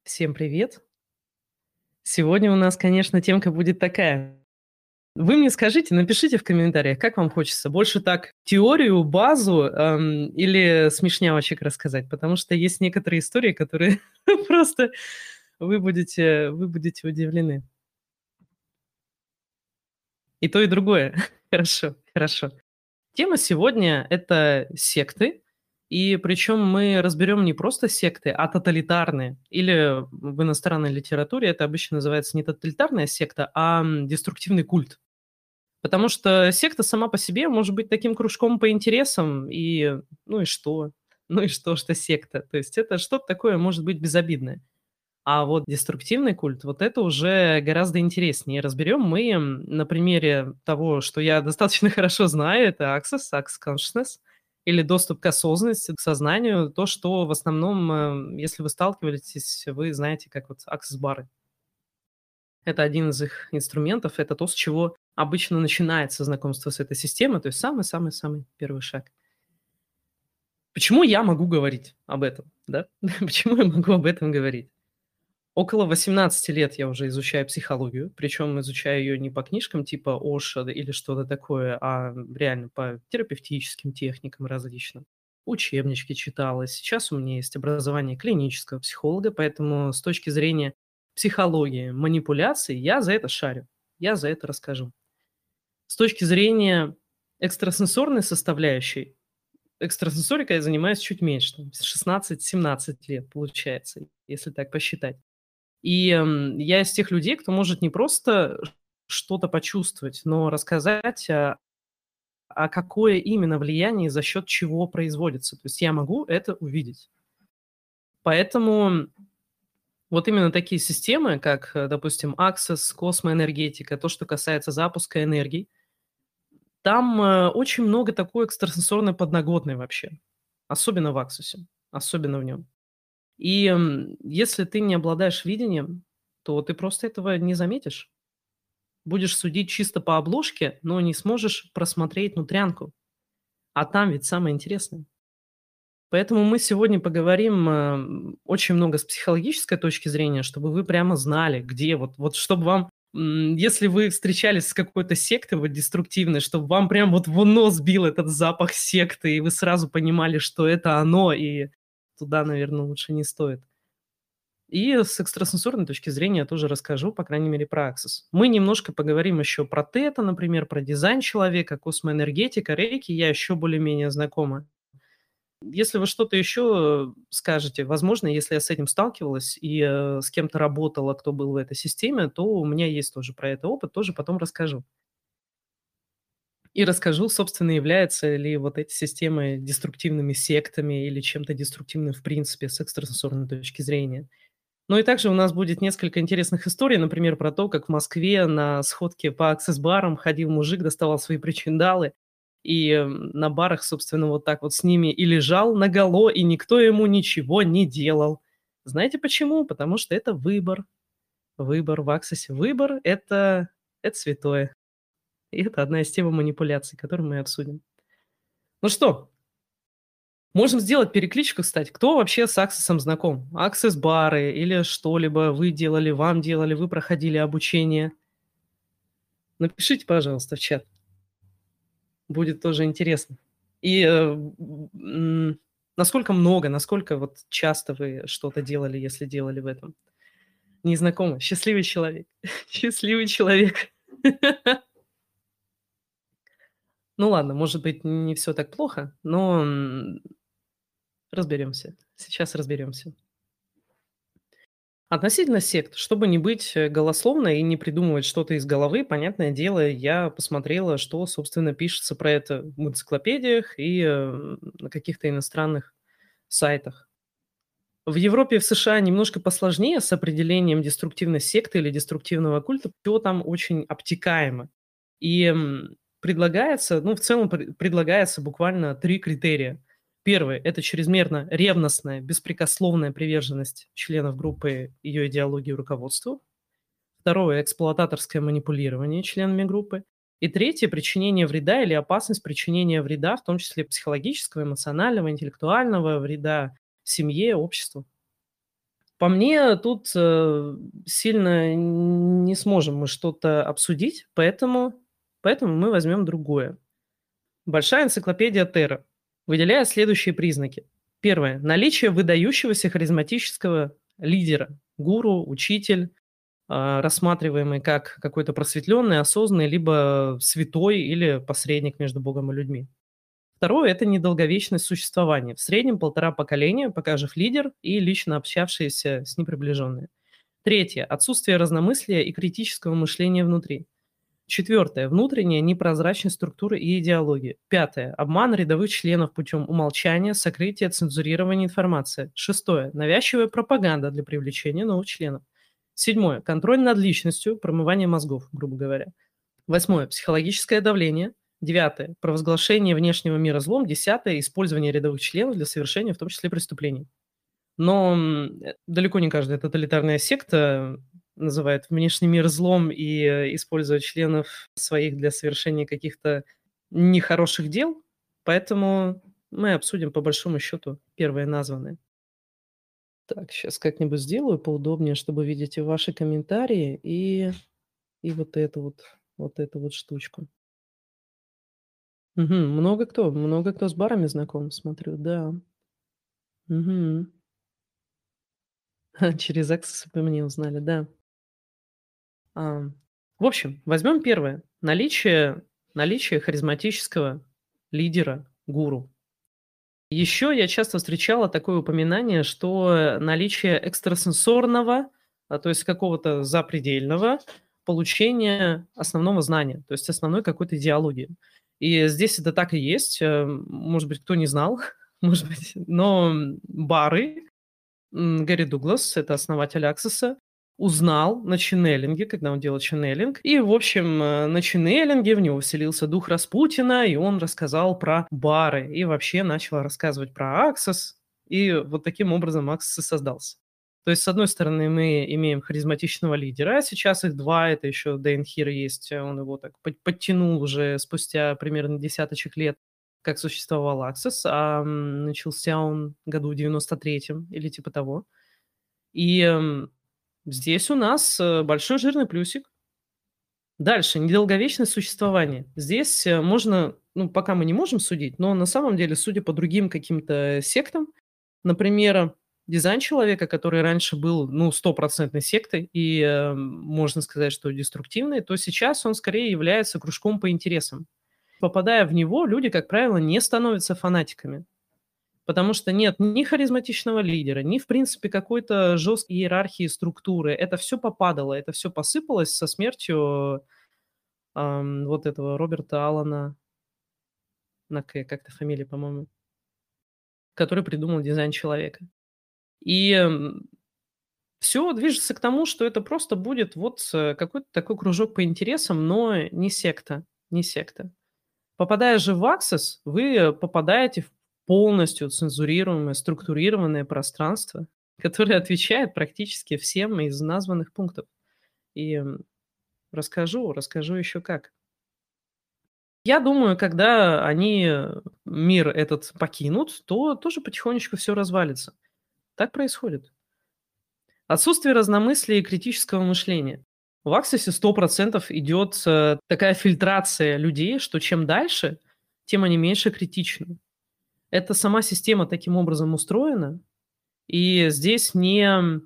Всем привет! Сегодня у нас, конечно, темка будет такая. Вы мне скажите, напишите в комментариях, как вам хочется. Больше так теорию, базу или смешнявочек рассказать? Потому что есть некоторые истории, которые просто вы будете удивлены. И то, и другое. Хорошо, хорошо. Тема сегодня– это секты. И причем мы разберем не просто секты, а тоталитарные. Или в иностранной литературе это обычно называется не тоталитарная секта, а деструктивный культ. Потому что секта сама по себе может быть таким кружком по интересам, и ну и что? Ну и что секта? То есть это что-то такое может быть безобидное. А вот деструктивный культ, вот это уже гораздо интереснее. Разберем мы на примере того, что я достаточно хорошо знаю, это Access Consciousness, или доступ к осознанности, к сознанию, то, что в основном, если вы сталкиваетесь, вы знаете, как вот Access-бары. Это один из их инструментов, это то, с чего обычно начинается знакомство с этой системой, то есть самый-самый-самый первый шаг. Почему я могу говорить об этом, да? Почему я могу об этом говорить? Около 18 лет я уже изучаю психологию, причем изучаю ее не по книжкам типа Оша или что-то такое, а реально по терапевтическим техникам различным. Учебнички читала. Сейчас у меня есть образование клинического психолога, поэтому с точки зрения психологии, манипуляций, я за это шарю. Я за это расскажу. С точки зрения экстрасенсорной составляющей, экстрасенсорикой я занимаюсь чуть меньше, там, 16-17 лет получается, если так посчитать. И, я из тех людей, кто может не просто что-то почувствовать, но рассказать, а какое именно влияние и за счет чего производится. То есть я могу это увидеть. Поэтому вот именно такие системы, как, допустим, Access, космоэнергетика, то, что касается запуска энергий, там, очень много такой экстрасенсорной подноготной вообще, особенно в Access, особенно в нем. И, если ты не обладаешь видением, то ты просто этого не заметишь. Будешь судить чисто по обложке, но не сможешь просмотреть внутрянку. А там ведь самое интересное. Поэтому мы сегодня поговорим очень много с психологической точки зрения, чтобы вы прямо знали, где вот чтобы вам, если вы встречались с какой-то сектой вот деструктивной, чтобы вам прям вот в нос бил этот запах секты, и вы сразу понимали, что это оно, и туда, наверное, лучше не стоит. И с экстрасенсорной точки зрения я тоже расскажу, по крайней мере, про Access. Мы немножко поговорим еще про тета, например, про дизайн человека, космоэнергетика, рейки, я еще более-менее знакома. Если вы что-то еще скажете, возможно, если я с этим сталкивалась и с кем-то работала, кто был в этой системе, то у меня есть тоже про это опыт, тоже потом расскажу. И расскажу, собственно, являются ли вот эти системы деструктивными сектами или чем-то деструктивным в принципе с экстрасенсорной точки зрения. Ну и также у нас будет несколько интересных историй, например, про то, как в Москве на сходке по аксесс-барам ходил мужик, доставал свои причиндалы, и на барах, собственно, вот так вот с ними и лежал наголо, и никто ему ничего не делал. Знаете почему? Потому что это выбор. Выбор в Аксесе. Выбор– это святое. И это одна из тем манипуляций, которую мы обсудим. Ну что, можем сделать перекличку, кстати. Кто вообще с Аксесом знаком? Аксесс-бары или что-либо вы делали, вам делали, вы проходили обучение? Напишите, пожалуйста, в чат. Будет тоже интересно. И насколько много, насколько вот часто вы что-то делали, если делали в этом? Незнакомо. Счастливый человек. Счастливый человек. Ну ладно, может быть, не все так плохо, но разберемся. Сейчас разберемся. Относительно сект, чтобы не быть голословной и не придумывать что-то из головы, понятное дело, я посмотрела, что, собственно, пишется про это в энциклопедиях и на каких-то иностранных сайтах. В Европе и в США немножко посложнее с определением деструктивной секты или деструктивного культа, все там очень обтекаемо. И предлагается, ну, в целом предлагается буквально 3 критерия. Первый– это чрезмерно ревностная, беспрекословная приверженность членов группы ее идеологии и руководству. Второе– эксплуататорское манипулирование членами группы. И третье– причинение вреда или опасность причинения вреда, в том числе психологического, эмоционального, интеллектуального, вреда семье, обществу. По мне, тут, сильно не сможем мы что-то обсудить, поэтому мы возьмем другое. Большая энциклопедия Терра выделяет следующие признаки. Первое. Наличие выдающегося харизматического лидера, гуру, учитель, рассматриваемый как какой-то просветленный, осознанный, либо святой или посредник между Богом и людьми. Второе– это недолговечность существования. В среднем 1,5 поколения, пока жив лидер и лично общавшиеся с ним приближенные. Третье– отсутствие разномыслия и критического мышления внутри. Четвертое– внутренняя непрозрачность структуры и идеологии. Пятое– обман рядовых членов путем умолчания, сокрытия, цензурирования информации. Шестое– навязчивая пропаганда для привлечения новых членов. Седьмое– контроль над личностью, промывание мозгов, грубо говоря. Восьмое– психологическое давление. Девятое– провозглашение внешнего мира злом. Десятое– использование рядовых членов для совершения, в том числе, преступлений. Но далеко не каждая тоталитарная секта называет внешний мир злом и использует членов своих для совершения каких-то нехороших дел. Поэтому мы обсудим по большому счету первые названные. Так, сейчас как-нибудь сделаю поудобнее, чтобы видеть и ваши комментарии, и вот эту вот штучку. Мгм. Много кто с барами знаком, смотрю, да. Мгм. Через Access по мне узнали, да. А, в общем, возьмем первое. Наличие харизматического лидера, гуру. Еще я часто встречала такое упоминание, что наличие экстрасенсорного, то есть какого-то запредельного получения основного знания, то есть основной какой-то идеологии. И здесь это так и есть. Может быть, кто не знал, может быть, но Бары, Гэри Дуглас, это основатель Access, узнал на ченнелинге, когда он делал ченнелинг. И, в общем, на ченнелинге в него вселился дух Распутина, и он рассказал про бары. И вообще начал рассказывать про Access. И вот таким образом Access и создался. То есть, с одной стороны, мы имеем харизматичного лидера, а сейчас их два, это еще Дэйн Хир есть, он его так подтянул уже спустя примерно десяточек лет, как существовал Access, а начался он году в 93-м или типа того. И здесь у нас большой жирный плюсик. Дальше, недолговечное существование. Здесь можно, ну, пока мы не можем судить, но на самом деле, судя по другим каким-то сектам, например, дизайн человека, который раньше был, ну, стопроцентной сектой и, можно сказать, что деструктивной, то сейчас он скорее является кружком по интересам. Попадая в него, люди, как правило, не становятся фанатиками. Потому что нет ни харизматичного лидера, ни, в принципе, какой-то жесткой иерархии структуры. Это все попадало, это все посыпалось со смертью, вот этого Роберта Аллана на К, как-то фамилия, по-моему, который придумал дизайн человека. И, всё движется к тому, что это просто будет вот, какой-то такой кружок по интересам, но не секта, не секта. Попадая же в Access, вы попадаете в полностью цензурируемое, структурированное пространство, которое отвечает практически всем из названных пунктов. И, расскажу еще как. Я думаю, когда они, мир этот покинут, то тоже потихонечку все развалится. Так происходит. Отсутствие разномыслия и критического мышления. В Access 100% идет, такая фильтрация людей, что чем дальше, тем они меньше критичны. Это сама система таким образом устроена, и здесь не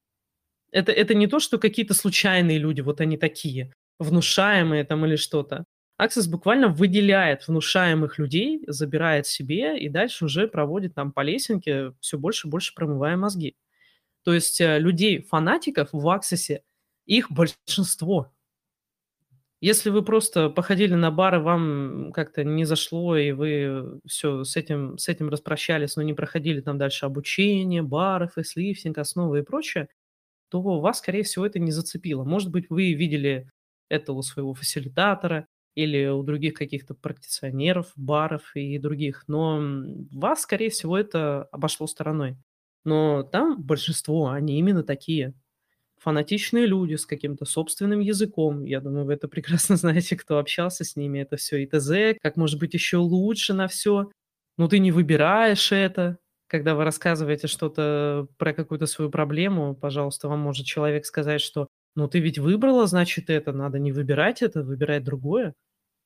это не то, что какие-то случайные люди, вот они такие, внушаемые там или что-то. Access буквально выделяет внушаемых людей, забирает себе и дальше уже проводит там по лесенке, все больше и больше промывая мозги. То есть, людей-фанатиков в Access, их большинство. Если вы просто походили на бар, и вам как-то не зашло, и вы все с этим распрощались, но не проходили там дальше обучение, бары, фейслифтинг, основы и прочее, то вас, скорее всего, это не зацепило. Может быть, вы видели это у своего фасилитатора или у других каких-то практиционеров, баров и других, но, вас, скорее всего, это обошло стороной. Но там большинство, они именно такие. Фанатичные люди с каким-то собственным языком. Я думаю, вы это прекрасно знаете, кто общался с ними. Это все и т.з. Как может быть еще лучше на все. Но ты не выбираешь это. Когда вы рассказываете что-то про какую-то свою проблему, пожалуйста, вам может человек сказать, что ну ты ведь выбрала, значит, это, надо не выбирать это, выбирать другое.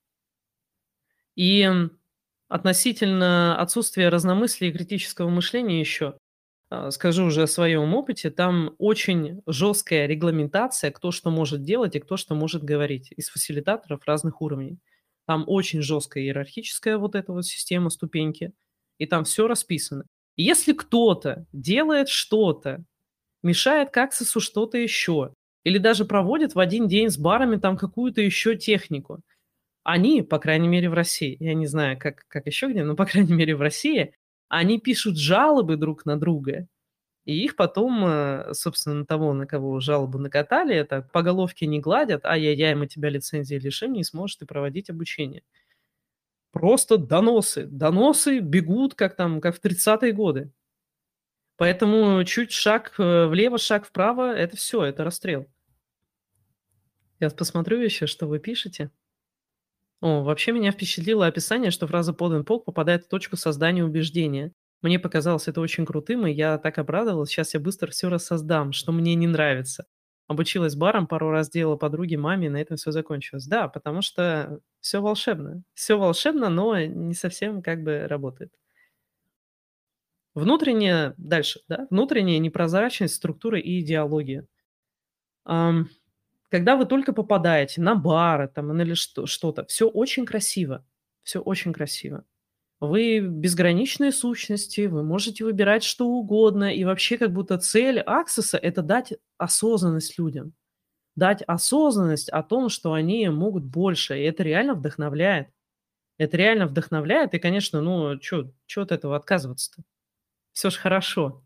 И относительно отсутствия разномыслия и критического мышления еще, скажу уже о своем опыте, там очень жесткая регламентация, кто что может делать и кто что может говорить из фасилитаторов разных уровней. Там очень жесткая иерархическая вот эта вот система, ступеньки, и там все расписано. И если кто-то делает что-то, мешает к аксессу что-то еще, или даже проводит в один день с барами там какую-то еще технику, они, по крайней мере, в России, я не знаю, как еще где, но, по крайней мере, в России, они пишут жалобы друг на друга, и их потом, собственно, на того, на кого жалобу накатали, это по головке не гладят: "Ай-яй-яй, мы тебя лицензии лишим, не сможешь ты проводить обучение". Просто доносы. Доносы бегут, как в 30-е годы. Поэтому чуть шаг, влево, шаг вправо — это все, это расстрел. Я посмотрю еще, что вы пишете. О, вообще меня впечатлило описание, что фраза "подан полк" попадает в точку создания убеждения. Мне показалось это очень крутым, и я так обрадовалась. Сейчас я быстро все рассоздам, что мне не нравится. Обучилась барам, пару раз делала подруге, маме, и на этом все закончилось. Да, потому что все волшебно. Все волшебно, но не совсем как бы работает. Дальше, да, внутренняя непрозрачность структуры и идеологии. Ам, Когда вы только попадаете на бары там или что-то, все очень красиво, все очень красиво. Вы безграничные сущности, вы можете выбирать что угодно, и вообще как будто цель Аксеса — это дать осознанность людям. Дать осознанность о том, что они могут больше, и это реально вдохновляет. Это реально вдохновляет, и, конечно, ну, чё от этого отказываться-то? Все ж хорошо.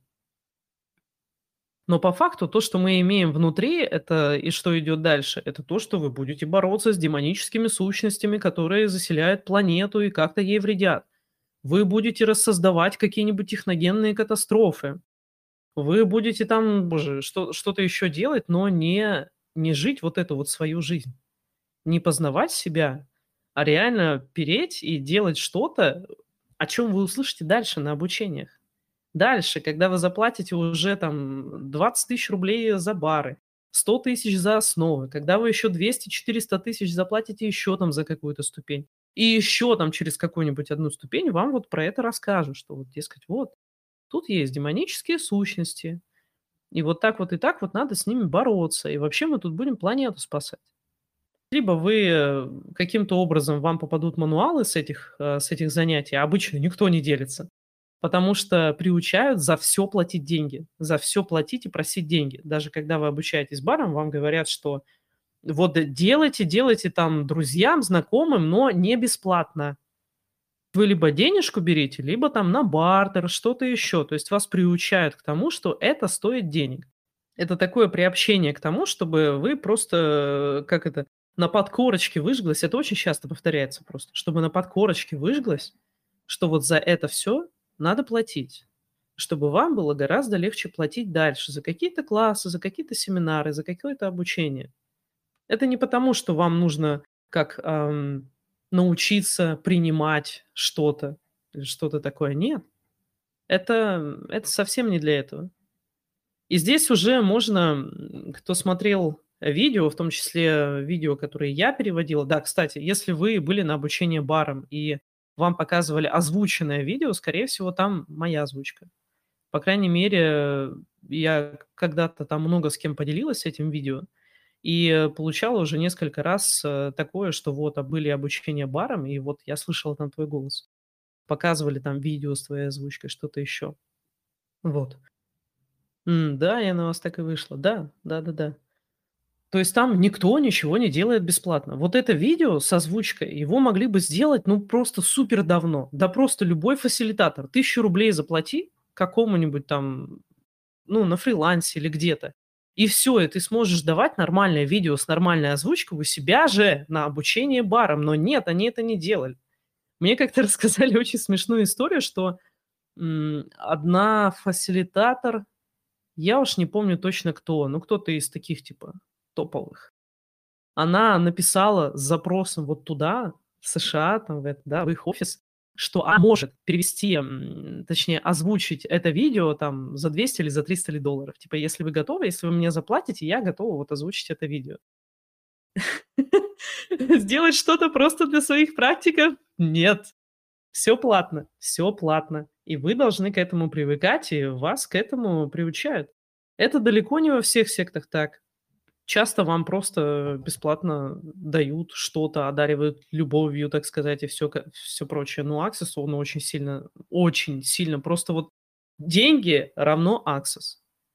Но по факту то, что мы имеем внутри, это и что идет дальше, это то, что вы будете бороться с демоническими сущностями, которые заселяют планету и как-то ей вредят. Вы будете рассоздавать какие-нибудь техногенные катастрофы. Вы будете там, боже, что-то еще делать, но не жить вот эту вот свою жизнь. Не познавать себя, а реально переть и делать что-то, о чем вы услышите дальше на обучениях. Дальше, когда вы заплатите уже там 20 тысяч рублей за бары, 100 тысяч за основы, когда вы еще 200-400 тысяч заплатите еще там за какую-то ступень, и еще там через какую-нибудь одну ступень вам вот про это расскажут, что вот, дескать, вот, тут есть демонические сущности, и вот так вот и так вот надо с ними бороться, и вообще мы тут будем планету спасать. Либо вы каким-то образом вам попадут мануалы с этих занятий, а обычно никто не делится. Потому что приучают за все платить деньги, за все платить и просить деньги. Даже когда вы обучаетесь барам, вам говорят, что вот делайте там друзьям, знакомым, но не бесплатно. Вы либо денежку берите, либо там на бартер, что-то еще. То есть вас приучают к тому, что это стоит денег. Это такое приобщение к тому, чтобы вы просто, как это, на подкорочке выжглось. Это очень часто повторяется просто, чтобы на подкорочке выжглось, что вот за это все надо платить, чтобы вам было гораздо легче платить дальше за какие-то классы, за какие-то семинары, за какое-то обучение. Это не потому, что вам нужно как, научиться принимать что-то или что-то такое. Нет, это совсем не для этого. И здесь уже можно, кто смотрел видео, в том числе видео, которые я переводила. Да, кстати, если вы были на обучении барам и вам показывали озвученное видео, скорее всего, там моя озвучка. По крайней мере, я когда-то там много с кем поделилась этим видео и получала уже несколько раз такое, что вот, были обучения барам, и вот я слышала там твой голос. Показывали там видео с твоей озвучкой, что-то еще. Вот. Да, я на вас так и вышла. Да, да-да-да. То есть там никто ничего не делает бесплатно. Вот это видео с озвучкой, его могли бы сделать, ну, просто супер давно. Да просто любой фасилитатор. 1000 рублей заплати какому-нибудь там, ну, на фрилансе или где-то. И все, и ты сможешь давать нормальное видео с нормальной озвучкой у себя же на обучение барам. Но нет, они это не делали. Мне как-то рассказали очень смешную историю, что одна фасилитатор, я уж не помню точно кто, но кто-то из таких типа топовых. Она написала с запросом вот туда, в США, там, в их офис, что она может перевести, точнее, озвучить это видео там за 200 или за 300 ли долларов. Типа, если вы готовы, если вы мне заплатите, я готова вот озвучить это видео. Сделать что-то просто для своих практиков? Нет. Все платно, все платно. И вы должны к этому привыкать, и вас к этому приучают. Это далеко не во всех сектах так. Часто вам просто бесплатно дают что-то, одаривают любовью, так сказать, и все прочее. Но Access, он очень сильно просто вот деньги равно Access.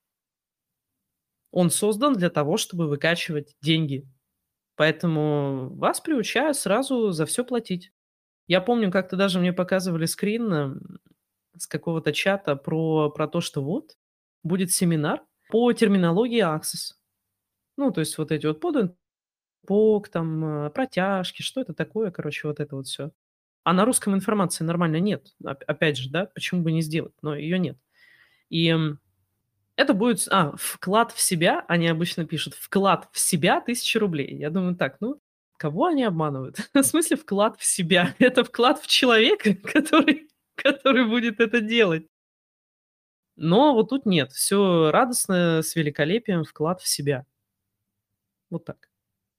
Он создан для того, чтобы выкачивать деньги. Поэтому вас приучают сразу за все платить. Я помню, как-то даже мне показывали скрин, с какого-то чата про то, что вот будет семинар по терминологии Access. Ну, то есть вот эти вот подают пок, там, протяжки, что это такое, короче, вот это вот все. А на русском информации нормально нет. Опять же, да, почему бы не сделать, но ее нет. И, это будет вклад в себя, они обычно пишут: "Вклад в себя 1 000 рублей". Я думаю так: ну, кого они обманывают? В смысле вклад в себя? Это вклад в человека, который будет это делать. Но вот тут нет. Все радостно, с великолепием, вклад в себя. Вот так.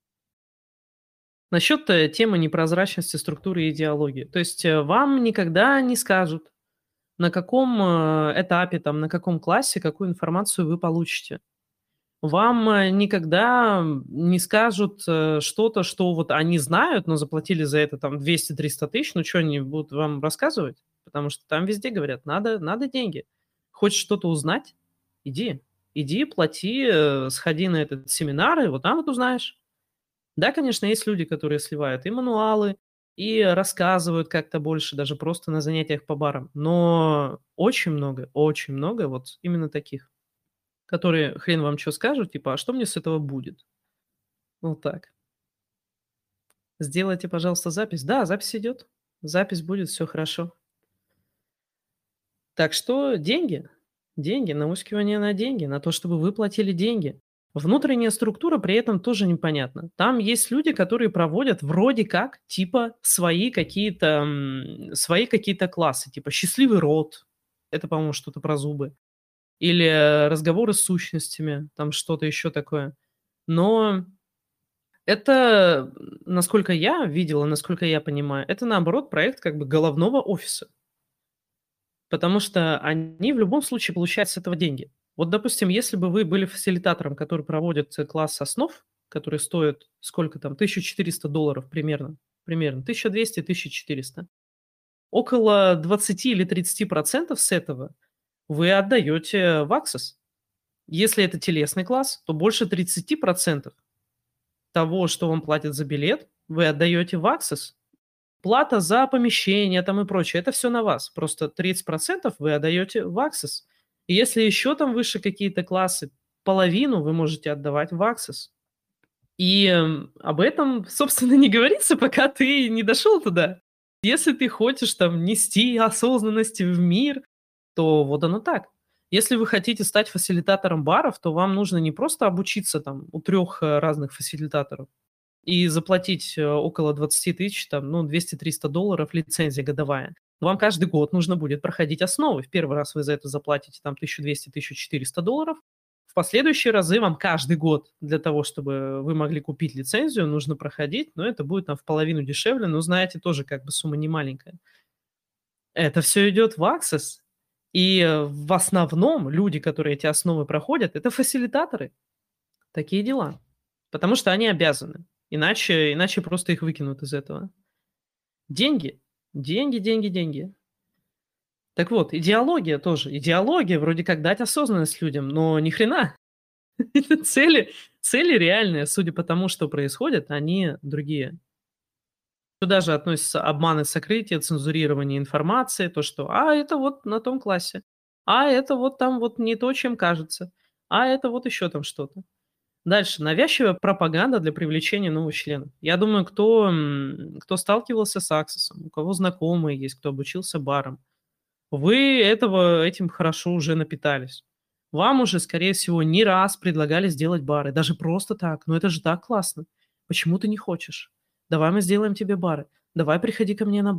Насчет, темы непрозрачности структуры и идеологии. То есть, вам никогда не скажут, на каком, этапе, там, на каком классе какую информацию вы получите. Вам, никогда, не скажут, что-то, что вот они знают, но заплатили за это там 200-300 тысяч. Ну, что они будут вам рассказывать? Потому что там везде говорят: "Надо деньги". Хочешь что-то узнать? Иди. Иди, плати, сходи на этот семинар, и вот там вот узнаешь. Да, конечно, есть люди, которые сливают и мануалы, и рассказывают как-то больше, даже просто на занятиях по барам. Но очень много вот именно таких, которые хрен вам что скажут, типа: "А что мне с этого будет?" Вот так. Сделайте, пожалуйста, запись. Да, запись идет. Запись будет, все хорошо. Так что деньги, наускивание на деньги, на то, чтобы вы платили деньги. Внутренняя структура при этом тоже непонятна. Там есть люди, которые проводят вроде как, типа, свои какие-то классы, типа счастливый род, это, по-моему, что-то про зубы, или разговоры с сущностями, там что-то еще такое. Но это, насколько я видела, насколько я понимаю, это наоборот проект как бы головного офиса. Потому что они в любом случае получают с этого деньги. Вот, допустим, если бы вы были фасилитатором, который проводит класс основ, который стоит сколько там, $1400 примерно 1200-1400, около 20 или 30% с этого вы отдаете в Access. Если это телесный класс, то больше 30% того, что вам платят за билет, вы отдаете в Access. Плата за помещение там и прочее — это все на вас. Просто 30% вы отдаете в Access. И если еще там выше какие-то классы, половину вы можете отдавать в Access. И, об этом, собственно, не говорится, пока ты не дошел туда. Если ты хочешь там нести осознанность в мир, то вот оно так. Если вы хотите стать фасилитатором баров, то вам нужно не просто обучиться там у 3 разных фасилитаторов и заплатить, около 20 000, там, ну, 200-300 долларов лицензия годовая. Вам каждый год нужно будет проходить основы. В первый раз вы за это заплатите там 1200-1400 долларов. В последующие разы вам каждый год для того, чтобы вы могли купить лицензию, нужно проходить, но это будет там в половину дешевле, но, знаете, тоже как бы сумма не маленькая. Это все идет в Access, и, в основном люди, которые эти основы проходят, это фасилитаторы. Такие дела. Потому что они обязаны. Иначе просто их выкинут из этого. Деньги. Деньги, деньги, деньги. Так вот, идеология тоже. Идеология вроде как дать осознанность людям, но ни хрена. Цели реальные, судя по тому, что происходит, они другие. Сюда же относятся обманы, сокрытие, цензурирование информации, то, что это вот на том классе, это вот там вот не то, чем кажется, это вот еще там что-то. Дальше. Навязчивая пропаганда для привлечения новых членов. Я думаю, кто сталкивался с Access, у кого знакомые есть, кто обучился барам, вы этим хорошо уже напитались. Вам уже, скорее всего, не раз предлагали сделать бары, даже просто так. Но это же так классно. Почему ты не хочешь? Давай мы сделаем тебе бары. Давай приходи ко мне на бар.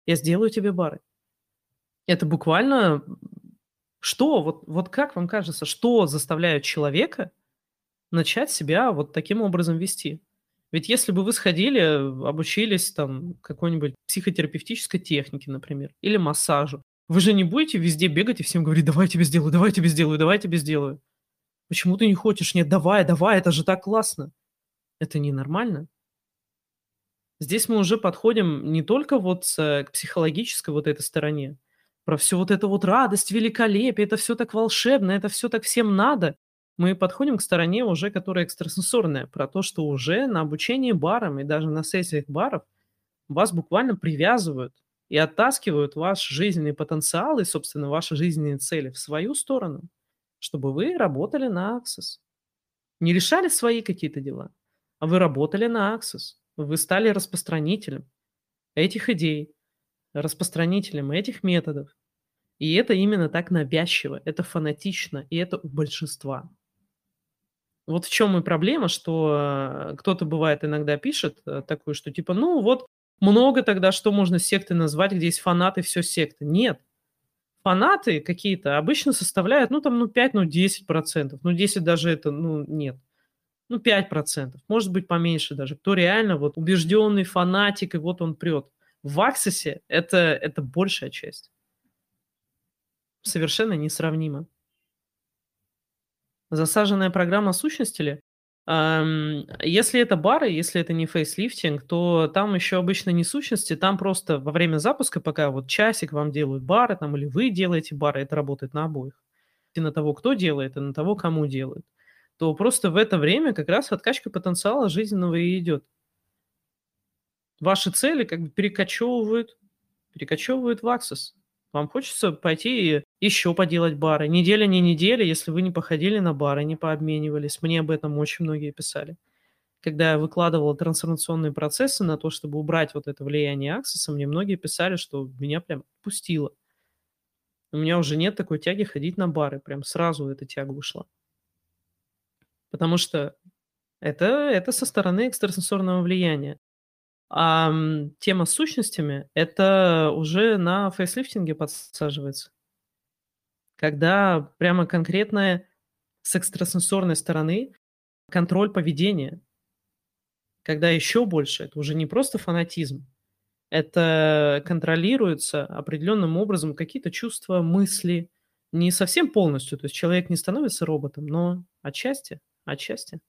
Я сделаю тебе бары. Это буквально что? Вот как вам кажется, что заставляет человека начать себя вот таким образом вести? Ведь если бы вы сходили, обучились там какой-нибудь психотерапевтической технике, например, или массажу, вы же не будете везде бегать и всем говорить: "Давай я тебе сделаю, давай я тебе сделаю, давай я тебе сделаю". Почему ты не хочешь? Нет, давай, давай, это же так классно. Это ненормально. Здесь мы уже подходим не только вот к психологической вот этой стороне, про всю вот эту вот радость, великолепие, это все так волшебно, это все так всем надо. Мы подходим к стороне уже, которая экстрасенсорная, про то, что уже на обучении барам и даже на сессиях баров вас буквально привязывают и оттаскивают ваш жизненный потенциал и, собственно, ваши жизненные цели в свою сторону, чтобы вы работали на Access. Не решали свои какие-то дела, а вы работали на Access. Вы стали распространителем этих идей, распространителем этих методов. И это именно так навязчиво, это фанатично, и это у большинства. Вот в чем и проблема, что кто-то бывает иногда пишет такую, что типа, ну вот много тогда, что можно секты назвать, где есть фанаты, все секты. Нет, фанаты какие-то обычно составляют, ну там, ну 5, ну 10%, ну 10 даже это, ну нет. Ну, 5%, может быть, поменьше даже. Кто реально вот убежденный фанатик, и вот он прет. В Access это большая часть. Совершенно несравнимо. Засаженная программа сущности ли? Если это бары, если это не фейслифтинг, то там еще обычно не сущности, там просто во время запуска, пока вот часик вам делают бары, там, или вы делаете бары, это работает на обоих. И на того, кто делает, и на того, кому делают. То просто в это время как раз откачка потенциала жизненного и идет. Ваши цели как бы перекочевывают в Access. Вам хочется пойти и еще поделать бары. Неделя не неделя, если вы не походили на бары, не пообменивались. Мне об этом очень многие писали. Когда я выкладывал трансформационные процессы на то, чтобы убрать вот это влияние Access, мне многие писали, что меня прям пустило. У меня уже нет такой тяги ходить на бары. Прям сразу эта тяга ушла. Потому что это со стороны экстрасенсорного влияния. Тема с сущностями — это уже на фейслифтинге подсаживается. Когда прямо конкретно с экстрасенсорной стороны контроль поведения. Когда еще больше, это уже не просто фанатизм, это контролируется определенным образом какие-то чувства, мысли. Не совсем полностью, то есть человек не становится роботом, но отчасти, отчасти.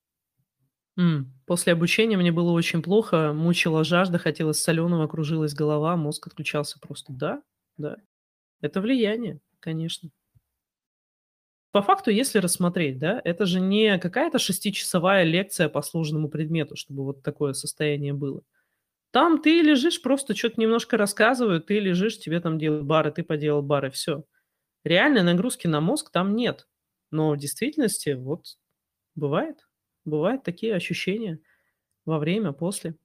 После обучения мне было очень плохо, мучила жажда, хотелось соленого, кружилась голова, мозг отключался просто. Да, да, это влияние, конечно. По факту, если рассмотреть, да, это же не какая-то шестичасовая лекция по сложному предмету, чтобы вот такое состояние было. Там ты лежишь, просто что то немножко рассказывают, ты лежишь, тебе там делают бары, ты поделал бары, все. Реальной нагрузки на мозг там нет. Но в действительности вот бывает, бывают такие ощущения во время, после.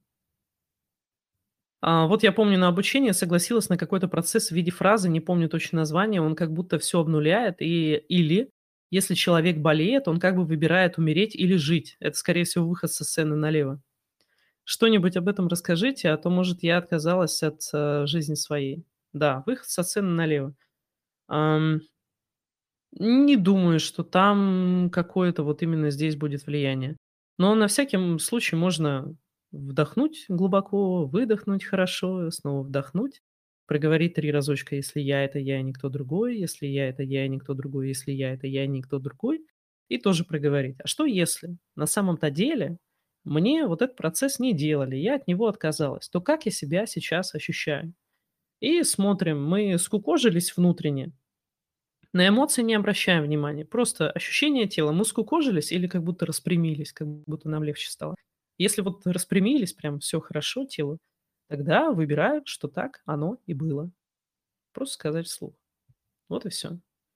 Вот я помню, на обучение согласилась на какой-то процесс в виде фразы, не помню точно название, он как будто все обнуляет, или если человек болеет, он как бы выбирает умереть или жить. Это, скорее всего, выход со сцены налево. Что-нибудь об этом расскажите, а то, может, я отказалась от, жизни своей. Да, выход со сцены налево. Ам, не думаю, что там какое-то вот именно здесь будет влияние. Но на всякий случай можно вдохнуть глубоко, выдохнуть хорошо, снова вдохнуть, проговорить 3 разочка: "Если я- это я и никто другой, если я- это я и никто другой, если я- это я и никто другой". И тоже проговорить: "А что если на самом-то деле мне вот этот процесс не делали, я от него отказалась, то как я себя сейчас ощущаю?" И смотрим, мы скукожились внутренне, на эмоции не обращаем внимания, просто ощущение тела. Мы скукожились или как будто распрямились, как будто нам легче стало. Если вот распрямились, прям все хорошо телу, тогда выбираю, что так оно и было. Просто сказать вслух. Вот и все.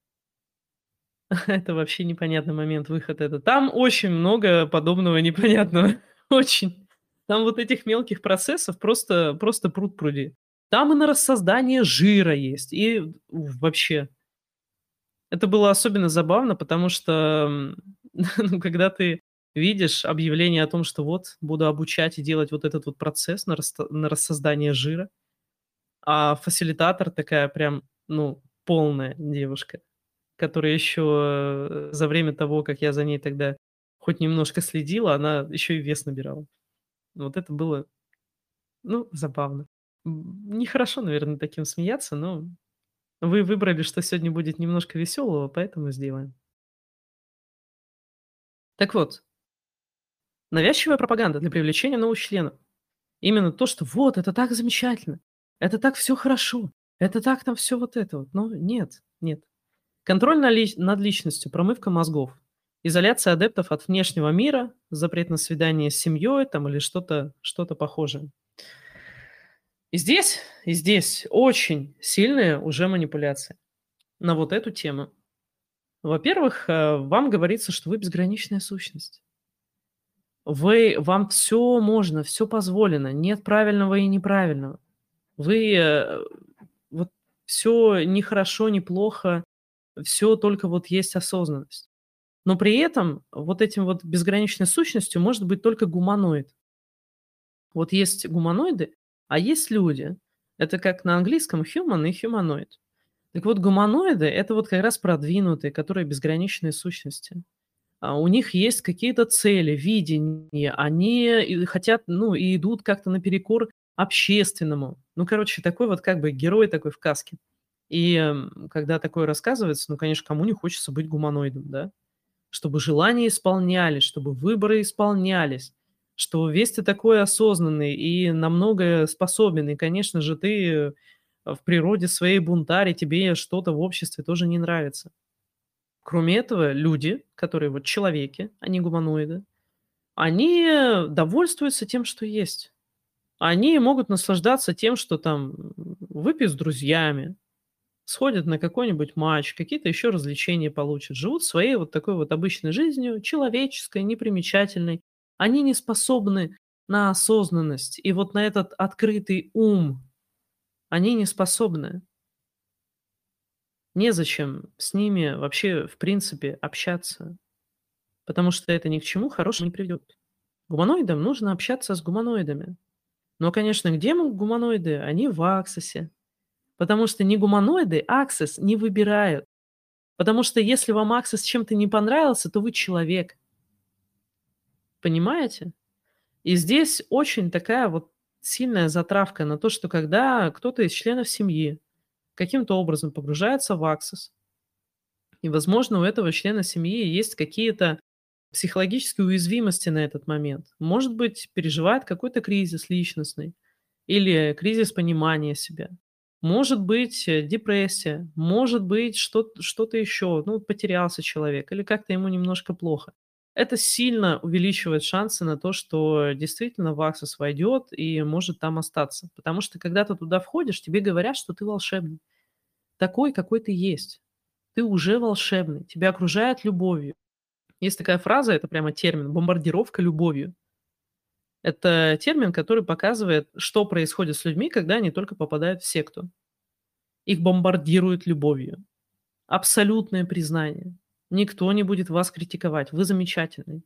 Это вообще непонятный момент, выход это. Там очень много подобного непонятного. Очень. Там вот этих мелких процессов просто пруд-пруди. Там и на рассоздание жира есть, и вообще. Это было особенно забавно, потому что, ну, когда ты видишь объявление о том, что вот буду обучать и делать вот этот вот процесс на рассоздание жира, А фасилитатор такая прям, ну, полная девушка, которая еще, за время того, как я за ней тогда хоть немножко следила, она еще и вес набирала. Вот это было, ну, забавно. Нехорошо, наверное, таким смеяться, но вы выбрали, что сегодня будет немножко веселого, поэтому сделаем. Так вот, навязчивая пропаганда для привлечения новых членов. Именно то, что вот, это так замечательно, это так все хорошо, это так там все вот это вот. Но нет, нет. Контроль над личностью, промывка мозгов, изоляция адептов от внешнего мира, запрет на свидание с семьей там или что-то похожее. И здесь очень сильные уже манипуляции на вот эту тему. Во-первых, вам говорится, что вы безграничная сущность. Вам все можно, все позволено, нет правильного и неправильного. Вы, вот все ни хорошо, ни плохо, все только вот есть осознанность. Но при этом вот этим вот безграничной сущностью может быть только гуманоид. Вот есть гуманоиды, а есть люди. Это как на английском human и humanoid. Так вот, гуманоиды — это вот как раз продвинутые, которые безграничные сущности. У них есть какие-то цели, видения, они и хотят, ну, и идут как-то наперекор общественному. Ну, короче, такой вот как бы герой такой в каске. И, когда такое рассказывается, ну, конечно, кому не хочется быть гуманоидом, да? Чтобы желания исполнялись, чтобы выборы исполнялись, что весь ты такой осознанный и на многое способен. И, конечно же, ты, в природе своей бунтарь, и тебе что-то в обществе тоже не нравится. Кроме этого, люди, которые вот человеки, а не гуманоиды, они довольствуются тем, что есть. Они могут наслаждаться тем, что там выпьют с друзьями, сходят на какой-нибудь матч, какие-то еще развлечения получат, живут своей вот такой вот обычной жизнью, человеческой, непримечательной. Они не способны на осознанность, и вот на этот открытый ум они не способны. Незачем с ними вообще, в принципе, общаться, потому что это ни к чему хорошему не приведет. Гуманоидам нужно общаться с гуманоидами. Но, конечно, где гуманоиды? Они в Аксосе. Потому что не гуманоиды Аксос не выбирают. Потому что если вам Аксос чем-то не понравился, то вы человек. Понимаете? И здесь очень такая вот сильная затравка на то, что когда кто-то из членов семьи каким-то образом погружается в Аксос, и, возможно, у этого члена семьи есть какие-то психологические уязвимости на этот момент. Может быть, переживает какой-то кризис личностный или кризис понимания себя. Может быть, депрессия, может быть, что-то еще. Ну, потерялся человек или как-то ему немножко плохо. Это сильно увеличивает шансы на то, что действительно Ваксус войдет и может там остаться. Потому что когда ты туда входишь, тебе говорят, что ты волшебный. Такой, какой ты есть. Ты уже волшебный. Тебя окружают любовью. Есть такая фраза, это прямо термин, бомбардировка любовью. Это термин, который показывает, что происходит с людьми, когда они только попадают в секту. Их бомбардируют любовью. Абсолютное признание. Никто не будет вас критиковать. Вы замечательный.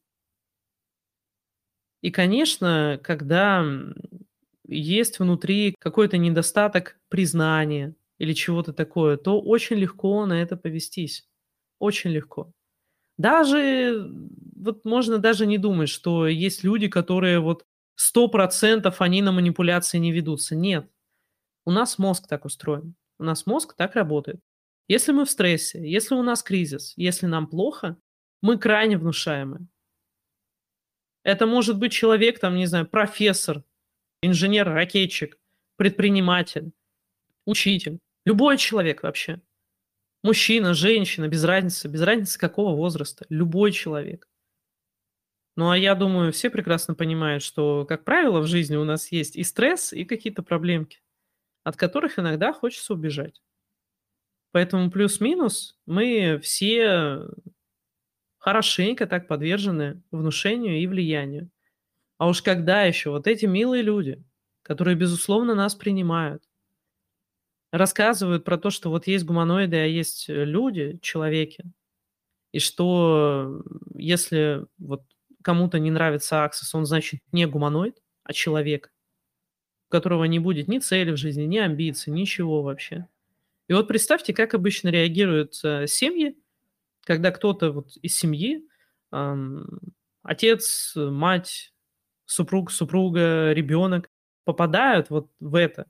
И, конечно, когда есть внутри какой-то недостаток признания или чего-то такое, то очень легко на это повестись. Очень легко. Даже, вот можно даже не думать, что есть люди, которые вот 100% они на манипуляции не ведутся. Нет. У нас мозг так устроен. У нас мозг так работает. Если мы в стрессе, если у нас кризис, если нам плохо, мы крайне внушаемы. Это может быть человек, там, не знаю, профессор, инженер-ракетчик, предприниматель, учитель. Любой человек вообще. Мужчина, женщина, без разницы какого возраста. Любой человек. Ну, а я думаю, все прекрасно понимают, что, как правило, в жизни у нас есть и стресс, и какие-то проблемки, от которых иногда хочется убежать. Поэтому плюс-минус мы все хорошенько так подвержены внушению и влиянию. А уж когда еще вот эти милые люди, которые, безусловно, нас принимают, рассказывают про то, что вот есть гуманоиды, а есть люди, человеки, и что если вот кому-то не нравится Аксос, он, значит, не гуманоид, а человек. у которого не будет ни цели в жизни, ни амбиций, ничего вообще. И вот представьте, как обычно реагируют семьи, когда кто-то вот из семьи, ам, отец, мать, супруг, супруга, ребенок попадают вот в это.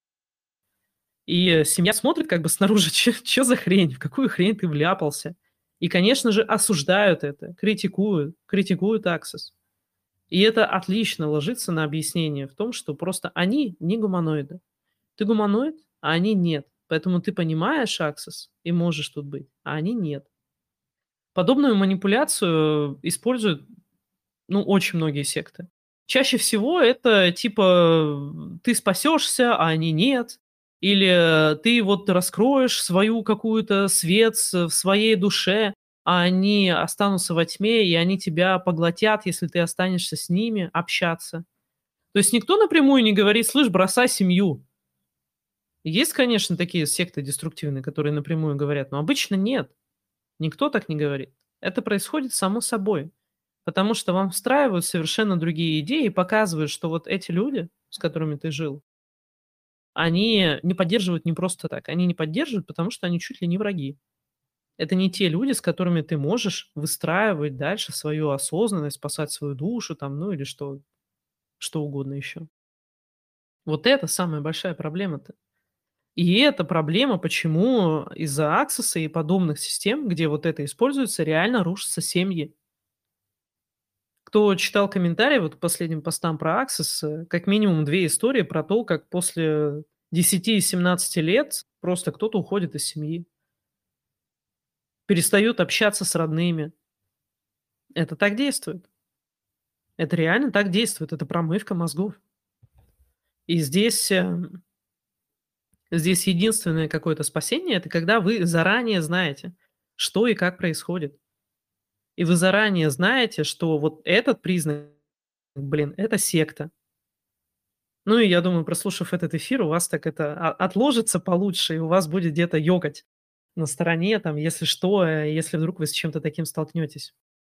И семья смотрит как бы снаружи, что за хрень, в какую хрень ты вляпался. И, конечно же, осуждают это, критикуют Access. И это отлично ложится на объяснение в том, что просто они не гуманоиды. Ты гуманоид, а они нет. Поэтому ты понимаешь Access и можешь тут быть, а они нет. Подобную манипуляцию используют, ну, очень многие секты. Чаще всего это типа ты спасешься, а они нет. Или ты вот раскроешь свою какую-то свет в своей душе, а они останутся во тьме, и они тебя поглотят, если ты останешься с ними общаться. То есть никто напрямую не говорит: слышь, бросай семью. Есть, конечно, такие секты деструктивные, которые напрямую говорят, но обычно нет. Никто так не говорит. Это происходит само собой. Потому что вам встраивают совершенно другие идеи и показывают, что вот эти люди, с которыми ты жил, они не поддерживают не просто так. Они не поддерживают, потому что они чуть ли не враги. Это не те люди, с которыми ты можешь выстраивать дальше свою осознанность, спасать свою душу, там, ну или что угодно еще. Вот это самая большая проблема-то. И это проблема, почему из-за Аксеса и подобных систем, где вот это используется, реально рушатся семьи. Кто читал комментарии вот к последним постам про Access, как минимум 2 истории про то, как после 10-17 лет просто кто-то уходит из семьи, перестают общаться с родными. Это так действует. Это реально так действует. Это промывка мозгов. И здесь единственное какое-то спасение — это когда вы заранее знаете, что и как происходит. И вы заранее знаете, что вот этот признак, блин, это секта. Ну и я думаю, прослушав этот эфир, у вас так это отложится получше, и у вас будет где-то ёкать на стороне, там, если что, если вдруг вы с чем-то таким столкнетесь.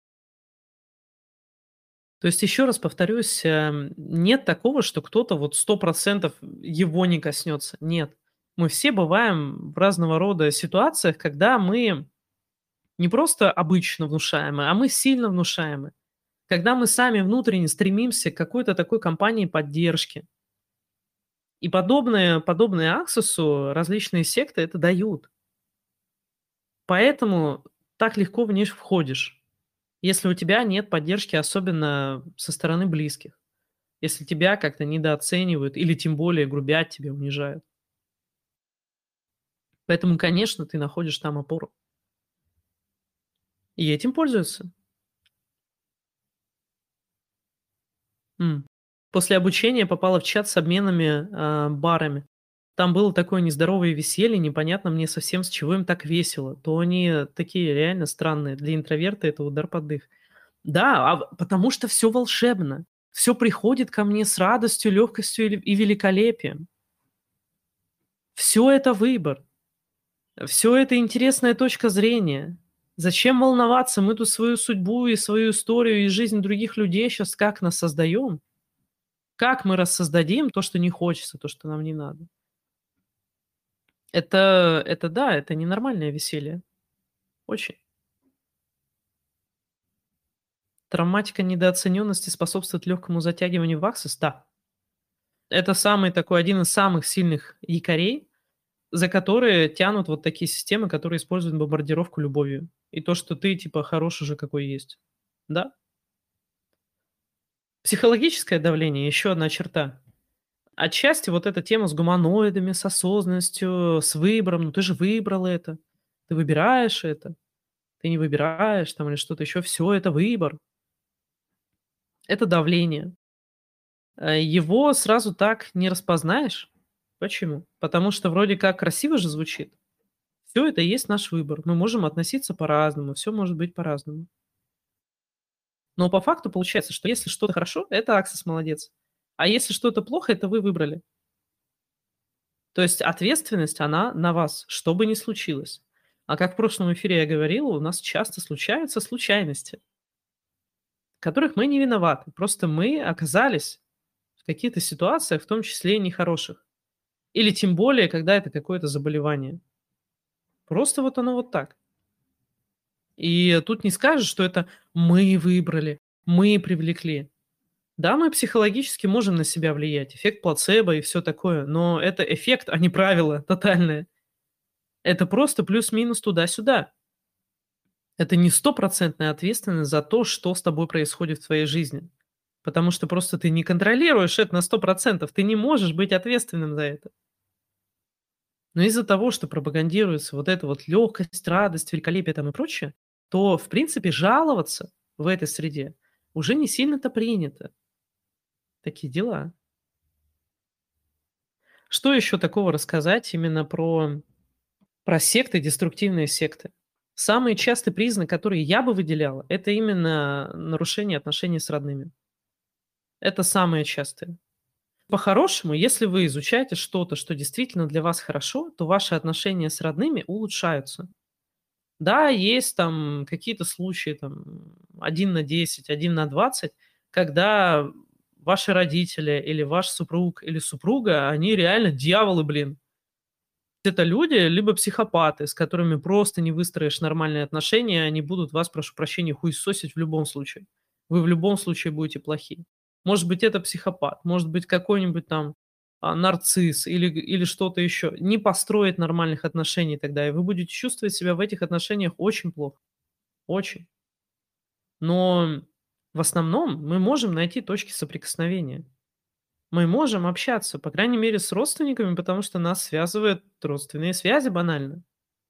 То есть, еще раз повторюсь, нет такого, что кто-то вот 100% его не коснется. Нет. Мы все бываем в разного рода ситуациях, когда мы не просто обычно внушаемы, а мы сильно внушаемы. Когда мы сами внутренне стремимся к какой-то такой компании поддержки. И подобные Аксессу различные секты это дают. Поэтому так легко в них входишь, если у тебя нет поддержки, особенно со стороны близких. Если тебя как-то недооценивают или тем более грубят тебе, унижают. Поэтому, конечно, ты находишь там опору. И этим пользуются. М. После обучения попала в чат с обменами, барами. Там было такое нездоровое веселье, непонятно мне совсем, с чего им так весело. То они такие реально странные. Для интроверта это удар под дых. Да, потому что все волшебно. Все приходит ко мне с радостью, легкостью и великолепием. Все это выбор. Все это интересная точка зрения. Зачем волноваться? Мы тут свою судьбу и свою историю, и жизнь других людей сейчас как нас создаем? Как мы рассоздадим то, что не хочется, то, что нам не надо? Это да, это ненормальное веселье. Очень. Травматика недооцененности способствует легкому затягиванию в аксесс? Да. Это самый такой, один из самых сильных якорей, за которые тянут вот такие системы, которые используют бомбардировку любовью. И то, что ты типа хорош уже какой есть. Да. Психологическое давление — еще одна черта. Отчасти вот эта тема с гуманоидами, с осознанностью, с выбором. Ну ты же выбрал это. Ты выбираешь это. Ты не выбираешь там или что-то еще. Все это выбор. Это давление. Его сразу так не распознаешь. Почему? Потому что вроде как красиво же звучит. Все это и есть наш выбор. Мы можем относиться по-разному, все может быть по-разному. Но по факту получается, что если что-то хорошо — это Аксис молодец. А если что-то плохо — это вы выбрали. То есть ответственность, она на вас, что бы ни случилось. А как в прошлом эфире я говорил, у нас часто случаются случайности, в которых мы не виноваты. Просто мы оказались в каких-то ситуациях, в том числе и нехороших. Или тем более, когда это какое-то заболевание. Просто вот оно вот так. И тут не скажешь, что это мы выбрали, мы привлекли. Да, мы психологически можем на себя влиять, эффект плацебо и все такое, но это эффект, а не правило тотальное. Это просто плюс-минус туда-сюда. Это не стопроцентная ответственность за то, что с тобой происходит в твоей жизни. Потому что просто ты не контролируешь это на 100%, ты не можешь быть ответственным за это. Но из-за того, что пропагандируется вот эта вот легкость, радость, великолепие там и прочее, то, в принципе, жаловаться в этой среде уже не сильно-то принято. Такие дела. Что еще такого рассказать именно про секты, деструктивные секты? Самый частый признак, который я бы выделял, это именно нарушение отношений с родными. Это самое частое. По-хорошему, если вы изучаете что-то, что действительно для вас хорошо, то ваши отношения с родными улучшаются. Да, есть там какие-то случаи, там, 1 на 10, 1 на 20, когда ваши родители или ваш супруг или супруга, они реально дьяволы, блин. Это люди, либо психопаты, с которыми просто не выстроишь нормальные отношения, они будут вас, прошу прощения, хуесосить в любом случае. Вы в любом случае будете плохие. Может быть, это психопат, может быть, какой-нибудь там нарцисс или что-то еще. Не построит нормальных отношений тогда, и вы будете чувствовать себя в этих отношениях очень плохо. Очень. Но в основном мы можем найти точки соприкосновения. Мы можем общаться, по крайней мере, с родственниками, потому что нас связывают родственные связи банально.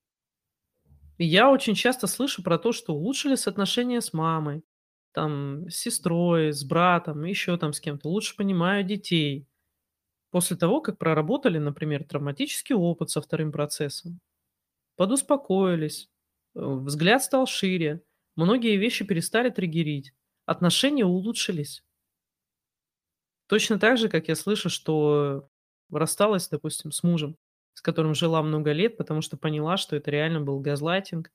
И я очень часто слышу про то, что улучшились отношения с мамой, там, с сестрой, с братом, еще там с кем-то, лучше понимаю детей. После того, как проработали, например, травматический опыт со вторым процессом, подуспокоились, взгляд стал шире, многие вещи перестали триггерить, отношения улучшились. Точно так же, как я слышу, что рассталась, допустим, с мужем, с которым жила много лет, потому что поняла, что это реально был газлайтинг,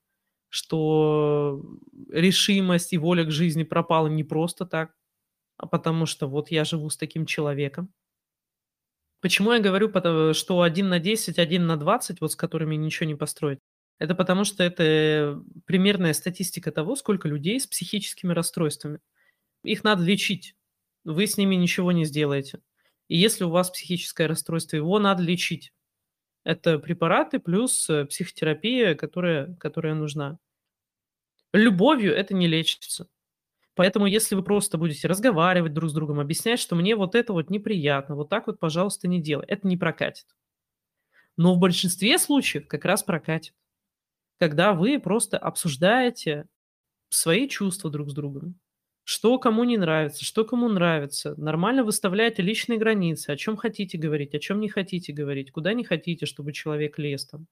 что решимость и воля к жизни пропала не просто так, а потому что вот я живу с таким человеком. Почему я говорю, что 1 на 10, 1 на 20, вот с которыми ничего не построить? Это потому что это примерная статистика того, сколько людей с психическими расстройствами. Их надо лечить. Вы с ними ничего не сделаете. И если у вас психическое расстройство, его надо лечить. Это препараты плюс психотерапия, которая нужна. Любовью это не лечится. Поэтому если вы просто будете разговаривать друг с другом, объяснять, что мне вот это вот неприятно, вот так вот, пожалуйста, не делай, это не прокатит. Но в большинстве случаев как раз прокатит, когда вы просто обсуждаете свои чувства друг с другом. Что кому не нравится, что кому нравится. Нормально выставляете личные границы, о чем хотите говорить, о чем не хотите говорить, куда не хотите, чтобы человек лез там.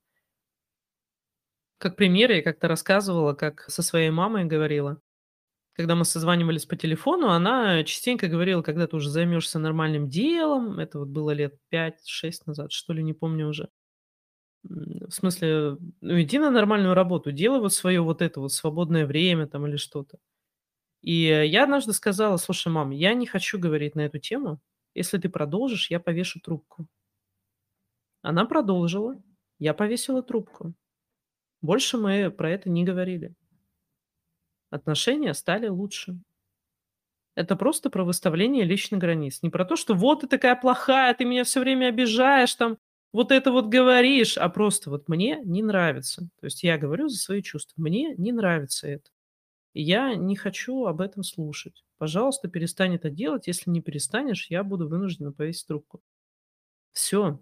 Как пример, я как-то рассказывала, как со своей мамой говорила. Когда мы созванивались по телефону, она частенько говорила: "Когда ты уже займешься нормальным делом". Это вот было лет 5-6 назад, что ли, не помню уже. В смысле, ну, иди на нормальную работу, делай вот свое вот это вот свободное время там или что-то. И я однажды сказала: "Слушай, мам, я не хочу говорить на эту тему. Если ты продолжишь, я повешу трубку". Она продолжила, я повесила трубку. Больше мы про это не говорили. Отношения стали лучше. Это просто про выставление личных границ. Не про то, что вот ты такая плохая, ты меня все время обижаешь, там, вот это вот говоришь, а просто вот мне не нравится. То есть я говорю за свои чувства. Мне не нравится это. И я не хочу об этом слушать. Пожалуйста, перестань это делать. Если не перестанешь, я буду вынуждена повесить трубку. Все.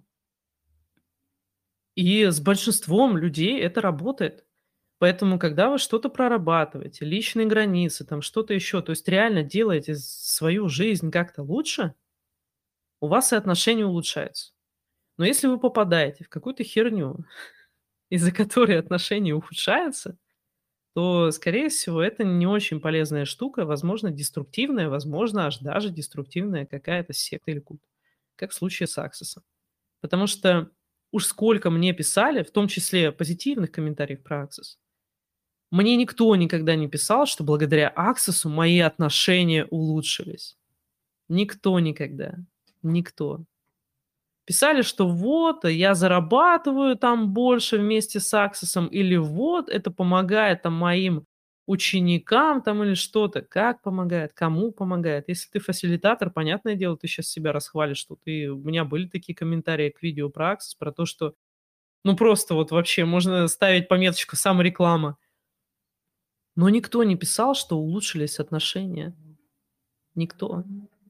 И с большинством людей это работает. Поэтому, когда вы что-то прорабатываете, личные границы, там что-то еще, то есть реально делаете свою жизнь как-то лучше, у вас и отношения улучшаются. Но если вы попадаете в какую-то херню, из-за которой отношения ухудшаются, то, скорее всего, это не очень полезная штука, возможно, деструктивная, возможно, аж даже деструктивная какая-то секта или культ, как в случае с Аксисом. Потому что уж сколько мне писали, в том числе позитивных комментариев про Аксис, мне никто никогда не писал, что благодаря Аксису мои отношения улучшились. Никто никогда. Никто. Писали, что вот, я зарабатываю там больше вместе с Access, или вот, это помогает там моим ученикам там или что-то. Как помогает? Кому помогает? Если ты фасилитатор, понятное дело, ты сейчас себя расхвалишь тут. И у меня были такие комментарии к видео про Access, про то, что ну просто вот вообще можно ставить пометочку «самореклама». Но никто не писал, что улучшились отношения. Никто.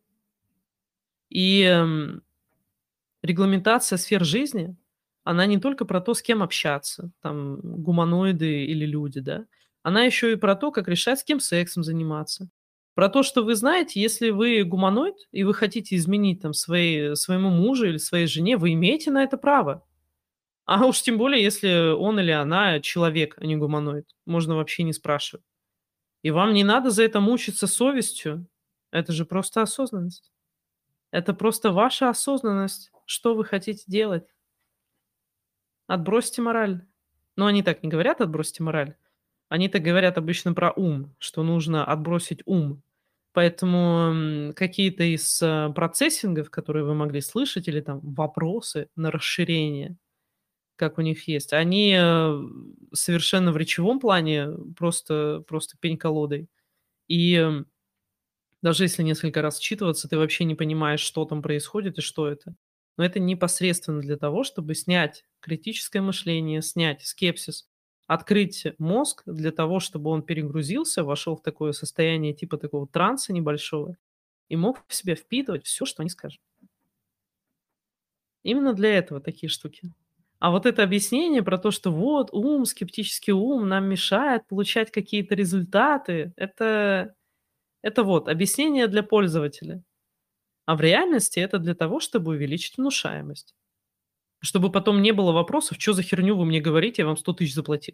И регламентация сфер жизни, она не только про то, с кем общаться, там, гуманоиды или люди, да. Она еще и про то, как решать, с кем сексом заниматься. Про то, что вы знаете, если вы гуманоид и вы хотите изменить там своему мужу или своей жене, вы имеете на это право. А уж тем более, если он или она человек, а не гуманоид. Можно вообще не спрашивать. И вам не надо за это мучиться совестью. Это же просто осознанность. Это просто ваша осознанность, что вы хотите делать. Отбросьте мораль. Но они так не говорят «отбросьте мораль». Они так говорят обычно про ум, что нужно отбросить ум. Поэтому, какие-то из, процессингов, которые вы могли слышать, или там вопросы на расширение, как у них есть, они, совершенно в речевом плане просто пень-колодой. И, даже если несколько раз вчитываться, ты вообще не понимаешь, что там происходит и что это. Но это непосредственно для того, чтобы снять критическое мышление, снять скепсис, открыть мозг для того, чтобы он перегрузился, вошел в такое состояние типа такого транса небольшого и мог в себя впитывать все, что они скажут. Именно для этого такие штуки. А вот это объяснение про то, что вот ум, скептический ум нам мешает получать какие-то результаты, это вот объяснение для пользователя. А в реальности это для того, чтобы увеличить внушаемость. Чтобы потом не было вопросов: "Чё за херню вы мне говорите? Я вам 100 000 заплатил".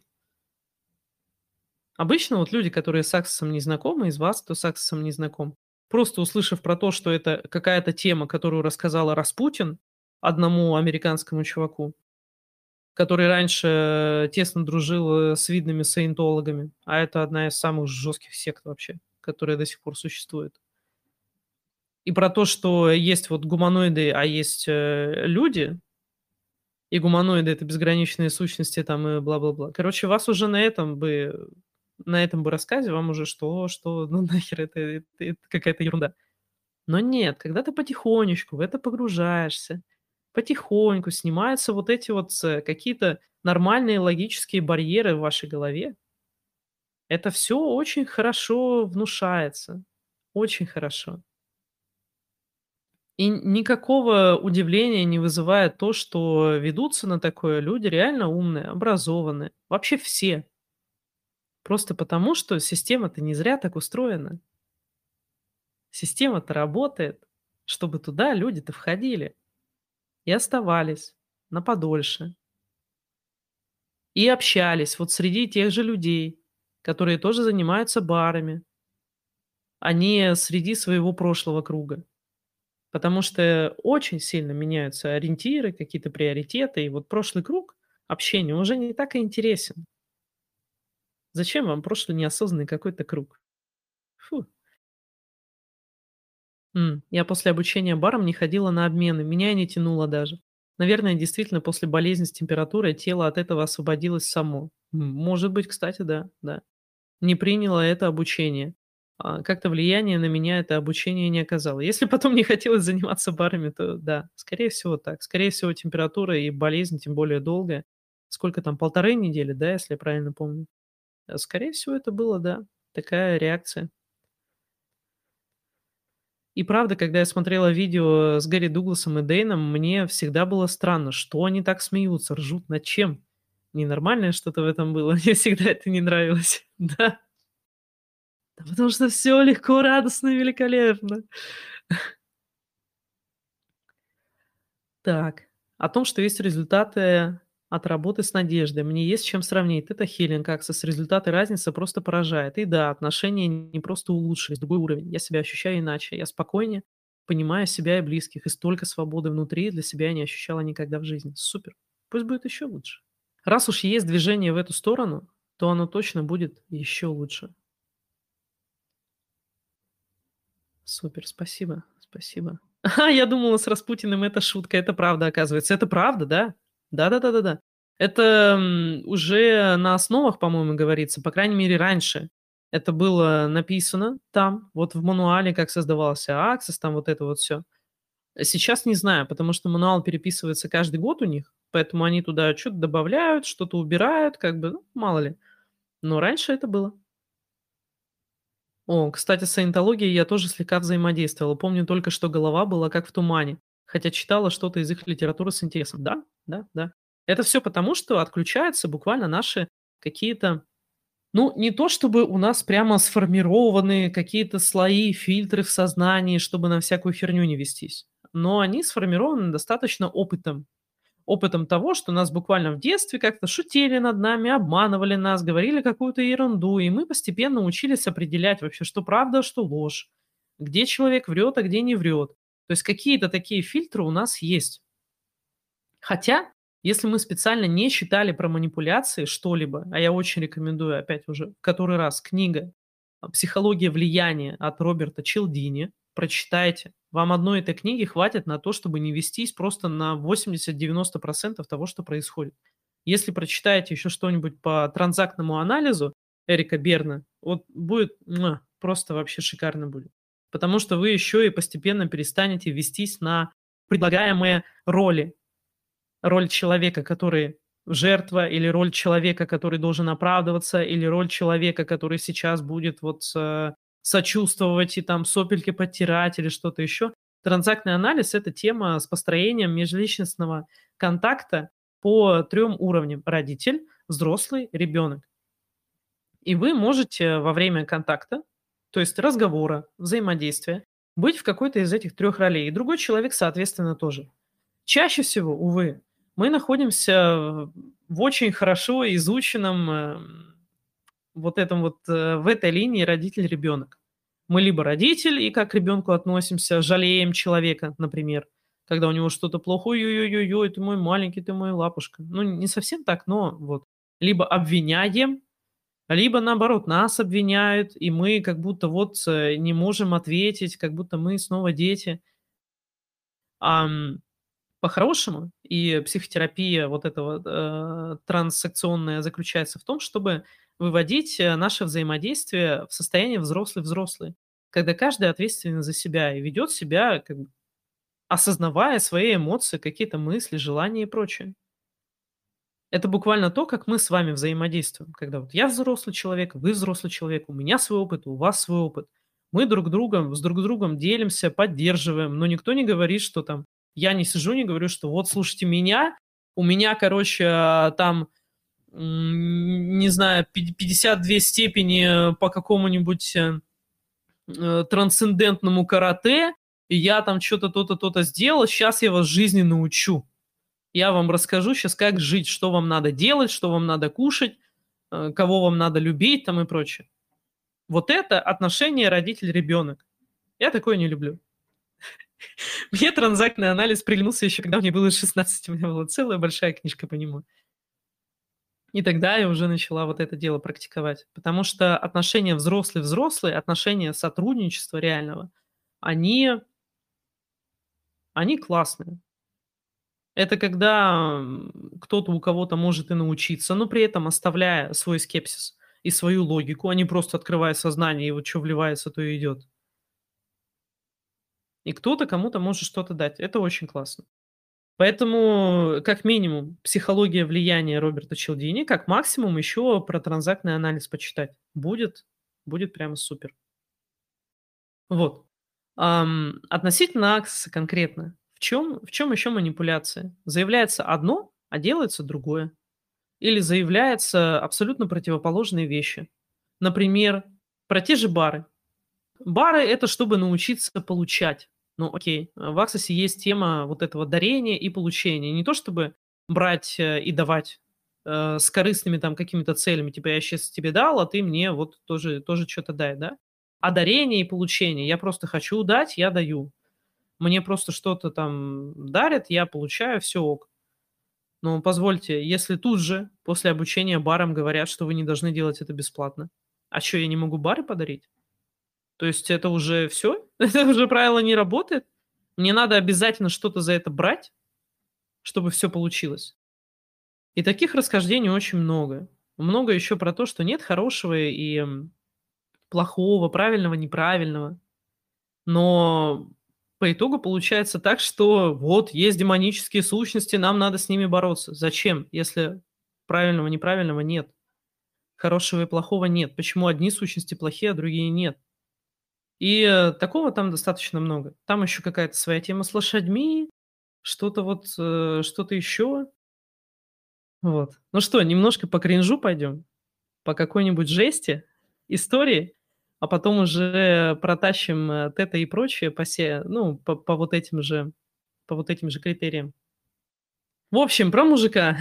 Обычно вот люди, которые с Аксесом не знакомы, из вас, кто с Аксесом не знаком, просто услышав про то, что это какая-то тема, которую рассказала Распутин одному американскому чуваку, который раньше тесно дружил, с видными саентологами, а это одна из самых жестких сект вообще, которая до сих пор существует. И про то, что есть вот гуманоиды, а есть, люди, и гуманоиды — это безграничные сущности там и бла-бла-бла. Короче, вас уже на этом бы рассказе вам уже что, ну нахер это какая-то ерунда. Но нет, когда ты потихонечку в это погружаешься, потихоньку снимаются вот эти вот, какие-то нормальные логические барьеры в вашей голове, это все очень хорошо внушается, очень хорошо. И никакого удивления не вызывает то, что ведутся на такое люди реально умные, образованные. Вообще все. Просто потому, что система-то не зря так устроена. Система-то работает, чтобы туда люди-то входили и оставались на подольше. И общались вот среди тех же людей, которые тоже занимаются барами, а не среди своего прошлого круга. Потому что очень сильно меняются ориентиры, какие-то приоритеты, и вот прошлый круг общения уже не так и интересен. Зачем вам прошлый неосознанный какой-то круг? Фу. Я после обучения баром не ходила на обмены, меня и не тянуло даже. Наверное, действительно, после болезни с температурой тело от этого освободилось само. Может быть, кстати, да, да. Не приняло это обучение. Как-то влияние на меня это обучение не оказало. Если потом не хотелось заниматься барами, то да, скорее всего так. Скорее всего, температура и болезнь, тем более долгая. Сколько там, 1,5 недели, да, если я правильно помню? Скорее всего, это было, да, такая реакция. И правда, когда я смотрела видео с Гэри Дугласом и Дэйном, мне всегда было странно, что они так смеются, ржут, над чем? Ненормальное что-то в этом было. Мне всегда это не нравилось. Да. Да потому что все легко, радостно и великолепно. Так, о том, что есть результаты от работы с надеждой. Мне есть с чем сравнить. Это Healing Access. Результаты, разница просто поражает. И да, отношения не просто улучшились, другой уровень. Я себя ощущаю иначе. Я спокойнее понимаю себя и близких. И столько свободы внутри для себя я не ощущала никогда в жизни. Супер. Пусть будет еще лучше. Раз уж есть движение в эту сторону, то оно точно будет еще лучше. Супер, спасибо, спасибо. Я думала, с Распутиным это шутка, это правда, оказывается. Это правда, да? Да-да-да-да-да. Это, уже на основах, по-моему, говорится, по крайней мере, раньше. Это было написано там, вот в мануале, как создавался Access, там вот это вот все. Сейчас не знаю, потому что мануал переписывается каждый год у них, поэтому они туда что то добавляют, что-то убирают, как бы, ну, мало ли. Но раньше это было. О, кстати, с саентологией я тоже слегка взаимодействовала. Помню только, что голова была как в тумане, хотя читала что-то из их литературы с интересом. Да, да, да. Это все потому, что отключаются буквально наши какие-то, ну, не то чтобы у нас прямо сформированы какие-то слои, фильтры в сознании, чтобы на всякую херню не вестись, но они сформированы достаточно опытом. Опытом того, что нас буквально в детстве как-то шутили над нами, обманывали нас, говорили какую-то ерунду, и мы постепенно учились определять вообще, что правда, а что ложь, где человек врет, а где не врет. То есть какие-то такие фильтры у нас есть. Хотя, если мы специально не читали про манипуляции что-либо, а я очень рекомендую, опять уже, в который раз, книга «Психология влияния» от Роберта Челдини, прочитайте. Вам одной этой книги хватит на то, чтобы не вестись просто на 80-90% того, что происходит. Если прочитаете еще что-нибудь по транзактному анализу Эрика Берна, вот будет просто вообще шикарно будет. Потому что вы еще и постепенно перестанете вестись на предлагаемые роли, роль человека, который жертва, или роль человека, который должен оправдываться, или роль человека, который сейчас будет вот сочувствовать и там сопельки подтирать или что-то еще. Транзактный анализ– это тема с построением межличностного контакта по 3 уровням: родитель, взрослый, ребенок. И вы можете во время контакта, то есть разговора, взаимодействия, быть в какой-то из этих 3 ролей, и другой человек, соответственно, тоже. Чаще всего, увы, мы находимся в очень хорошо изученном, вот этом вот, в этой линии родитель-ребенок. Мы либо родитель и как к ребенку относимся, жалеем человека, например, когда у него что-то плохо: "Ой-ой-ой-ой, ты мой маленький, ты мой лапушка". Ну, не совсем так, но вот. Либо обвиняем, либо, наоборот, нас обвиняют, и мы как будто вот, не можем ответить, как будто мы снова дети. Ам По-хорошему, и психотерапия вот эта вот, транссекционная заключается в том, чтобы выводить, наше взаимодействие в состояние взрослый-взрослый, когда каждый ответственен за себя и ведет себя, как бы осознавая свои эмоции, какие-то мысли, желания и прочее. Это буквально то, как мы с вами взаимодействуем. Когда вот я взрослый человек, вы взрослый человек, у меня свой опыт, у вас свой опыт. Мы друг с другом делимся, поддерживаем, но никто не говорит, что там я не сижу, не говорю, что вот слушайте меня, у меня, короче, там, не знаю, 52 степени по какому-нибудь трансцендентному карате, и я там что-то то-то, то-то сделал, сейчас я вас жизни научу. Я вам расскажу сейчас, как жить, что вам надо делать, что вам надо кушать, кого вам надо любить там и прочее. Вот это отношение родитель-ребенок. Я такое не люблю. Мне транзактный анализ приглянулся еще, когда мне было 16. У меня была целая большая книжка по нему. И тогда я уже начала вот это дело практиковать. Потому что отношения взрослый-взрослый, отношения сотрудничества реального, они, они классные. Это когда, кто-то у кого-то может и научиться, но при этом оставляя свой скепсис и свою логику, а не просто открывая сознание, и вот что вливается, то и идет. И кто-то кому-то может что-то дать. Это очень классно. Поэтому, как минимум, психология влияния Роберта Челдини, как максимум еще про транзактный анализ почитать. Будет прямо супер. Вот. Относительно Аксеса конкретно. В чем еще манипуляция? Заявляется одно, а делается другое. Или заявляются абсолютно противоположные вещи. Например, про те же бары. Бары– это чтобы научиться получать. Ну, окей, в Аксосе есть тема вот этого дарения и получения. Не то чтобы брать и давать с корыстными там какими-то целями, типа я сейчас тебе дал, а ты мне вот тоже что-то дай, да? А дарение и получение. Я просто хочу дать, я даю. Мне просто что-то там дарят, я получаю, все ок. Но позвольте, если тут же после обучения барам говорят, что вы не должны делать это бесплатно, а что, я не могу бары подарить? То есть это уже все? Это уже правило не работает? Мне надо обязательно что-то за это брать, чтобы все получилось. И таких расхождений очень много. Много еще про то, что нет хорошего и плохого, правильного, неправильного. Но по итогу получается так, что вот есть демонические сущности, нам надо с ними бороться. Зачем, если правильного, неправильного нет? Хорошего и плохого нет. Почему одни сущности плохие, а другие нет? И такого там достаточно много. Там еще какая-то своя тема с лошадьми, что-то вот, что-то еще. Вот. Ну что, немножко по кринжу пойдем? По какой-нибудь жести, истории, а потом уже протащим, тета и прочее ну, по вот этим же критериям. В общем, про мужика.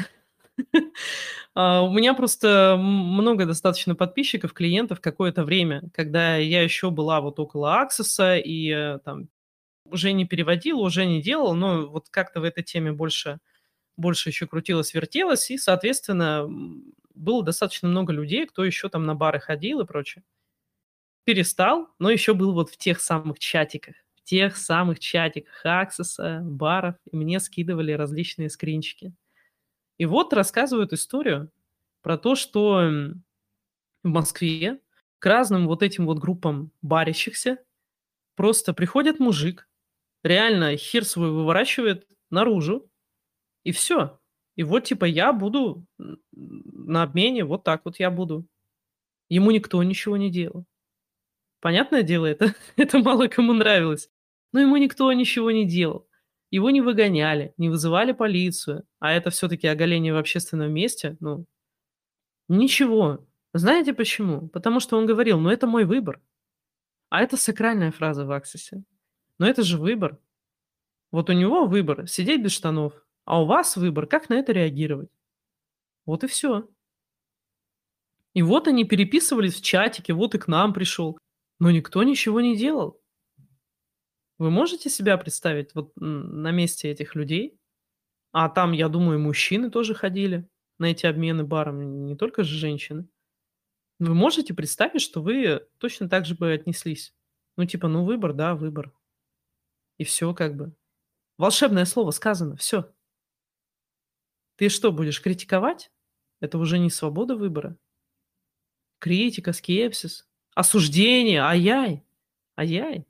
У меня просто много достаточно подписчиков, клиентов какое-то время, когда я еще была вот около Аксеса и, там уже не переводила, уже не делала, но вот как-то в этой теме больше еще крутилось-вертелось, и, соответственно, было достаточно много людей, кто еще там на бары ходил и прочее. Перестал, но еще был вот в тех самых чатиках Аксеса, баров, и мне скидывали различные скринчики. И вот рассказывают историю про то, что в Москве к разным вот этим вот группам барящихся просто приходит мужик, реально хер свой выворачивает наружу, и все. И вот типа я буду на обмене, вот так вот я буду. Ему никто ничего не делал. Понятное дело, это это мало кому нравилось. Но ему никто ничего не делал. Его не выгоняли, не вызывали полицию, а это все таки оголение в общественном месте, ну, ничего. Знаете почему? Потому что он говорил: "Ну, это мой выбор". А это сакральная фраза в Аксисе. Но это же выбор. Вот у него выбор сидеть без штанов, а у вас выбор, как на это реагировать. Вот и все. И вот они переписывались в чатике, вот и к нам пришел, но никто ничего не делал. Вы можете себя представить вот, на месте этих людей? А там, я думаю, мужчины тоже ходили на эти обмены баром, не только же женщины. Вы можете представить, что вы точно так же бы отнеслись? Ну, типа, ну, выбор, да, выбор. И все как бы. Волшебное слово сказано, все. Ты что, будешь критиковать? Это уже не свобода выбора. Критика, скепсис, осуждение, ай-яй, ай-яй.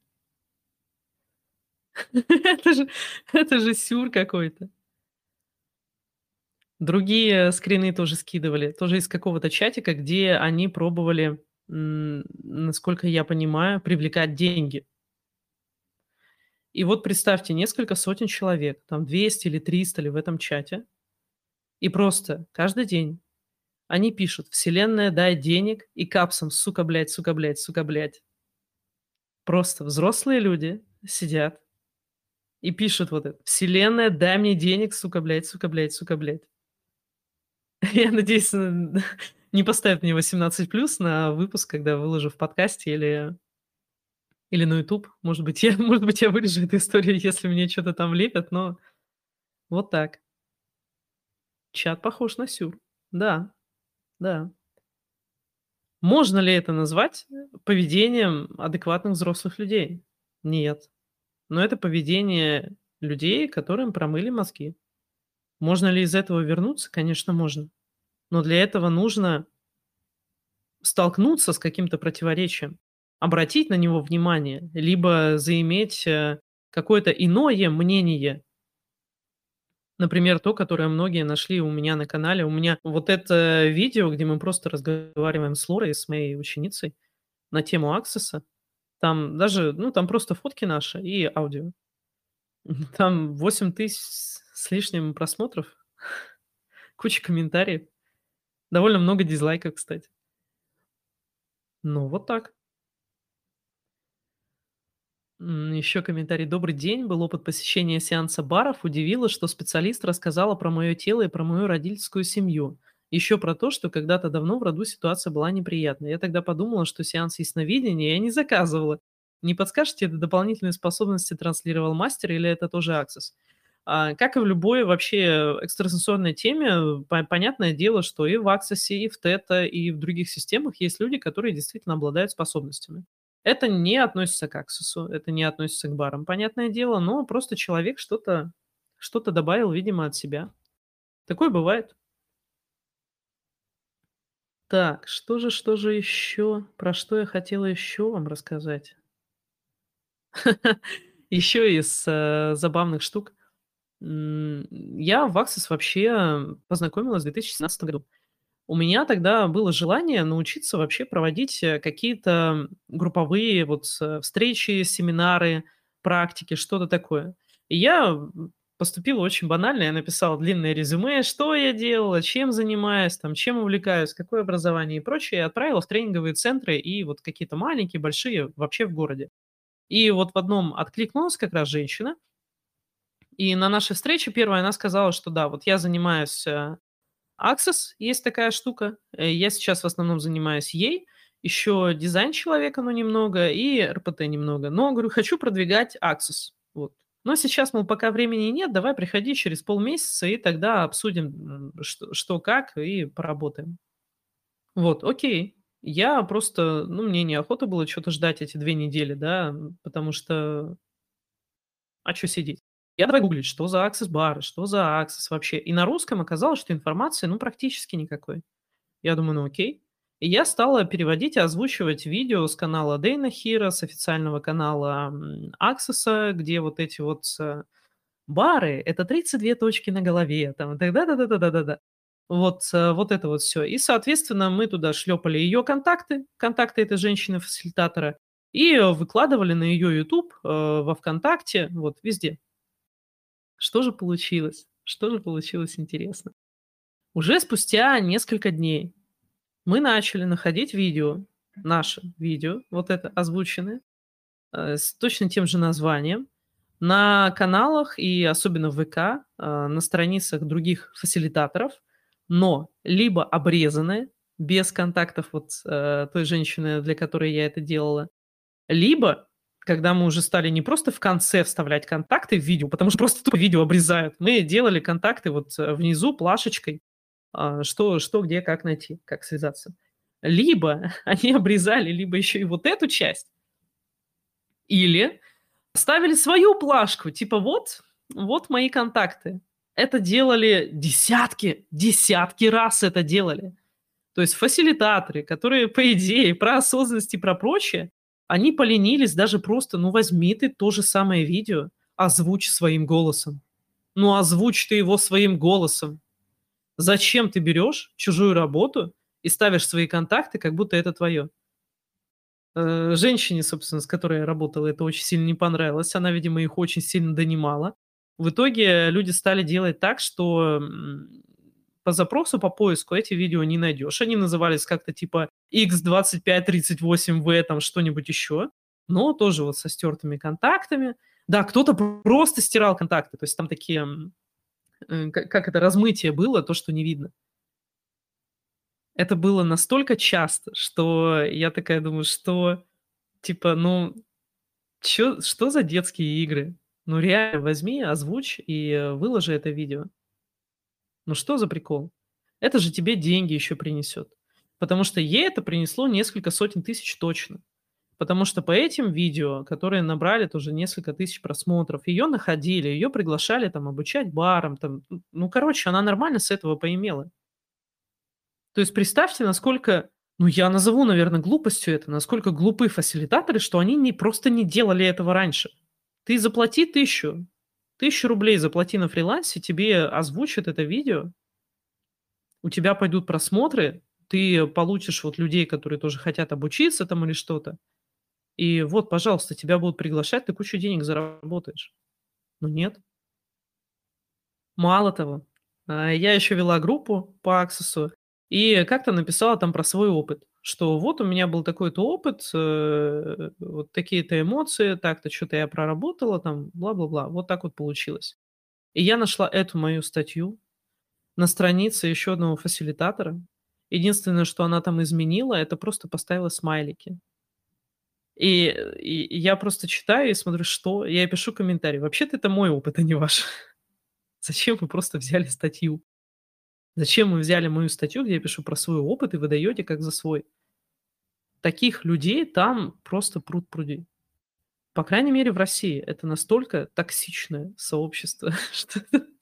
Это же сюр какой-то. Другие скрины тоже скидывали, тоже из какого-то чатика, где они пробовали, насколько я понимаю, привлекать деньги. И вот представьте, несколько сотен человек, там 200 или 300 ли в этом чате, и просто каждый день они пишут: "Вселенная, дай денег", и капсом: "Сука, блядь, сука, блядь, сука, блядь". Просто взрослые люди сидят и пишут вот это: "Вселенная, дай мне денег, сука, блядь, сука, блядь, сука, блядь". Я надеюсь, не поставят мне 18+ на выпуск, когда выложу в подкасте или на YouTube. Может быть, я вырежу эту историю, если мне что то там влепят, но вот так. Чат похож на сюр. Да, да. Можно ли это назвать, поведением адекватных взрослых людей? Нет. Но это поведение людей, которым промыли мозги. Можно ли из этого вернуться? Конечно, можно. Но для этого нужно столкнуться с каким-то противоречием, обратить на него внимание, либо заиметь, какое-то иное мнение. Например, то, которое многие нашли у меня на канале. У меня вот это видео, где мы просто разговариваем с Лорой, с моей ученицей, на тему Аксеса. Там даже, ну, там просто фотки наши и аудио. Там 8 000 с лишним просмотров, куча комментариев, довольно много дизлайков, кстати. Ну, вот так. Еще комментарий. Добрый день. Был опыт посещения сеанса баров. Удивило, что специалист рассказала про мое тело и про мою родительскую семью. Еще про то, что когда-то давно в роду ситуация была неприятная. Я тогда подумала, что сеанс ясновидения я не заказывала. Не подскажете, это дополнительные способности транслировал мастер или это тоже Access? Как и в любой вообще экстрасенсорной теме, понятное дело, что и в Access, и в Тета, и в других системах есть люди, которые действительно обладают способностями. Это не относится к Аксесу, это не относится к барам, понятное дело, но просто человек что-то добавил, видимо, от себя. Такое бывает. Так, что же еще? Про что я хотела еще вам рассказать? Еще из, забавных штук. Я в Access вообще познакомилась в 2017 году. У меня тогда было желание научиться вообще проводить, какие-то групповые вот встречи, семинары, практики, что-то такое. И я, поступила очень банально. Я написала длинное резюме, что я делала, чем занимаюсь, там, чем увлекаюсь, какое образование и прочее, и отправила в тренинговые центры и вот какие-то маленькие, большие, вообще в городе. И вот в одном откликнулась как раз женщина, и на нашей встрече первой она сказала, что да, вот я занимаюсь, Access, есть такая штука. Я сейчас в основном занимаюсь ей. Еще дизайн человека, ну, немного, и РПТ немного. Но, говорю, хочу продвигать Access. Вот. Но сейчас, мол, пока времени нет, давай приходи через полмесяца, и тогда обсудим, что как, и поработаем. Вот, окей. Я просто, ну, мне неохота было что то ждать эти 2 недели, да, потому что а чё сидеть? Я давай гуглить, что за Access бары, что за Access вообще. И на русском оказалось, что информации, ну, практически никакой. Я думаю, ну окей. И я стала переводить и озвучивать видео с канала Дэйна Хира, с официального канала Access, где вот эти вот бары — это 32 точки на голове, там, да-да-да-да-да-да-да. Вот, вот это вот все. И, соответственно, мы туда шлепали ее контакты, контакты этой женщины-фасилитатора, и выкладывали на ее YouTube, во ВКонтакте, вот везде. Что же получилось? Что же получилось интересно? Уже спустя несколько дней мы начали находить видео, наше видео, вот это озвученное, с точно тем же названием, на каналах и особенно в ВК, на страницах других фасилитаторов, но либо обрезанное, без контактов вот той женщины, для которой я это делала, либо, когда мы уже стали не просто в конце вставлять контакты в видео, потому что просто тупо видео обрезают, мы делали контакты вот внизу плашечкой, что, где, как найти, как связаться. Либо они обрезали, либо еще и вот эту часть, или ставили свою плашку, типа вот мои контакты. Это делали десятки раз это делали. То есть фасилитаторы, которые, по идее, про осознанность и про прочее, они поленились даже просто, ну возьми ты то же самое видео, озвучь своим голосом. Ну озвучь ты его своим голосом. Зачем ты берешь чужую работу и ставишь свои контакты, как будто это твое? Женщине, собственно, с которой я работала, это очень сильно не понравилось. Она, видимо, их очень сильно донимала. В итоге люди стали делать так, что по запросу, по поиску эти видео не найдешь. Они назывались как-то типа X2538V, там что-нибудь еще, но тоже вот со стертыми контактами. Да, кто-то просто стирал контакты, то есть там такие, как это, размытие было, то, что не видно. Это было настолько часто, что я такая думаю, что типа, ну, что за детские игры? Ну, реально возьми, озвучь и выложи это видео. Ну, что за прикол? Это же тебе деньги еще принесет. Потому что ей это принесло несколько сотен тысяч точно. Потому что по этим видео, которые набрали тоже несколько тысяч просмотров, ее находили, ее приглашали там обучать барам, там, ну, короче, она нормально с этого поимела. То есть представьте, насколько, ну, я назову, наверное, глупостью это, насколько глупы фасилитаторы, что они просто не делали этого раньше. Ты заплати 1000 рублей заплати на фрилансе, тебе озвучат это видео, у тебя пойдут просмотры, ты получишь вот людей, которые тоже хотят обучиться там или что-то. И вот, пожалуйста, тебя будут приглашать, ты кучу денег заработаешь. Но нет. Мало того, я еще вела группу по Аксессу и как-то написала там про свой опыт, что вот у меня был такой-то опыт, вот такие-то эмоции, так-то что-то я проработала, там, бла-бла-бла. Вот так вот получилось. И я нашла эту мою статью на странице еще одного фасилитатора. Единственное, что она там изменила, это просто поставила смайлики. И я просто читаю и смотрю, что? Я ей пишу комментарий: "Вообще-то это мой опыт, а не ваш. Зачем вы просто взяли статью? Зачем вы взяли мою статью, где я пишу про свой опыт, и выдаете как за свой?" Таких людей там просто пруд-пруди. По крайней мере, в России. Это настолько токсичное сообщество, что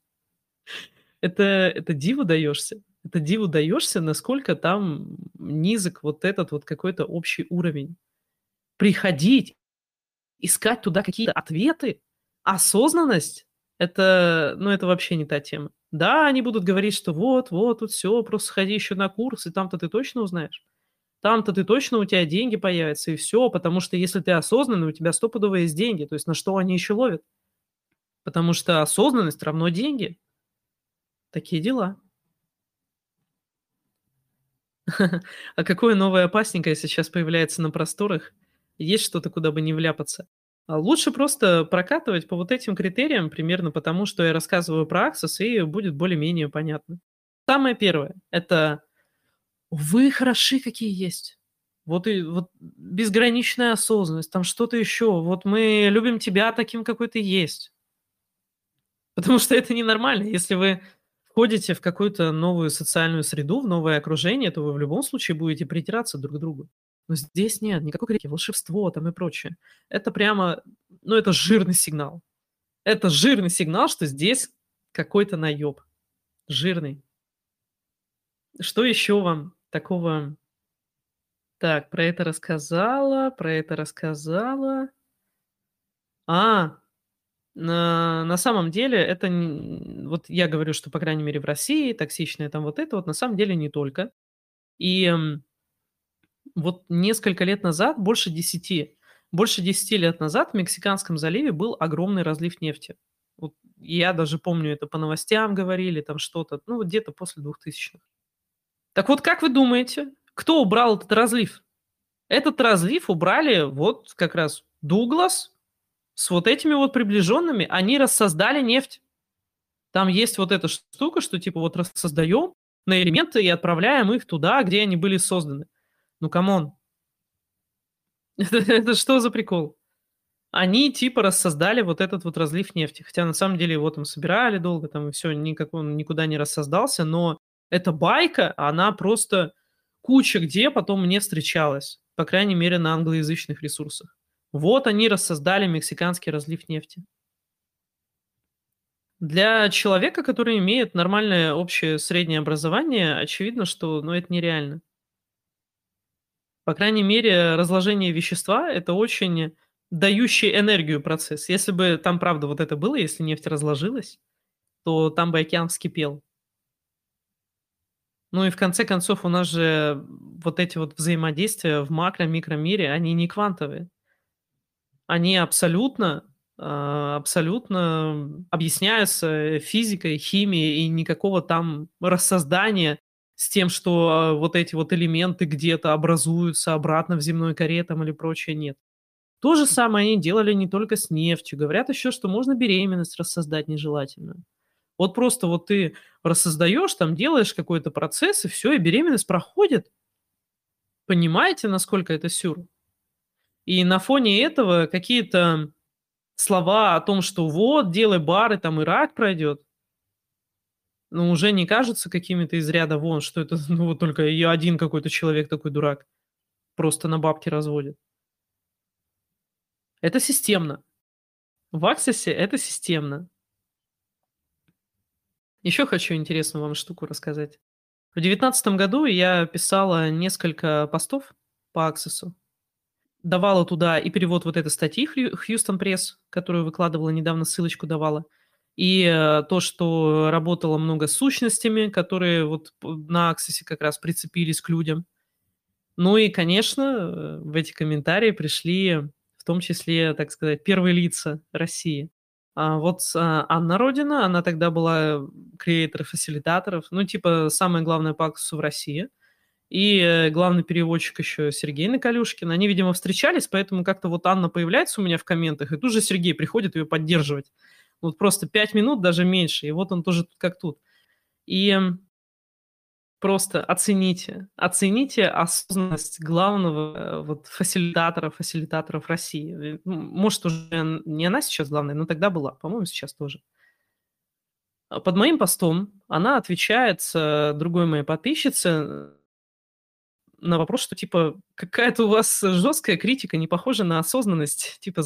это диву даешься. Это диву даешься, насколько там низок вот этот вот какой-то общий уровень. Приходить, искать туда какие-то ответы, осознанность — это, ну, это вообще не та тема. Да, они будут говорить, что вот, вот, тут все, просто сходи еще на курс, и там-то ты точно узнаешь. Там-то ты точно, у тебя деньги появятся, и все, потому что если ты осознанный, у тебя стопудово есть деньги. То есть на что они еще ловят? Потому что осознанность равно деньги. Такие дела. А какое новое опасненькое сейчас появляется на просторах? Есть что-то, куда бы не вляпаться. Лучше просто прокатывать по вот этим критериям, примерно потому, что я рассказываю про Access, и будет более-менее понятно. Самое первое — это вы хороши, какие есть. Вот и вот безграничная осознанность, там что-то еще. Вот мы любим тебя таким, какой ты есть. Потому что это ненормально. Если вы входите в какую-то новую социальную среду, в новое окружение, то вы в любом случае будете притираться друг к другу. Но здесь нет никакой крики, волшебство там и прочее. Это прямо, ну, это жирный сигнал. Это жирный сигнал, что здесь какой-то наеб. Жирный. Что еще вам такого? Так, про это рассказала, про это рассказала. А, на самом деле это вот я говорю, что, по крайней мере, в России токсичное там вот это вот, на самом деле не только. И, вот несколько лет назад, больше десяти лет назад в Мексиканском заливе был огромный разлив нефти. Вот я даже помню, это по новостям говорили, там что-то, ну, вот где-то после 2000-х. Так вот, как вы думаете, кто убрал этот разлив? Этот разлив убрали вот как раз Дуглас с вот этими вот приближенными. Они рассоздали нефть. Там есть вот эта штука, что типа вот рассоздаем на элементы и отправляем их туда, где они были созданы. Ну, камон. Это что за прикол? Они типа рассоздали вот этот вот разлив нефти. Хотя на самом деле его там собирали долго, там и все, никак он никуда не рассоздался. Но эта байка, она просто куча где потом мне встречалась. По крайней мере, на англоязычных ресурсах. Вот они рассоздали мексиканский разлив нефти. Для человека, который имеет нормальное общее среднее образование, очевидно, что, ну, это нереально. По крайней мере, разложение вещества — это очень дающий энергию процесс. Если бы там правда вот это было, если нефть разложилась, то там бы океан вскипел. Ну и в конце концов у нас же вот эти вот взаимодействия в макро-микромире, они не квантовые. Они абсолютно объясняются физикой, химией, и никакого там рассоздания с тем, что, вот эти вот элементы где-то образуются обратно в земной коре там или прочее, нет. То же самое они делали не только с нефтью. Говорят еще, что можно беременность рассоздать нежелательную. Вот просто вот ты рассоздаешь, там делаешь какой-то процесс, и все, и беременность проходит. Понимаете, насколько это сюр? И на фоне этого какие-то слова о том, что вот, делай бары, там и рак пройдет, ну, уже не кажется какими-то из ряда вон, что это, ну, вот только и один какой-то человек такой дурак, просто на бабки разводит. Это системно. В Аксисе это системно. Еще хочу интересную вам штуку рассказать. В 2019 году я писала несколько постов по Аксису. Давала туда и перевод вот этой статьи Houston Press, которую выкладывала недавно, ссылочку давала. И, то, что работало много с сущностями, которые вот на Аксисе как раз прицепились к людям. Ну и, конечно, в эти комментарии пришли в том числе, так сказать, первые лица России. Вот Анна Родина, она тогда была креатор фасилитаторов, ну, типа, самое главное по Аксису в России. И, главный переводчик еще Сергей Наколюшкин. Они, видимо, встречались, поэтому как-то вот Анна появляется у меня в комментах, и тут же Сергей приходит ее поддерживать. Вот просто 5 минут, даже меньше, и вот он тоже тут как тут. И просто оцените осознанность главного, вот фасилитаторов России. Может, уже не она сейчас главная, но тогда была, по-моему, сейчас тоже. Под моим постом она отвечает с другой моей подписчице на вопрос, что типа какая-то у вас жесткая критика, не похожа на осознанность. Типа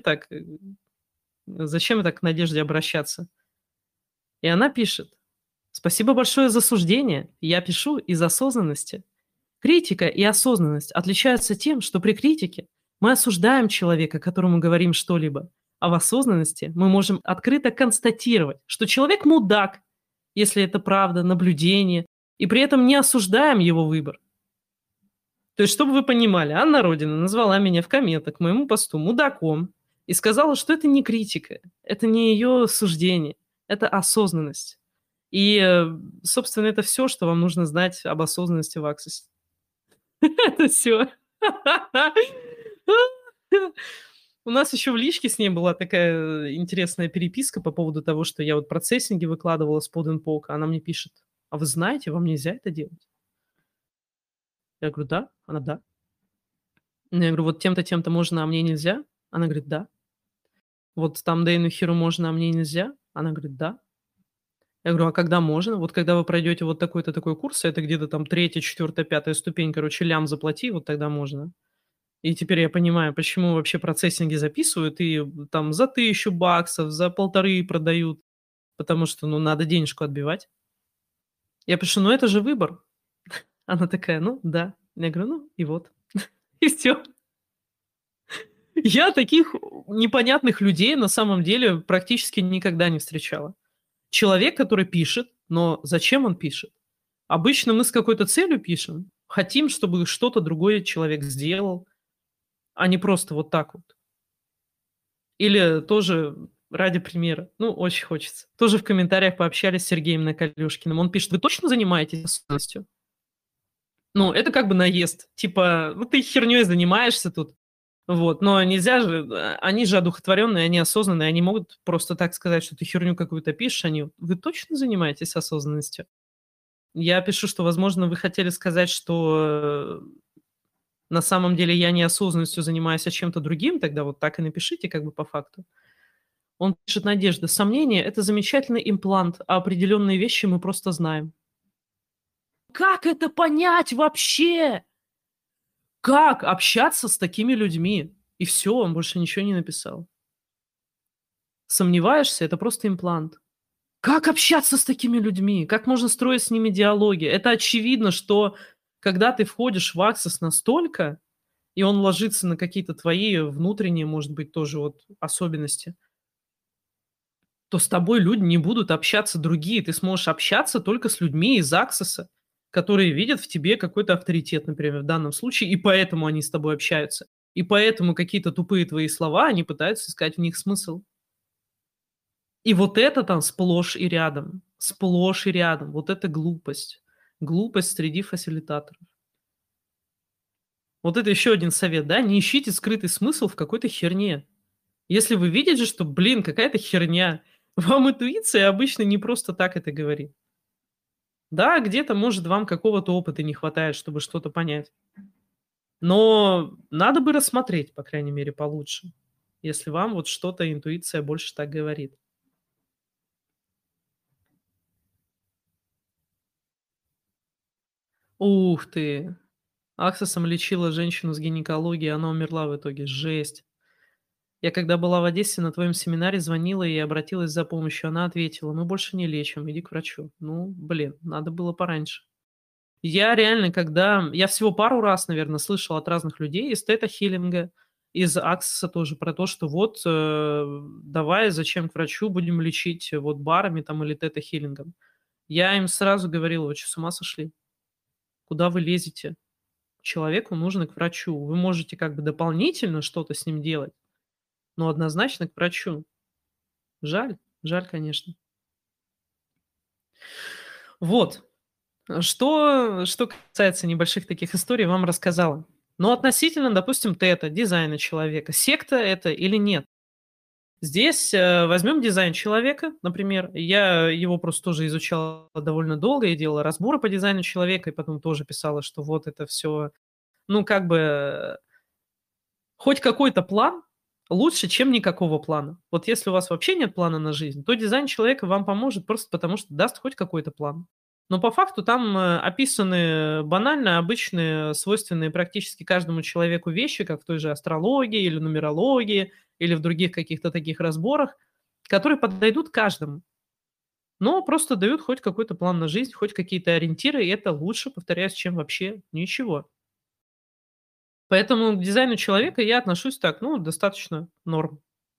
зачем так к Надежде обращаться? И она пишет: «Спасибо большое за суждение. Я пишу из осознанности. Критика и осознанность отличаются тем, что при критике мы осуждаем человека, которому говорим что-либо, а в осознанности мы можем открыто констатировать, что человек мудак, если это правда, наблюдение, и при этом не осуждаем его выбор». То есть, чтобы вы понимали, Анна Родина назвала меня в комментах к моему посту мудаком и сказала, что это не критика, это не ее суждение, это осознанность. И, собственно, это все, что вам нужно знать об осознанности в Access. Это все. У нас еще в личке с ней была такая интересная переписка по поводу того, что я вот процессинги выкладывала с Pod&Poke. Она мне пишет: «А вы знаете, вам нельзя это делать?» Я говорю: «Да». Она: «Да». Ну, я говорю: «Вот тем-то, тем-то можно, а мне нельзя?» Она говорит: «Да». «Вот там Дэйну Хиру можно, а мне нельзя?» Она говорит: «Да». Я говорю: «А когда можно?» «Вот когда вы пройдете вот такой-то такой курс, это где-то там третья, четвертая, пятая ступень, короче, лям заплати, вот тогда можно». И теперь я понимаю, почему вообще процессинги записывают и там за 1000 баксов, за 1500 продают, потому что, ну, надо денежку отбивать. Я пишу: «Ну, это же выбор». Она такая: «Ну да». Я говорю: «Ну и вот». И все. Я таких непонятных людей на самом деле практически никогда не встречала. Человек, который пишет, но зачем он пишет? Обычно мы с какой-то целью пишем, хотим, чтобы что-то другой человек сделал, а не просто вот так вот. Или тоже ради примера, ну, очень хочется. Тоже в комментариях пообщались с Сергеем Наколюшкиным. Он пишет: «Вы точно занимаетесь осознанностью?» Ну, это как бы наезд. Типа: «Ну, ты херней занимаешься тут». Вот, но нельзя же, они же одухотворенные, они осознанные, они могут просто так сказать, что ты херню какую-то пишешь, они: «Вы точно занимаетесь осознанностью?» Я пишу, что, возможно, вы хотели сказать, что на самом деле я не осознанностью занимаюсь, а чем-то другим, тогда вот так и напишите как бы по факту. Он пишет: «Надежда, сомнение– это замечательный имплант, а определенные вещи мы просто знаем». Как это понять вообще? Как общаться с такими людьми? И все, он больше ничего не написал. Сомневаешься– это просто имплант. Как общаться с такими людьми? Как можно строить с ними диалоги? Это очевидно, что когда ты входишь в Access настолько, и он ложится на какие-то твои внутренние, может быть, тоже вот особенности, то с тобой люди не будут общаться другие. Ты сможешь общаться только с людьми из Access, которые видят в тебе какой-то авторитет, например, в данном случае, и поэтому они с тобой общаются. И поэтому какие-то тупые твои слова, они пытаются искать в них смысл. И вот это там сплошь и рядом. Сплошь и рядом. Вот это глупость. Глупость среди фасилитаторов. Вот это еще один совет, да? Не ищите скрытый смысл в какой-то херне. Если вы видите, что, блин, какая-то херня, вам интуиция обычно не просто так это говорит. Да, где-то, может, вам какого-то опыта не хватает, чтобы что-то понять. Но надо бы рассмотреть, по крайней мере, получше, если вам вот что-то интуиция больше так говорит. Ух ты! Аксесом лечила женщину с гинекологией, она умерла в итоге. Жесть. Я когда была в Одессе на твоем семинаре, звонила и обратилась за помощью. Она ответила: «Мы больше не лечим, иди к врачу». Ну, блин, надо было пораньше. Я реально, когда... Я всего пару раз, наверное, слышал от разных людей из тета-хиллинга, из Аксеса тоже про то, что вот давай, зачем к врачу, будем лечить вот барами там или тета-хиллингом. Я им сразу говорила: вы что, с ума сошли? Куда вы лезете? Человеку нужно к врачу. Вы можете как бы дополнительно что-то с ним делать, но однозначно к врачу. Жаль, жаль, конечно. Вот. Что касается небольших таких историй, вам рассказала. Но относительно, допустим, тета, дизайна человека, секта это или нет? Здесь возьмем дизайн человека, например. Я его просто тоже изучала довольно долго, я делала разборы по дизайну человека, и потом тоже писала, что вот это все, ну, как бы, хоть какой-то план лучше, чем никакого плана. Вот если у вас вообще нет плана на жизнь, то дизайн человека вам поможет просто потому, что даст хоть какой-то план. Но по факту там описаны банально обычные, свойственные практически каждому человеку вещи, как в той же астрологии или нумерологии, или в других каких-то таких разборах, которые подойдут каждому. Но просто дают хоть какой-то план на жизнь, хоть какие-то ориентиры, и это лучше, повторяюсь, чем вообще ничего. Поэтому к дизайну человека я отношусь так, ну, достаточно норм.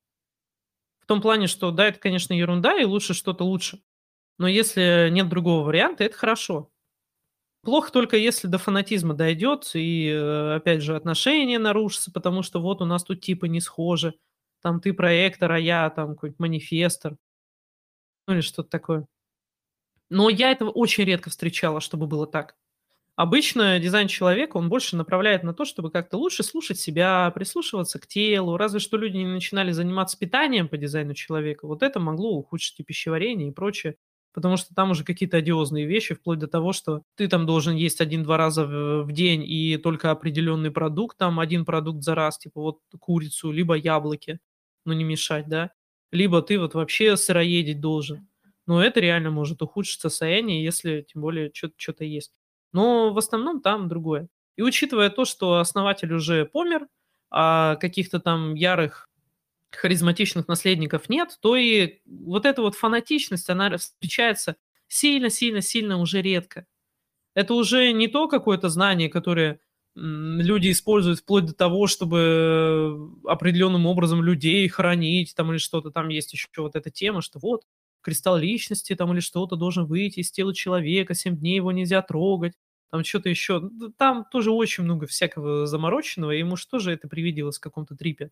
В том плане, что да, это, конечно, ерунда, и лучше что-то лучше. Но если нет другого варианта, это хорошо. Плохо только если до фанатизма дойдет, и, опять же, отношения нарушатся, потому что вот у нас тут типы не схожи. Там ты проектор, а я там какой-нибудь манифестор, ну или что-то такое. Но я этого очень редко встречала, чтобы было так. Обычно дизайн человека, он больше направляет на то, чтобы как-то лучше слушать себя, прислушиваться к телу. Разве что люди не начинали заниматься питанием по дизайну человека. Вот это могло ухудшить и пищеварение, и прочее. Потому что там уже какие-то одиозные вещи, вплоть до того, что ты там должен есть один-два раза в день и только определенный продукт, там один продукт за раз, типа вот курицу, либо яблоки, но не мешать, да. Либо ты вот вообще сыроедить должен. Но это реально может ухудшить состояние, если тем более что-то есть. Но в основном там другое. И учитывая то, что основатель уже помер, а каких-то там ярых харизматичных наследников нет, то и вот эта вот фанатичность, она встречается сильно-сильно-сильно уже редко. Это уже не то какое-то знание, которое люди используют вплоть до того, чтобы определенным образом людей хоронить там или что-то. Там есть еще вот эта тема, что вот кристалл личности там или что-то должен выйти из тела человека, 7 дней его нельзя трогать, там что-то еще. Ну, там тоже очень много всякого замороченного, и ему что же это привиделось в каком-то трипе.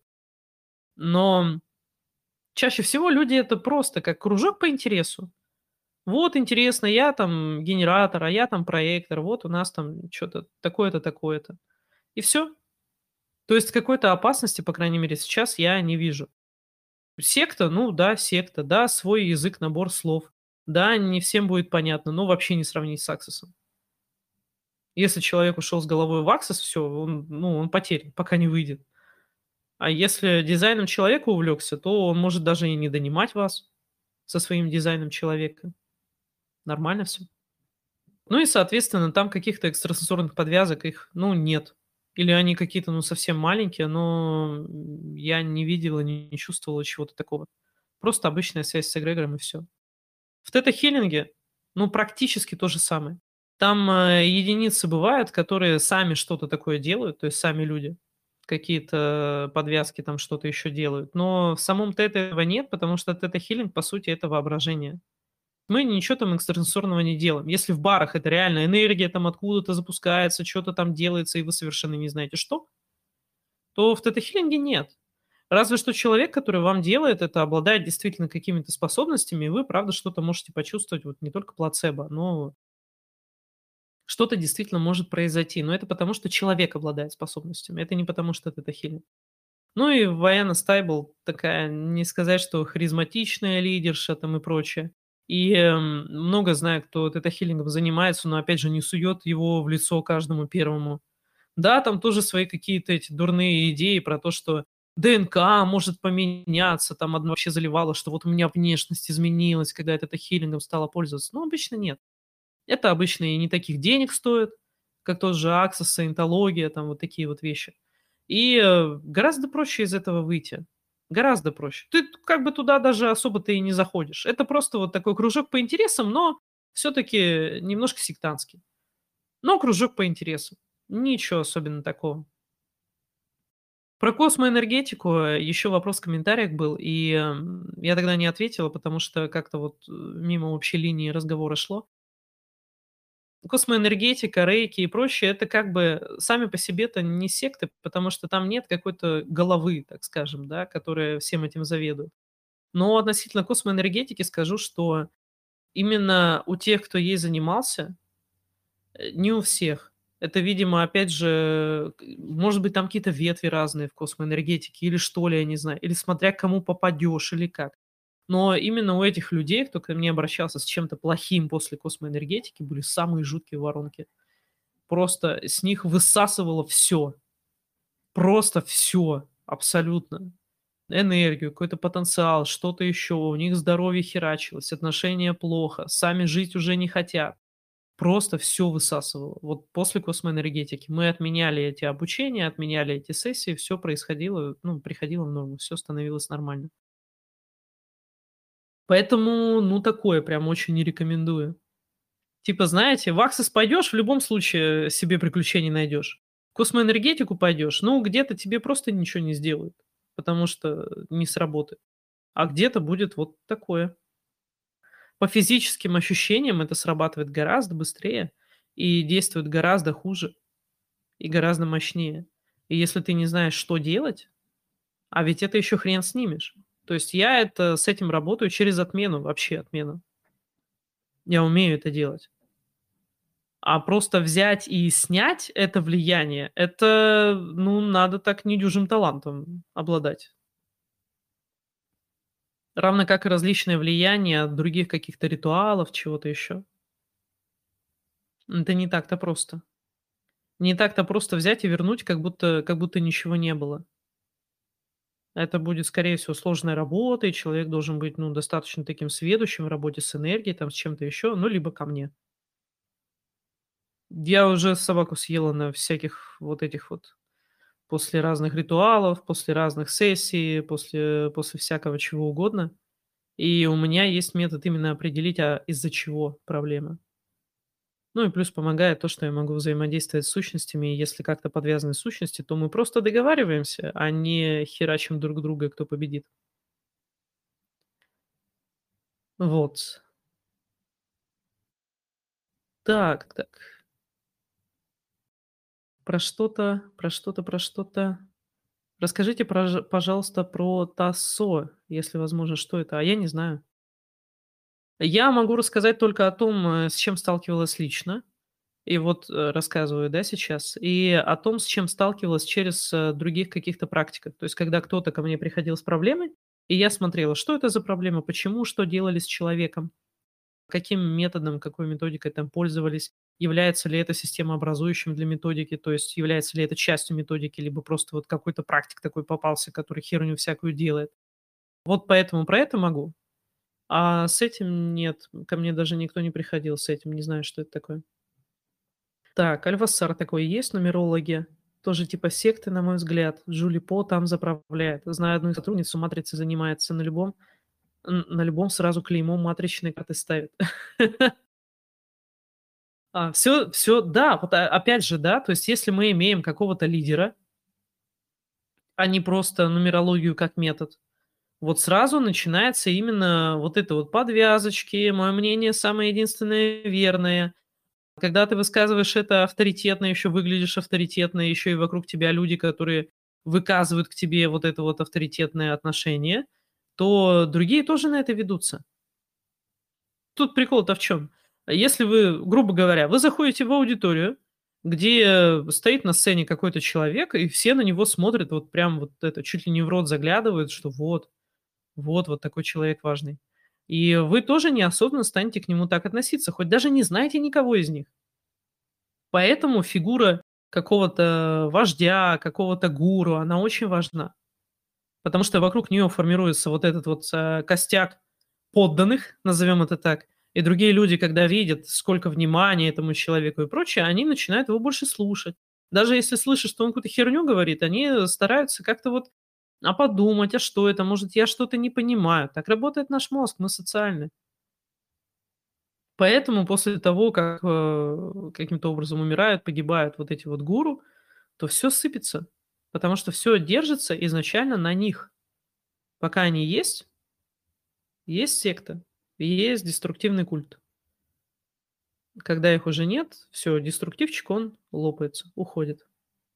Но чаще всего люди это просто как кружок по интересу. Вот интересно, я там генератор, а я там проектор, вот у нас там что-то такое-то, такое-то. И все. То есть какой-то опасности, по крайней мере, сейчас я не вижу. Секта, ну да, секта, да, свой язык, набор слов. Да, не всем будет понятно, но вообще не сравнить с Аксесом. Если человек ушел с головой в Аксес, все, он, ну, он потерян, пока не выйдет. А если дизайном человека увлекся, то он может даже и не донимать вас со своим дизайном человека. Нормально все. Ну и, соответственно, там каких-то экстрасенсорных подвязок их, ну, нет. Или они какие-то, ну, совсем маленькие, но я не видела, не чувствовала чего-то такого. Просто обычная связь с эгрегором и все. В тета-хиллинге, ну, практически то же самое. Там, единицы бывают, которые сами что-то такое делают, то есть сами люди. Какие-то подвязки, там что-то еще делают. Но в самом тета этого нет, потому что тета-хиллинг, по сути, это воображение. Мы ничего там экстрасенсорного не делаем. Если в барах это реально энергия там откуда-то запускается, что то там делается, и вы совершенно не знаете что, то в тета-хиллинге нет. Разве что человек, который вам делает это, обладает действительно какими-то способностями, и вы, правда, что-то можете почувствовать, вот не только плацебо, но что-то действительно может произойти. Но это потому, что человек обладает способностями. Это не потому, что это хилинг. Ну и Вайана Стайбл такая, не сказать, что харизматичная лидерша там и прочее. И много знаю, кто тета-хиллингом занимается, но опять же не сует его в лицо каждому первому. Да, там тоже свои какие-то эти дурные идеи про то, что ДНК может поменяться. Там одно вообще заливало, что вот у меня внешность изменилась, когда я тета-хиллингом стала пользоваться. Но обычно нет. Это обычно и не таких денег стоит, как тот же Аксос, саентология, там вот такие вот вещи. И, гораздо проще из этого выйти. Гораздо проще. Ты как бы туда даже особо-то и не заходишь. Это просто вот такой кружок по интересам, но все-таки немножко сектантский. Но кружок по интересам. Ничего особенно такого. Про космоэнергетику еще вопрос в комментариях был, и я тогда не ответила, потому что как-то вот мимо общей линии разговора шло. Космоэнергетика, рейки и прочее — это как бы сами по себе-то не секты, потому что там нет какой-то головы, так скажем, да, которая всем этим заведует. Но относительно космоэнергетики скажу, что именно у тех, кто ей занимался, не у всех. Это, видимо, опять же, может быть, там какие-то ветви разные в космоэнергетике или что ли, я не знаю, или смотря к кому попадешь, или как. Но именно у этих людей, кто ко мне обращался с чем-то плохим после космоэнергетики, были самые жуткие воронки. Просто с них высасывало все, просто все, абсолютно. Энергию, какой-то потенциал, что-то еще. У них здоровье херачилось, отношения плохо, сами жить уже не хотят. Просто все высасывало. Вот после космоэнергетики мы отменяли эти обучения, отменяли эти сессии, все происходило, ну, приходило в норму, все становилось нормально. Поэтому, ну, такое прям очень не рекомендую. Типа, знаете, в Access пойдешь, в любом случае себе приключений найдешь. В космоэнергетику пойдешь, ну, где-то тебе просто ничего не сделают, потому что не сработает. А где-то будет вот такое. По физическим ощущениям это срабатывает гораздо быстрее и действует гораздо хуже и гораздо мощнее. И если ты не знаешь, что делать, а ведь это еще хрен снимешь. То есть я это с этим работаю через отмену, вообще отмену. Я умею это делать. А просто взять и снять это влияние, это, ну, надо так недюжим талантом обладать. Равно как и различные влияния от других каких-то ритуалов, чего-то еще. Это не так-то просто. Не так-то просто взять и вернуть, как будто ничего не было. Это будет, скорее всего, сложная работа, и человек должен быть, ну, достаточно таким сведущим в работе с энергией, там, с чем-то еще, ну, либо ко мне. Я уже собаку съела на всяких вот этих вот после разных ритуалов, после разных сессий, после всякого чего угодно. И у меня есть метод именно определить, а из-за чего проблема. Ну и плюс помогает то, что я могу взаимодействовать с сущностями, и если как-то подвязаны сущности, то мы просто договариваемся, а не херачим друг друга, кто победит. Вот. Так. Про что-то. Расскажите, пожалуйста, про Тассо, если возможно, что это, а я не знаю. Я могу рассказать только о том, с чем сталкивалась лично. И вот, рассказываю, да, сейчас. И о том, с чем сталкивалась через, других каких-то практиков. То есть, когда кто-то ко мне приходил с проблемой, и я смотрела, что это за проблема, почему, что делали с человеком, каким методом, какой методикой там пользовались, является ли это системообразующим для методики, то есть является ли это частью методики, либо просто вот какой-то практик такой попался, который херню всякую делает. Вот поэтому про это могу. А с этим нет, ко мне даже никто не приходил с этим, не знаю, что это такое. Так, Альвасар такой есть, нумерологи. Тоже типа секты, на мой взгляд. Джули По там заправляет. Знаю одну сотрудницу, матрицей занимается на любом сразу клеймо матричные карты ставит. Все, да, вот опять же, да, то есть если мы имеем какого-то лидера, а не просто нумерологию как метод, вот сразу начинается именно вот это вот подвязочки, мое мнение самое единственное верное. Когда ты высказываешь это авторитетно, еще выглядишь авторитетно, еще и вокруг тебя люди, которые выказывают к тебе вот это вот авторитетное отношение, то другие тоже на это ведутся. Тут прикол-то в чем? Если вы, грубо говоря, вы заходите в аудиторию, где стоит на сцене какой-то человек, и все на него смотрят, вот прям вот это, чуть ли не в рот заглядывают, что вот такой человек важный. И вы тоже неосознанно станете к нему так относиться, хоть даже не знаете никого из них. Поэтому фигура какого-то вождя, какого-то гуру, она очень важна. Потому что вокруг нее формируется вот этот вот костяк подданных, назовем это так. И другие люди, когда видят, сколько внимания этому человеку и прочее, они начинают его больше слушать. Даже если слышат, что он какую-то херню говорит, они стараются как-то вот подумать, а что это, может, я что-то не понимаю. Так работает наш мозг, мы социальны. Поэтому после того, как каким-то образом умирают, погибают вот эти вот гуру, то все сыпется, потому что все держится изначально на них. Пока они есть секта, есть деструктивный культ. Когда их уже нет, все, деструктивчик, он лопается, уходит.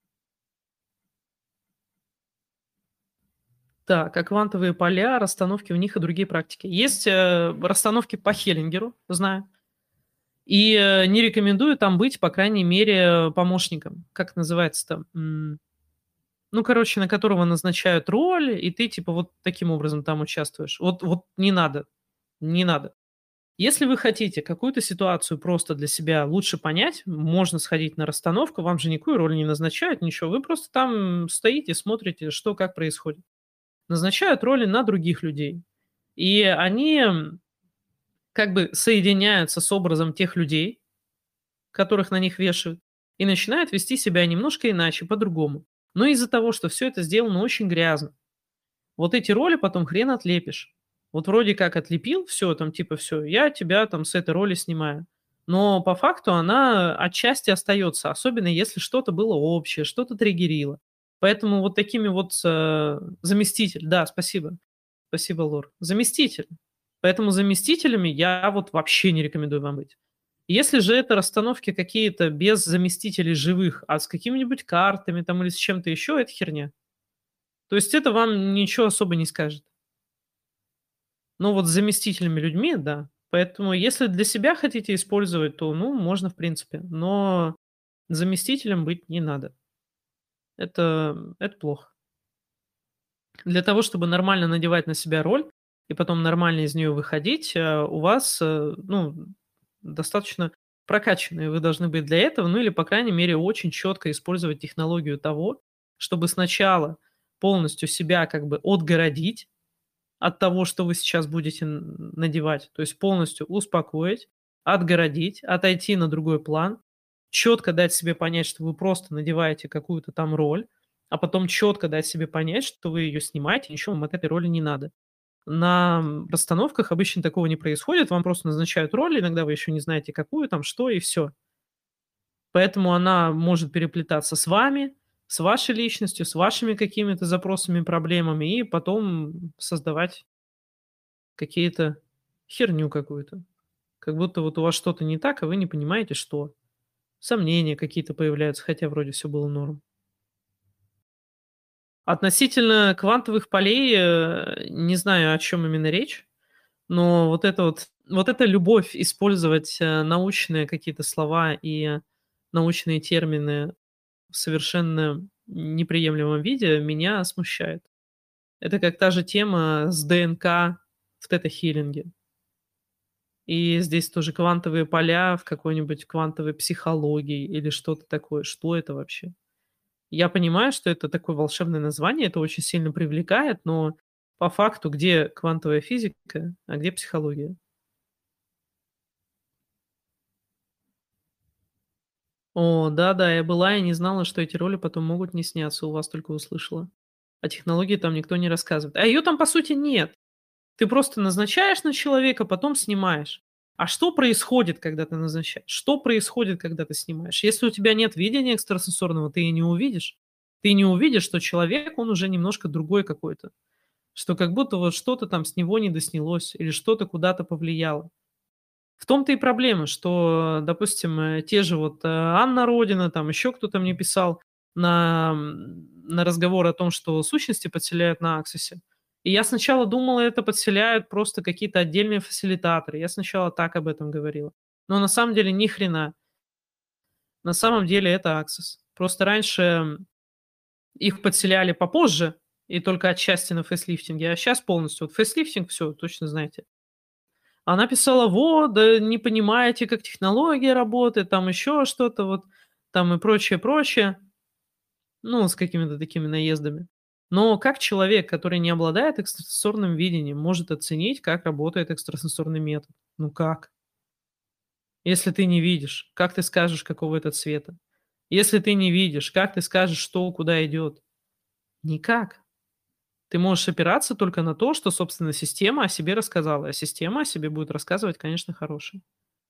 Так, а квантовые поля, расстановки в них и другие практики. Есть, расстановки по Хеллингеру, знаю, и, не рекомендую там быть, по крайней мере, помощником. Как это называется-то? Ну, короче, на которого назначают роль, и ты типа вот таким образом там участвуешь. Вот не надо, не надо. Если вы хотите какую-то ситуацию просто для себя лучше понять, можно сходить на расстановку, вам же никакую роль не назначают, ничего. Вы просто там стоите, смотрите, что как происходит. Назначают роли на других людей. И они как бы соединяются с образом тех людей, которых на них вешают, и начинают вести себя немножко иначе, по-другому. Но из-за того, что все это сделано очень грязно, вот эти роли потом хрен отлепишь. Вот вроде как отлепил, все там типа все, я тебя там с этой роли снимаю. Но по факту она отчасти остается, особенно если что-то было общее, что-то триггерило. Поэтому вот такими вот заместитель, да, спасибо, спасибо, Лор, заместитель. Поэтому заместителями я вот вообще не рекомендую вам быть. Если же это расстановки какие-то без заместителей живых, а с какими-нибудь картами там или с чем-то еще, это херня. То есть это вам ничего особо не скажет. Но вот с заместителями людьми, да. Поэтому если для себя хотите использовать, то, ну, можно в принципе, но заместителем быть не надо. Это плохо. Для того, чтобы нормально надевать на себя роль и потом нормально из нее выходить, у вас, ну, достаточно прокачанные вы должны быть для этого, ну или, по крайней мере, очень четко использовать технологию того, чтобы сначала полностью себя как бы отгородить от того, что вы сейчас будете надевать. То есть полностью успокоить, отгородить, отойти на другой план, четко дать себе понять, что вы просто надеваете какую-то там роль, а потом четко дать себе понять, что вы ее снимаете, ничего вам от этой роли не надо. На расстановках обычно такого не происходит, вам просто назначают роль, иногда вы еще не знаете какую там, что и все. Поэтому она может переплетаться с вами, с вашей личностью, с вашими какими-то запросами, проблемами, и потом создавать какие-то херню какую-то. Как будто вот у вас что-то не так, а вы не понимаете, что. Сомнения какие-то появляются, хотя вроде все было норм. Относительно квантовых полей, не знаю, о чем именно речь, но вот эта любовь использовать, научные какие-то слова и научные термины в совершенно неприемлемом виде меня смущает. Это как та же тема с ДНК в тета-хилинге. И здесь тоже квантовые поля в какой-нибудь квантовой психологии или что-то такое. Что это вообще? Я понимаю, что это такое волшебное название, это очень сильно привлекает, но по факту где квантовая физика, а где психология? О, да-да, я была и не знала, что эти роли потом могут не сняться, у вас только услышала. О технологии там никто не рассказывает. А ее там по сути нет. Ты просто назначаешь на человека, потом снимаешь. А что происходит, когда ты назначаешь? Что происходит, когда ты снимаешь? Если у тебя нет видения экстрасенсорного, ты и не увидишь. Ты не увидишь, что человек, он уже немножко другой какой-то. Что как будто вот что-то там с него не доснялось или что-то куда-то повлияло. В том-то и проблема, что, допустим, те же вот Анна Родина, там еще кто-то мне писал на разговор о том, что сущности подселяют на Аксисе. И я сначала думала, это подселяют просто какие-то отдельные фасилитаторы. Я сначала так об этом говорила. Но на самом деле ни хрена. На самом деле это Аксис. Просто раньше их подселяли попозже и только отчасти на фейслифтинге, а сейчас полностью. Вот фейслифтинг, все, точно знаете. Она писала: "Вот, да не понимаете, как технология работает, там еще что-то вот, там и прочее, прочее". Ну, с какими-то такими наездами. Но как человек, который не обладает экстрасенсорным видением, может оценить, как работает экстрасенсорный метод? Ну как? Если ты не видишь, как ты скажешь, какого это цвета? Если ты не видишь, как ты скажешь, что куда идет? Никак. Ты можешь опираться только на то, что, собственно, система о себе рассказала, а система о себе будет рассказывать, конечно, хорошее.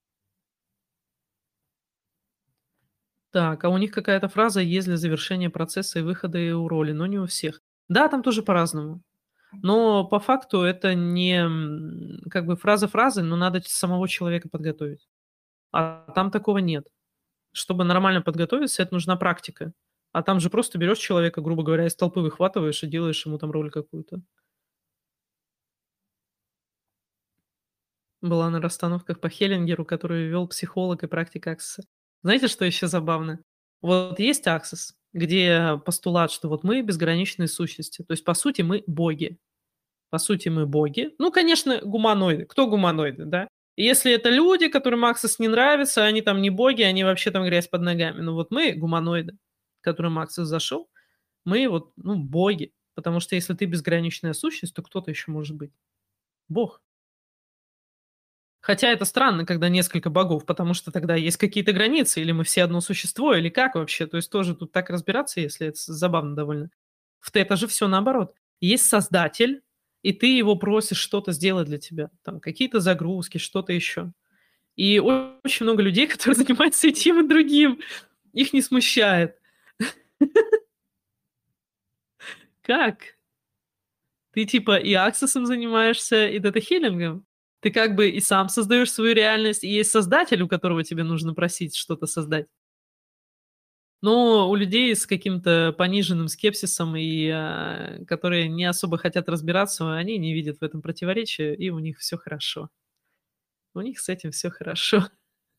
Так, а у них какая-то фраза есть для завершения процесса и выхода у роли, но не у всех. Да, там тоже по-разному. Но по факту это не как бы фраза фразы, но надо самого человека подготовить. А там такого нет. Чтобы нормально подготовиться, это нужна практика. А там же просто берешь человека, грубо говоря, из толпы выхватываешь и делаешь ему там роль какую-то. Была на расстановках по Хеллингеру, которую вел психолог и практик Аксеса. Знаете, что еще забавно? Вот есть Аксес, где постулат, что вот мы безграничные сущности. То есть, по сути, мы боги. По сути, мы боги. Ну, конечно, гуманоиды. Кто гуманоиды, да? И если это люди, которым Аксес не нравится, они там не боги, они вообще там грязь под ногами. Ну вот мы гуманоиды, которым Аксес зашел, мы вот, ну, боги. Потому что если ты безграничная сущность, то кто-то еще может быть. Бог. Хотя это странно, когда несколько богов, потому что тогда есть какие-то границы, или мы все одно существо, или как вообще? То есть тоже тут так разбираться, если это забавно довольно. В тета же все наоборот. Есть создатель, и ты его просишь что-то сделать для тебя. Там какие-то загрузки, что-то еще. И очень много людей, которые занимаются и тем, и другим. Их не смущает. Как? Ты типа и аксессом занимаешься, и дата-хилингом? Ты как бы и сам создаешь свою реальность, и есть создатель, у которого тебе нужно просить что-то создать. Но у людей с каким-то пониженным скепсисом и, которые не особо хотят разбираться, они не видят в этом противоречия, и у них все хорошо. У них с этим все хорошо.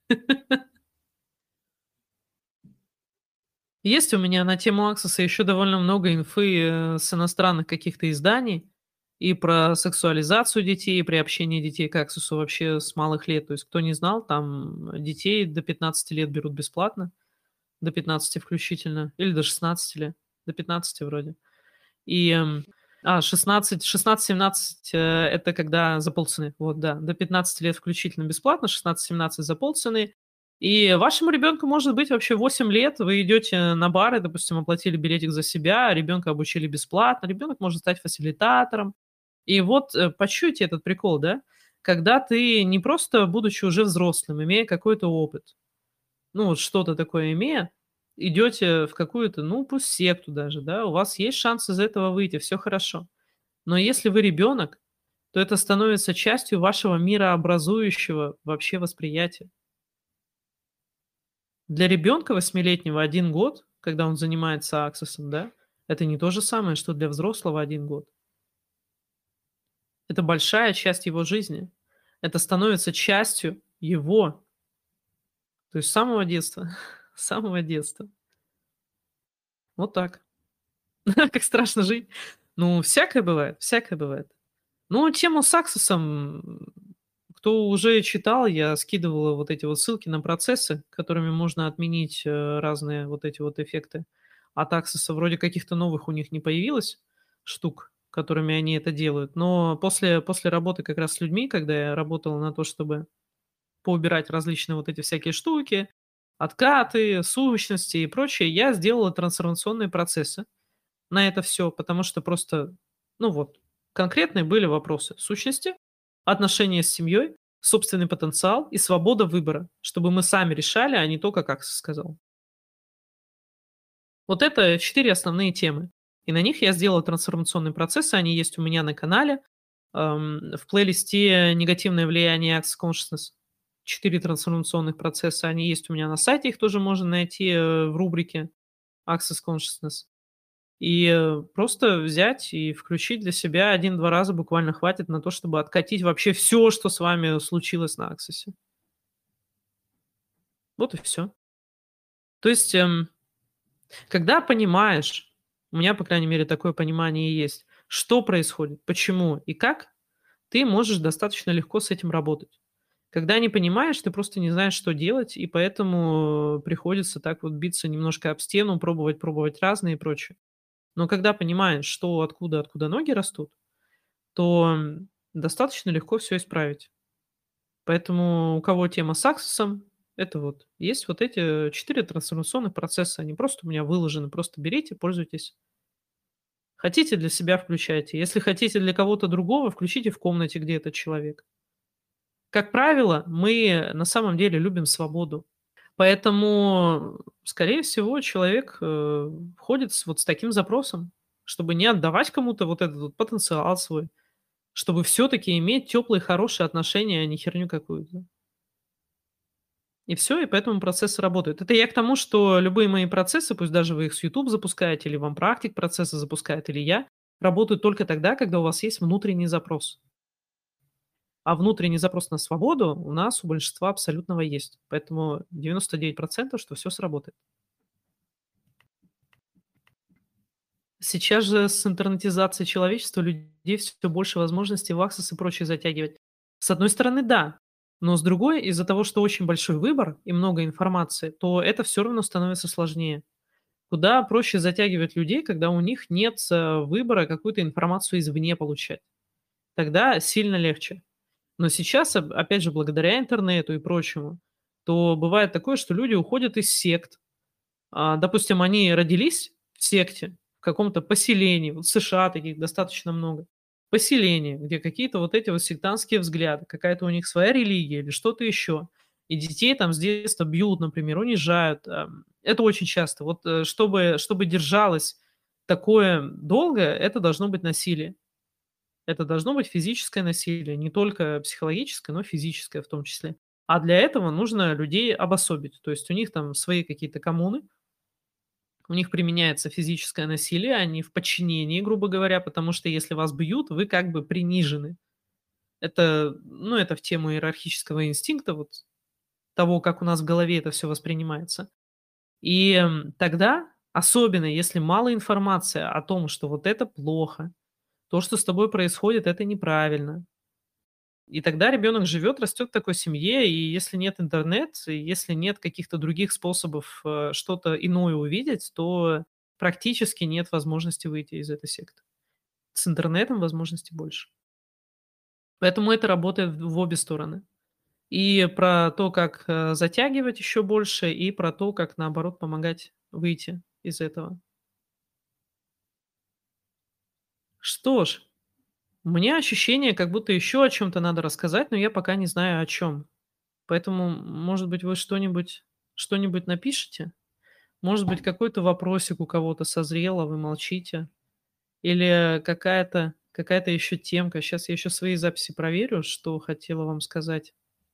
Есть у меня на тему Аксеса еще довольно много инфы, с иностранных каких-то изданий и про сексуализацию детей, и при общении детей к Аксесу вообще с малых лет. То есть, кто не знал, там детей до 15 лет берут бесплатно, до 15 включительно, или до 16 лет, до 15 вроде. И, 16-17, это когда за полцены. Вот, да, до 15 лет включительно бесплатно, 16-17 за полцены. И вашему ребенку может быть вообще 8 лет, вы идете на бары, допустим, оплатили билетик за себя, ребенка обучили бесплатно, ребенок может стать фасилитатором. И вот, почуйте этот прикол, да, когда ты не просто, будучи уже взрослым, имея какой-то опыт, ну, вот что-то такое имея, идете в какую-то, ну, пусть секту даже, да, у вас есть шанс из этого выйти, все хорошо. Но если вы ребенок, то это становится частью вашего мирообразующего вообще восприятия. Для ребенка восьмилетнего 1 год, когда он занимается аксессом, да, это не то же самое, что для взрослого 1 год. Это большая часть его жизни. Это становится частью его, то есть с самого детства, с самого детства. Вот так. Как страшно жить. Ну, всякое бывает, всякое бывает. Ну, тему с Access, кто уже читал, я скидывал вот эти вот ссылки на процессы, которыми можно отменить, разные вот эти вот эффекты. От Access вроде каких-то новых у них не появилось штук, которыми они это делают. Но после работы как раз с людьми, когда я работал на то, чтобы поубирать различные вот эти всякие штуки, откаты, сущности и прочее, я сделал трансформационные процессы на это все, потому что просто, ну вот, конкретные были вопросы: сущности, отношения с семьей, собственный потенциал и свобода выбора, чтобы мы сами решали, а не то, как Акс сказал. Вот это 4 основные темы. И на них я сделал трансформационные процессы, они есть у меня на канале. В плейлисте "Негативное влияние Access Consciousness" 4 трансформационных процесса, они есть у меня на сайте, их тоже можно найти, в рубрике Access Consciousness. И, просто взять и включить для себя 1-2 раза буквально хватит на то, чтобы откатить вообще все, что с вами случилось на "Аксессе". Вот и все. То есть, когда понимаешь, у меня, по крайней мере, такое понимание и есть, что происходит, почему и как, ты можешь достаточно легко с этим работать. Когда не понимаешь, ты просто не знаешь, что делать, и поэтому приходится так вот биться немножко об стену, пробовать разные и прочее. Но когда понимаешь, что, откуда ноги растут, то, достаточно легко все исправить. Поэтому у кого тема с Access, это вот есть вот эти 4 трансформационных процесса. Они просто у меня выложены. Просто берите, пользуйтесь. Хотите для себя — включайте. Если хотите для кого-то другого — включите в комнате, где этот человек. Как правило, мы на самом деле любим свободу. Поэтому, скорее всего, человек, входит с таким запросом, чтобы не отдавать кому-то вот этот вот потенциал свой, чтобы все таки иметь теплые, хорошие отношения, а не херню какую-то. И все, и поэтому процессы работают. Это я к тому, что любые мои процессы, пусть даже вы их с YouTube запускаете, или вам практик процессы запускает, или я, работают только тогда, когда у вас есть внутренний запрос. А внутренний запрос на свободу у нас у большинства абсолютного есть. Поэтому 99%, что все сработает. Сейчас же с интернетизацией человечества людей все больше возможностей в Access и прочее затягивать. С одной стороны, да, но с другой, из-за того, что очень большой выбор и много информации, то это все равно становится сложнее. Куда проще затягивать людей, когда у них нет, выбора какую-то информацию извне получать. Тогда сильно легче. Но сейчас, опять же, благодаря интернету и прочему, то бывает такое, что люди уходят из сект. Допустим, они родились в секте, в каком-то поселении, вот в США таких достаточно много. Поселение, где какие-то вот эти вот сектантские взгляды, какая-то у них своя религия или что-то еще. И детей там с детства бьют, например, унижают. Это очень часто. Вот чтобы держалось такое долго, это должно быть насилие. Это должно быть физическое насилие, не только психологическое, но физическое в том числе. А для этого нужно людей обособить. То есть у них там свои какие-то коммуны, у них применяется физическое насилие, они в подчинении, грубо говоря, потому что если вас бьют, вы как бы принижены. Это, ну, это в тему иерархического инстинкта, вот того, как у нас в голове это все воспринимается. И тогда, особенно если мало информации о том, что вот это плохо, то, что с тобой происходит, это неправильно. И тогда ребенок живет, растет в такой семье, и если нет интернета, и если нет каких-то других способов, что-то иное увидеть, то практически нет возможности выйти из этой секты. С интернетом возможностей больше. Поэтому это работает в обе стороны. И про то, как, затягивать еще больше, и про то, как, наоборот, помогать выйти из этого. Что ж, у меня ощущение, как будто еще о чем то надо рассказать, но я пока не знаю о чем. Поэтому, может быть, вы что-нибудь напишите? Может быть, какой-то вопросик у кого-то созрел, а вы молчите? Или какая-то еще темка? Сейчас я еще свои записи проверю, что хотела вам сказать.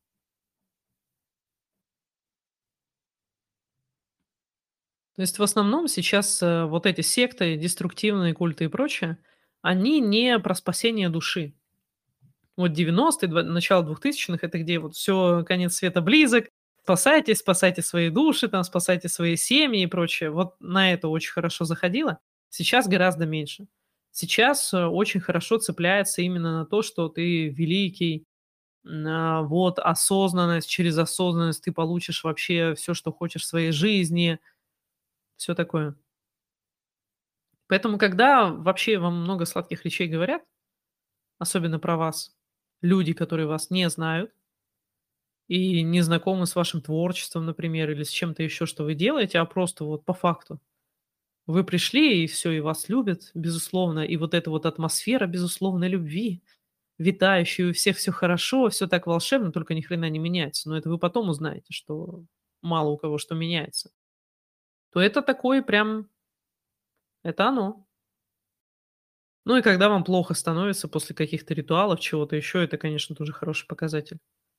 То есть в основном сейчас, вот эти секты, деструктивные культы и прочее, они не про спасение души. Вот 90-е, начало 2000-х — это где вот все, конец света близок, спасайтесь, спасайте свои души, там, спасайте свои семьи и прочее. Вот на это очень хорошо заходило. Сейчас гораздо меньше. Сейчас, очень хорошо цепляется именно на то, что ты великий, вот осознанность, через осознанность ты получишь вообще все, что хочешь в своей жизни, все такое. Поэтому, когда вообще вам много сладких речей говорят, особенно про вас, люди, которые вас не знают и не знакомы с вашим творчеством, например, или с чем-то еще, что вы делаете, а просто вот по факту. Вы пришли, и все, и вас любят, безусловно, и вот эта вот атмосфера безусловной любви, витающая, у всех все хорошо, все так волшебно, только ни хрена не меняется. Но это вы потом узнаете, что мало у кого что меняется. То это такое прям, это оно. Ну и когда вам плохо становится после каких-то ритуалов, чего-то еще, это, конечно, тоже хороший показатель.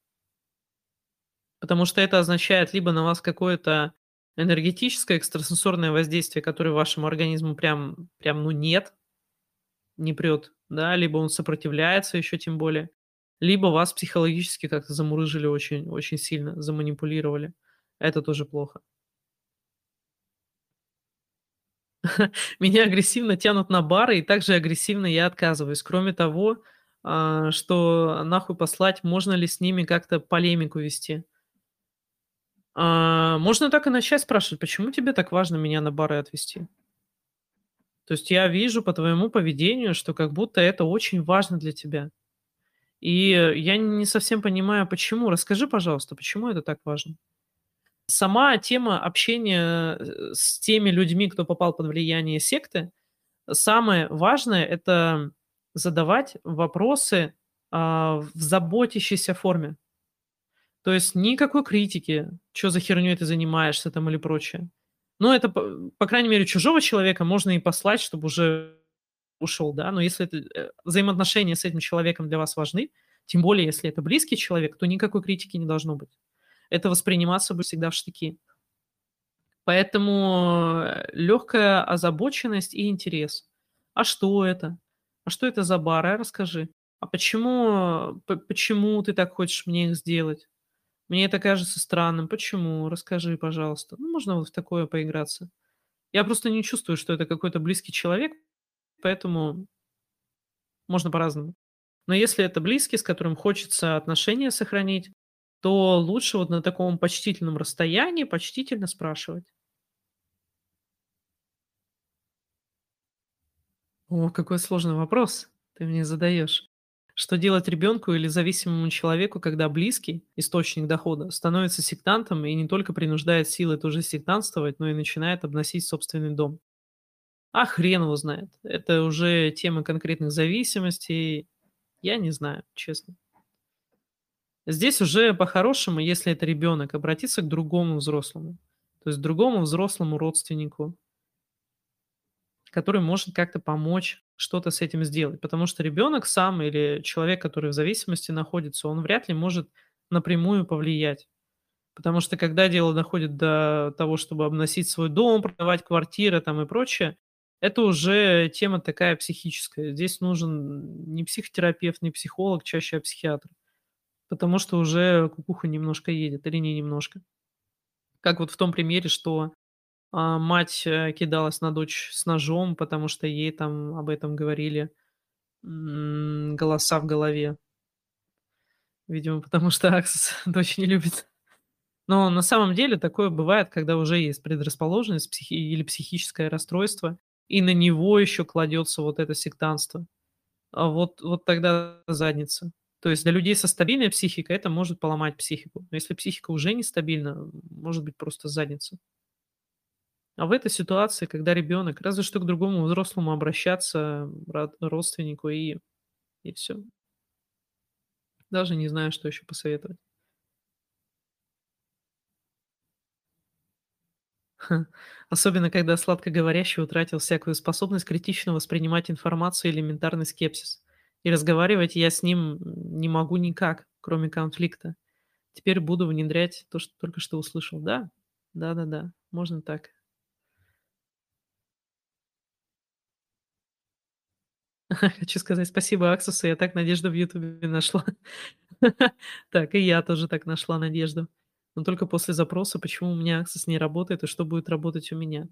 Потому что это означает либо на вас какое-то энергетическое экстрасенсорное воздействие, которое вашему организму прям ну нет, не прет, да, либо он сопротивляется еще тем более, либо вас психологически как-то замурыжили очень, очень сильно, заманипулировали. Это тоже плохо. Меня агрессивно тянут на бары, и также агрессивно я отказываюсь. Кроме того, что нахуй послать, можно ли с ними как-то полемику вести. Можно так и начать спрашивать: "Почему тебе так важно меня на бары отвезти?" То есть я вижу по твоему поведению, что как будто это очень важно для тебя. И я не совсем понимаю, почему. Расскажи, пожалуйста, почему это так важно? Сама тема общения, с теми людьми, кто попал под влияние секты, самое важное — это задавать вопросы, в заботящейся форме. То есть никакой критики: "Чё за хернёй ты занимаешься?" Там или прочее. Ну, это, по крайней мере, чужого человека можно и послать, чтобы уже ушел, да. Но если это, взаимоотношения с этим человеком для вас важны, тем более если это близкий человек, то никакой критики не должно быть. Это восприниматься будет всегда в штыки. Поэтому, легкая озабоченность и интерес. А что это? А что это за бар? А расскажи. А почему ты так хочешь мне их сделать? Мне это кажется странным. Почему? Расскажи, пожалуйста. Ну, можно вот в такое поиграться. Я просто не чувствую, что это какой-то близкий человек, поэтому можно по-разному. Но если это близкий, с которым хочется отношения сохранить, то лучше вот на таком почтительном расстоянии почтительно спрашивать. О, какой сложный вопрос ты мне задаешь. Что делать ребенку или зависимому человеку, когда близкий источник дохода становится сектантом и не только принуждает силой тоже сектантствовать, но и начинает обносить собственный дом? А хрен его знает. Это уже тема конкретных зависимостей. Я не знаю, честно. Здесь уже по-хорошему, если это ребенок, обратиться к другому взрослому. То есть другому взрослому родственнику, который может как-то помочь что-то с этим сделать. Потому что ребенок сам или человек, который в зависимости находится, он вряд ли может напрямую повлиять. Потому что когда дело доходит до того, чтобы обносить свой дом, продавать квартиры там и прочее, это уже тема такая психическая. Здесь нужен не психотерапевт, не психолог, чаще психиатр. Потому что уже кукуха немножко едет или не немножко. Как вот в том примере, что мать кидалась на дочь с ножом, потому что ей там об этом говорили голоса в голове. Видимо, потому что Аксес дочь не любит. Но на самом деле такое бывает, когда уже есть предрасположенность или психическое расстройство, и на него еще кладется вот это сектантство. Вот тогда задница. То есть для людей со стабильной психикой это может поломать психику. Но если психика уже нестабильна, может быть просто задница. А в этой ситуации, когда ребенок, разве что к другому взрослому обращаться, родственнику, и все. Даже не знаю, что еще посоветовать. Особенно, когда сладкоговорящий утратил всякую способность критично воспринимать информацию и элементарный скепсис. И разговаривать я с ним не могу никак, кроме конфликта. Теперь буду внедрять то, что только что услышал. Да, да-да-да, можно так. Хочу сказать спасибо Аксусу, я так надежду в "Ютубе" нашла. Так, и я тоже так нашла надежду. Но только после запроса, почему у меня Аксос не работает и что будет работать у меня.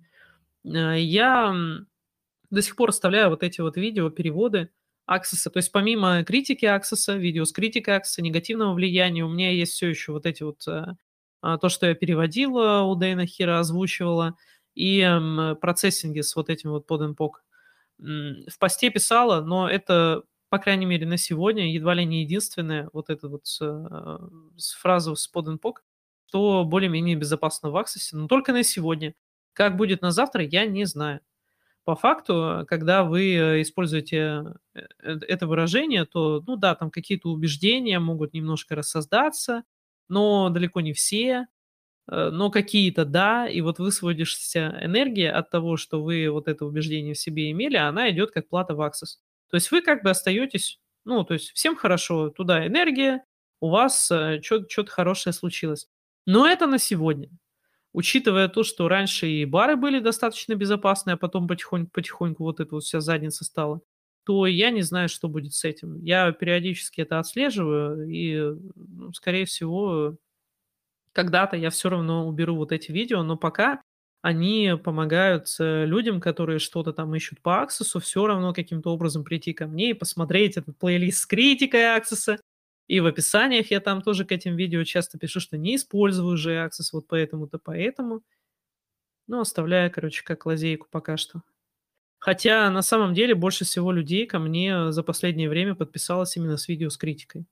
Я до сих пор оставляю вот эти вот видео, переводы Аксеса. То есть помимо критики Аксеса, видео с критикой Аксеса, негативного влияния, у меня есть все еще вот эти вот, то, что я переводила у Дэйна Хира, озвучивала, и, процессинги с вот этим вот под NPOC. В посте писала, но это, по крайней мере, на сегодня едва ли не единственная вот эта вот фраза с под NPOC, что более-менее безопасно в Аксесе, но только на сегодня. Как будет на завтра, я не знаю. По факту, когда вы, используете, это выражение, то, ну да, там какие-то убеждения могут немножко рассоздаться, но далеко не все, но какие-то да. И вот высвободившаяся энергия от того, что вы вот это убеждение в себе имели, она идет как плата в Access. То есть вы как бы остаетесь, ну, то есть всем хорошо, туда энергия, у вас, чё чё-то хорошее случилось. Но это на сегодня. Учитывая то, что раньше и бары были достаточно безопасные, а потом потихоньку вот эта вот вся задница стала, то я не знаю, что будет с этим. Я периодически это отслеживаю, и, ну, скорее всего, когда-то я все равно уберу вот эти видео, но пока они помогают, людям, которые что-то там ищут по Аксесу, все равно каким-то образом прийти ко мне и посмотреть этот плейлист с критикой Аксеса. И в описаниях я там тоже к этим видео часто пишу, что не использую же Аксес вот поэтому-то, поэтому. Ну, оставляю, короче, как лазейку пока что. Хотя на самом деле больше всего людей ко мне за последнее время подписалось именно с видео с критикой.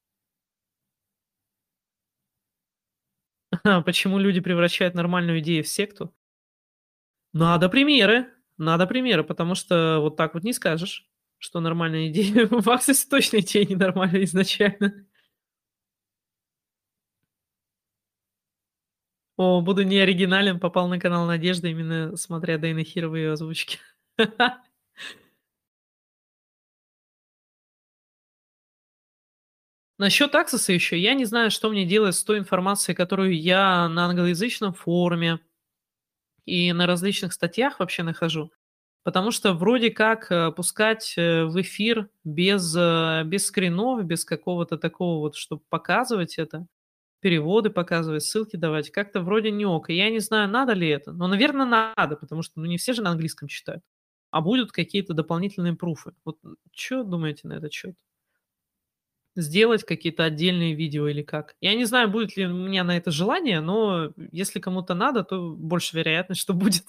Почему люди превращают нормальную идею в секту? Надо примеры, потому что вот так вот не скажешь, что нормальная идея. В Аксесе точно идея ненормальная изначально. О, буду не оригинален, попал на канал Надежды, именно смотря Дэйна Хира в ее озвучке. Насчет Аксеса еще, я не знаю, что мне делать с той информацией, которую я на англоязычном форуме и на различных статьях вообще нахожу. Потому что вроде как, пускать, в эфир без скринов, без какого-то такого вот, чтобы показывать это, переводы показывать, ссылки давать, как-то вроде не ок. И я не знаю, надо ли это, но, наверное, надо, потому что, ну, не все же на английском читают, а будут какие-то дополнительные пруфы. Вот, что думаете на этот счет? Сделать какие-то отдельные видео или как? Я не знаю, будет ли у меня на это желание, но если кому-то надо, то больше вероятность, что будет.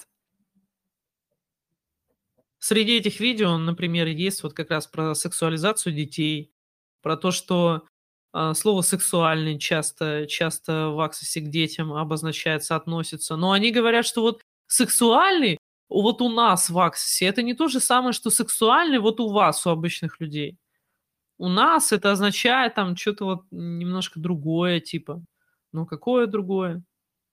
Среди этих видео, например, есть вот как раз про сексуализацию детей. Про то, что, слово "сексуальный" часто в "Аксосе" к детям обозначается, относится. Но они говорят, что вот сексуальный вот у нас в "Аксосе" — это не то же самое, что сексуальный вот у вас, у обычных людей. У нас это означает там что то вот немножко другое типа. Ну, какое другое?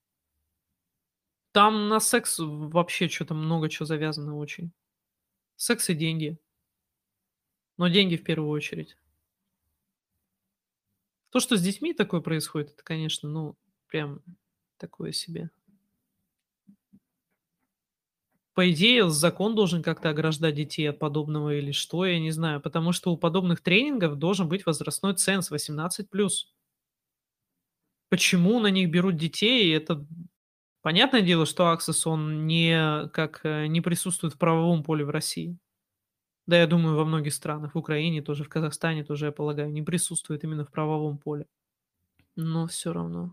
Там на секс вообще что то много чего завязано очень. Секс и деньги. Но деньги в первую очередь. То, что с детьми такое происходит, это, конечно, ну, прям такое себе. По идее, закон должен как-то ограждать детей от подобного или что, я не знаю, потому что у подобных тренингов должен быть возрастной ценз 18+. Почему на них берут детей? Это понятное дело, что Access, он не присутствует в правовом поле в России. Да, я думаю, во многих странах, в Украине тоже, в Казахстане тоже, я полагаю, не присутствует именно в правовом поле. Но все равно.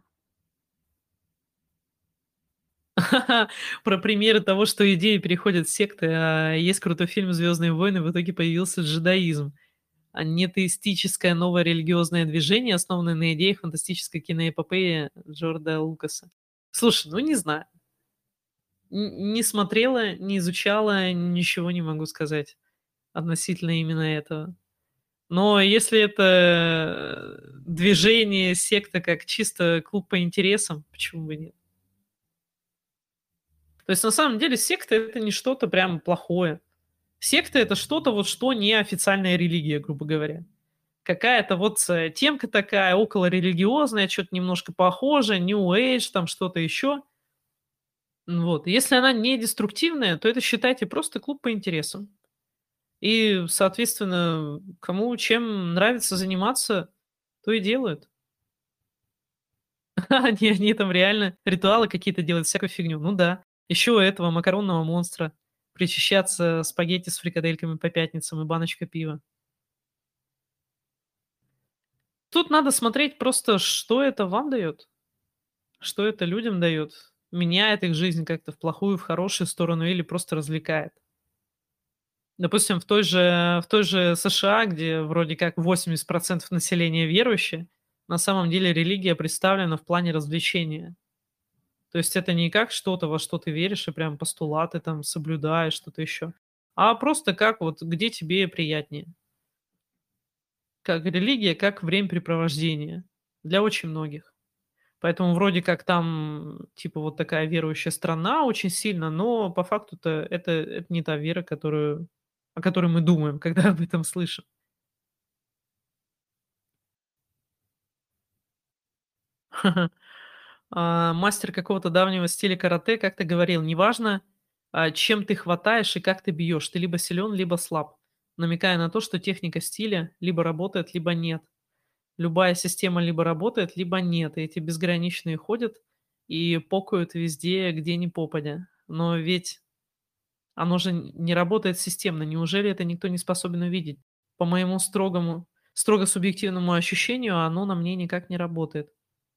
Про примеры того, что идеи переходят в секты. Есть крутой фильм "Звездные войны", в итоге появился джедаизм. Нетеистическое новое религиозное движение, основанное на идеях фантастической киноэпопеи Джорджа Лукаса. Слушай, ну не знаю. Не смотрела, не изучала, ничего не могу сказать относительно именно этого. Но если это, движение, секта как чисто клуб по интересам, почему бы нет? То есть на самом деле секта — это не что-то прям плохое. Секта — это что-то вот, что не официальная религия, грубо говоря. Какая-то вот, темка такая околорелигиозная, что то немножко похоже, New Age, там что-то еще. Вот. Если она не деструктивная, то это считайте просто клуб по интересам. И, соответственно, кому чем нравится заниматься, то и делают. Они там реально ритуалы какие-то делают, всякую фигню. Ну да. Еще у этого макаронного монстра причащаться спагетти с фрикадельками по пятницам и баночка пива. Тут надо смотреть просто, что это вам дает, что это людям дает. Меняет их жизнь как-то в плохую, в хорошую сторону или просто развлекает. Допустим, в той же США, где вроде как 80% населения верующие, на самом деле религия представлена в плане развлечения. То есть это не как что-то, во что ты веришь, и прям постулаты там соблюдаешь, что-то еще, а просто как вот где тебе приятнее. Как религия, как времяпрепровождение для очень многих. Поэтому вроде как там типа вот такая верующая страна очень сильно, но по факту-то это не та вера, о которой мы думаем, когда об этом слышим. Мастер какого-то давнего стиля карате как-то говорил: "Неважно, чем ты хватаешь и как ты бьешь, ты либо силен, либо слаб", намекая на то, что техника стиля либо работает, либо нет. Любая система либо работает, либо нет. И эти безграничные ходят и покают везде, где ни попадя. Но ведь оно же не работает системно. Неужели это никто не способен увидеть? По моему строго субъективному ощущению, оно на мне никак не работает.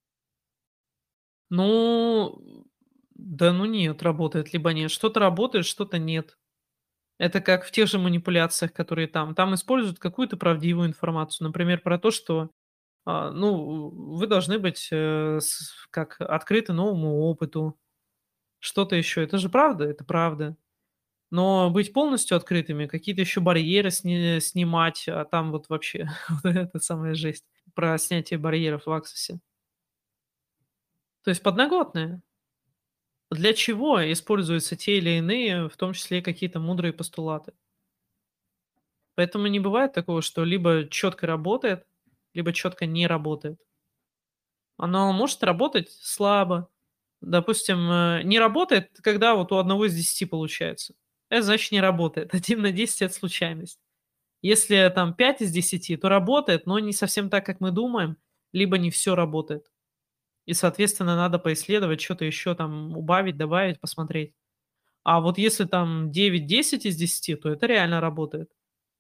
Ну, да ну нет, работает либо нет. Что-то работает, что-то нет. Это как в тех же манипуляциях, которые там. Там используют какую-то правдивую информацию. Например, про то, что ну, вы должны быть как открыты новому опыту. Что-то еще. Это же правда, это правда. Но быть полностью открытыми, какие-то еще барьеры снимать, а там вот вообще вот это самая жесть. Про снятие барьеров в Аксосе. То есть подноготное. Для чего используются те или иные, в том числе какие-то мудрые постулаты. Поэтому не бывает такого, что либо четко работает, либо четко не работает. Оно может работать слабо. Допустим, не работает, когда вот у одного из 10 получается. Это значит не работает. 1 на 10 это случайность. Если там 5 из 10, то работает, но не совсем так, как мы думаем, либо не все работает. И, соответственно, надо поисследовать, что то еще там убавить, добавить, посмотреть. А вот если там 9-10 из 10, то это реально работает.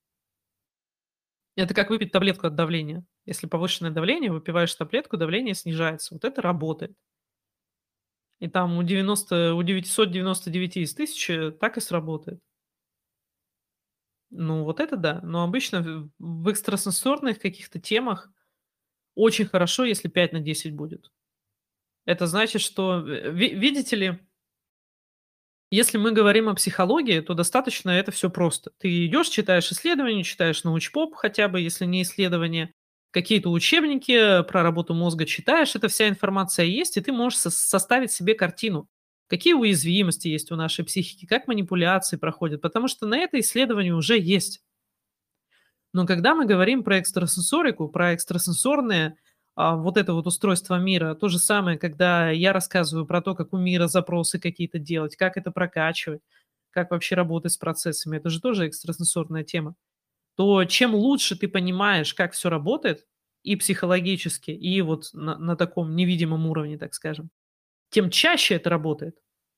Это как выпить таблетку от давления. Если повышенное давление, выпиваешь таблетку, давление снижается. Вот это работает. И там у 999 из 1000 так и сработает. Ну, вот это да. Но обычно в экстрасенсорных каких-то темах очень хорошо, если 5 на 10 будет. Это значит, что, видите ли, если мы говорим о психологии, то достаточно это все просто. Ты идешь, читаешь исследования, читаешь научпоп хотя бы, если не исследования, какие-то учебники про работу мозга читаешь, эта вся информация есть, и ты можешь составить себе картину. Какие уязвимости есть у нашей психики, как манипуляции проходят, потому что на это исследование уже есть. Но когда мы говорим про экстрасенсорику, про экстрасенсорное, вот это вот устройство мира, то же самое, когда я рассказываю про то, как у мира запросы какие-то делать, как это прокачивать, как вообще работать с процессами, это же тоже экстрасенсорная тема. То чем лучше ты понимаешь, как все работает, и психологически, и вот на таком невидимом уровне, так скажем, тем чаще это работает.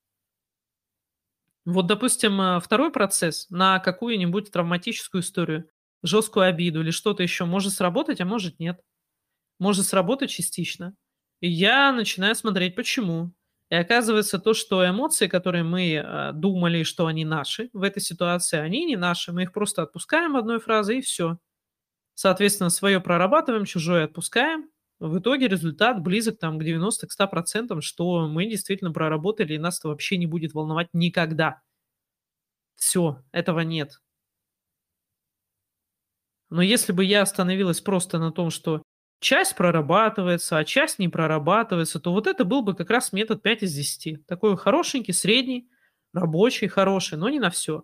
Вот, допустим, второй процесс на какую-нибудь травматическую историю, жесткую обиду или что-то еще может сработать, а может нет. Может сработать частично. И я начинаю смотреть, почему. И оказывается, то, что эмоции, которые мы думали, что они наши в этой ситуации, они не наши. Мы их просто отпускаем одной фразой и все. Соответственно, свое прорабатываем, чужое отпускаем. В итоге результат близок там, к 90-100%, что мы действительно проработали, и нас это вообще не будет волновать никогда. Все, этого нет. Но если бы я остановилась просто на том, что часть прорабатывается, а часть не прорабатывается, то вот это был бы как раз метод 5 из 10. Такой хорошенький, средний, рабочий, хороший, но не на все.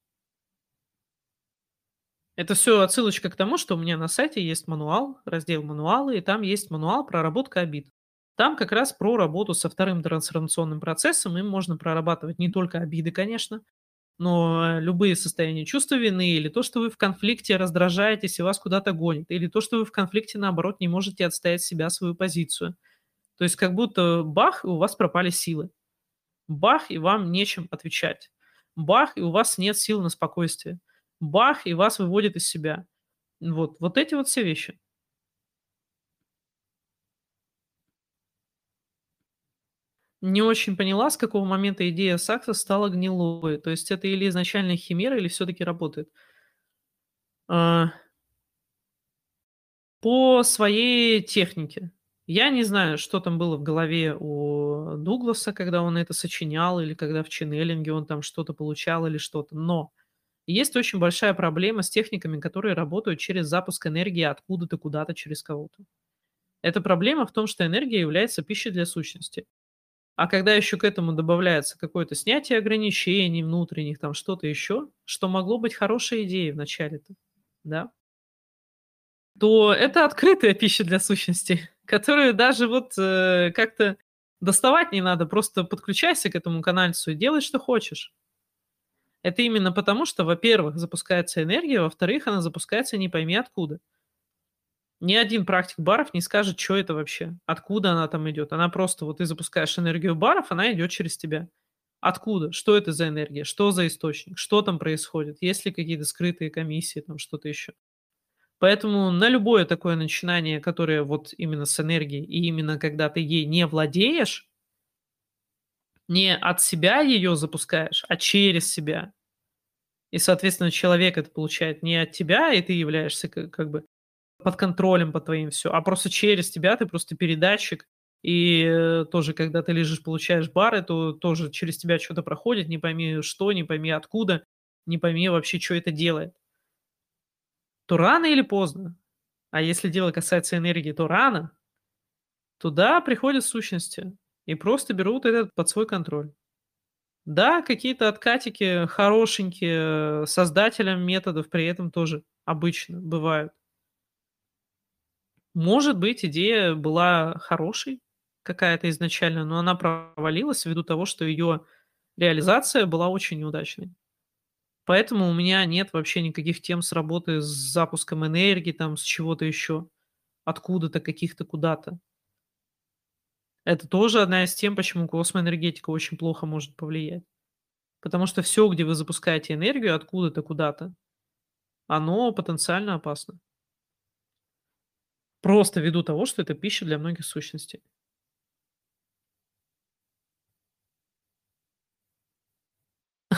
Это все отсылочка к тому, что у меня на сайте есть мануал, раздел «Мануалы», и там есть мануал «Проработка обид». Там как раз про работу со вторым трансформационным процессом. Им можно прорабатывать не только обиды, конечно, но любые состояния чувства вины или то, что вы в конфликте раздражаетесь и вас куда-то гонит, или то, что вы в конфликте, наоборот, не можете отстоять себя, свою позицию. То есть как будто бах, и у вас пропали силы. Бах, и вам нечем отвечать. Бах, и у вас нет сил на спокойствие. Бах, и вас выводит из себя. Вот эти вот все вещи. Не очень поняла, с какого момента идея сакса стала гнилой. То есть это или изначально химера, или все-таки работает. А, По своей технике. Я не знаю, что там было в голове у Дугласа, когда он это сочинял, или когда в ченнелинге он там что-то получал или что-то. Но есть очень большая проблема с техниками, которые работают через запуск энергии откуда-то куда-то через кого-то. Эта проблема в том, что энергия является пищей для сущности. А когда еще к этому добавляется какое-то снятие ограничений внутренних, там что-то еще, что могло быть хорошей идеей в начале-то, да, то это открытая пища для сущности, которую даже вот, как-то доставать не надо. Просто подключайся к этому канальцу и делай, что хочешь. Это именно потому, что, во-первых, запускается энергия, во-вторых, она запускается не пойми откуда. Ни один практик баров не скажет, что это вообще, откуда она там идет. Она просто, вот ты запускаешь энергию баров, она идет через тебя. Откуда? Что это за энергия? Что за источник? Что там происходит? Есть ли какие-то скрытые комиссии, там что-то еще? Поэтому на любое такое начинание, которое вот именно с энергией, и именно когда ты ей не владеешь, не от себя ее запускаешь, а через себя. И, соответственно, человек это получает не от тебя, и ты являешься как бы под контролем, под твоим все, а просто через тебя ты просто передатчик. И тоже, когда ты лежишь, получаешь бары, то тоже через тебя что-то проходит, не пойми что, не пойми откуда, не пойми вообще, что это делает. То рано или поздно, а если дело касается энергии, то рано, туда приходят сущности и просто берут этот под свой контроль. Да, какие-то откатики хорошенькие, создателям методов при этом тоже обычно бывают. Может быть, идея была хорошей какая-то изначально, но она провалилась ввиду того, что ее реализация была очень неудачной. Поэтому у меня нет вообще никаких тем с работы с запуском энергии, там, с чего-то еще, откуда-то, каких-то куда-то. Это тоже одна из тем, почему космоэнергетика очень плохо может повлиять. Потому что все, где вы запускаете энергию откуда-то, куда-то, оно потенциально опасно. Просто ввиду того, что это пища для многих сущностей.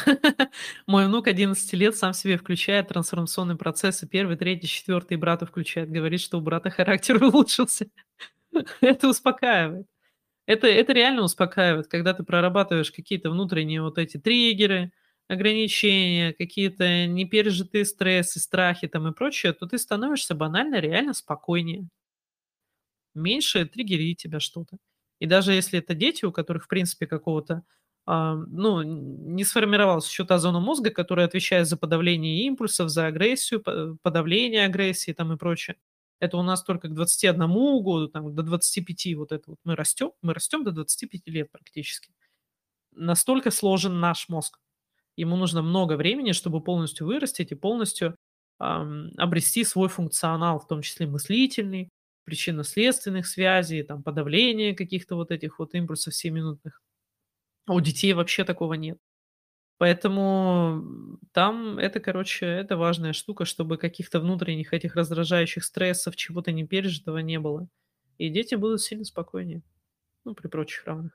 Мой внук 11 лет сам себе включает трансформационные процессы. Первый, третий, четвертый, брата включает. Говорит, что у брата характер улучшился. Это успокаивает. Это реально успокаивает, когда ты прорабатываешь какие-то внутренние вот эти триггеры, ограничения, какие-то непережитые стрессы, страхи там и прочее, то ты становишься банально реально спокойнее. Меньше триггерит тебя что-то. И даже если это дети, у которых, в принципе, какого-то, ну, не сформировалась еще та зона мозга, которая отвечает за подавление импульсов, за агрессию, подавление агрессии там и прочее. Это у нас только к 21 году, там, до 25 вот это вот мы растем до 25 лет практически. Настолько сложен наш мозг. Ему нужно много времени, чтобы полностью вырастить и полностью, обрести свой функционал, в том числе мыслительный, причинно-следственных связей, там, подавление каких-то вот этих вот импульсов сиюминутных. А у детей вообще такого нет. Поэтому, там это, короче, это важная штука, чтобы каких-то внутренних этих раздражающих стрессов, чего-то не пережитого не было. И дети будут сильно спокойнее, ну, при прочих равных.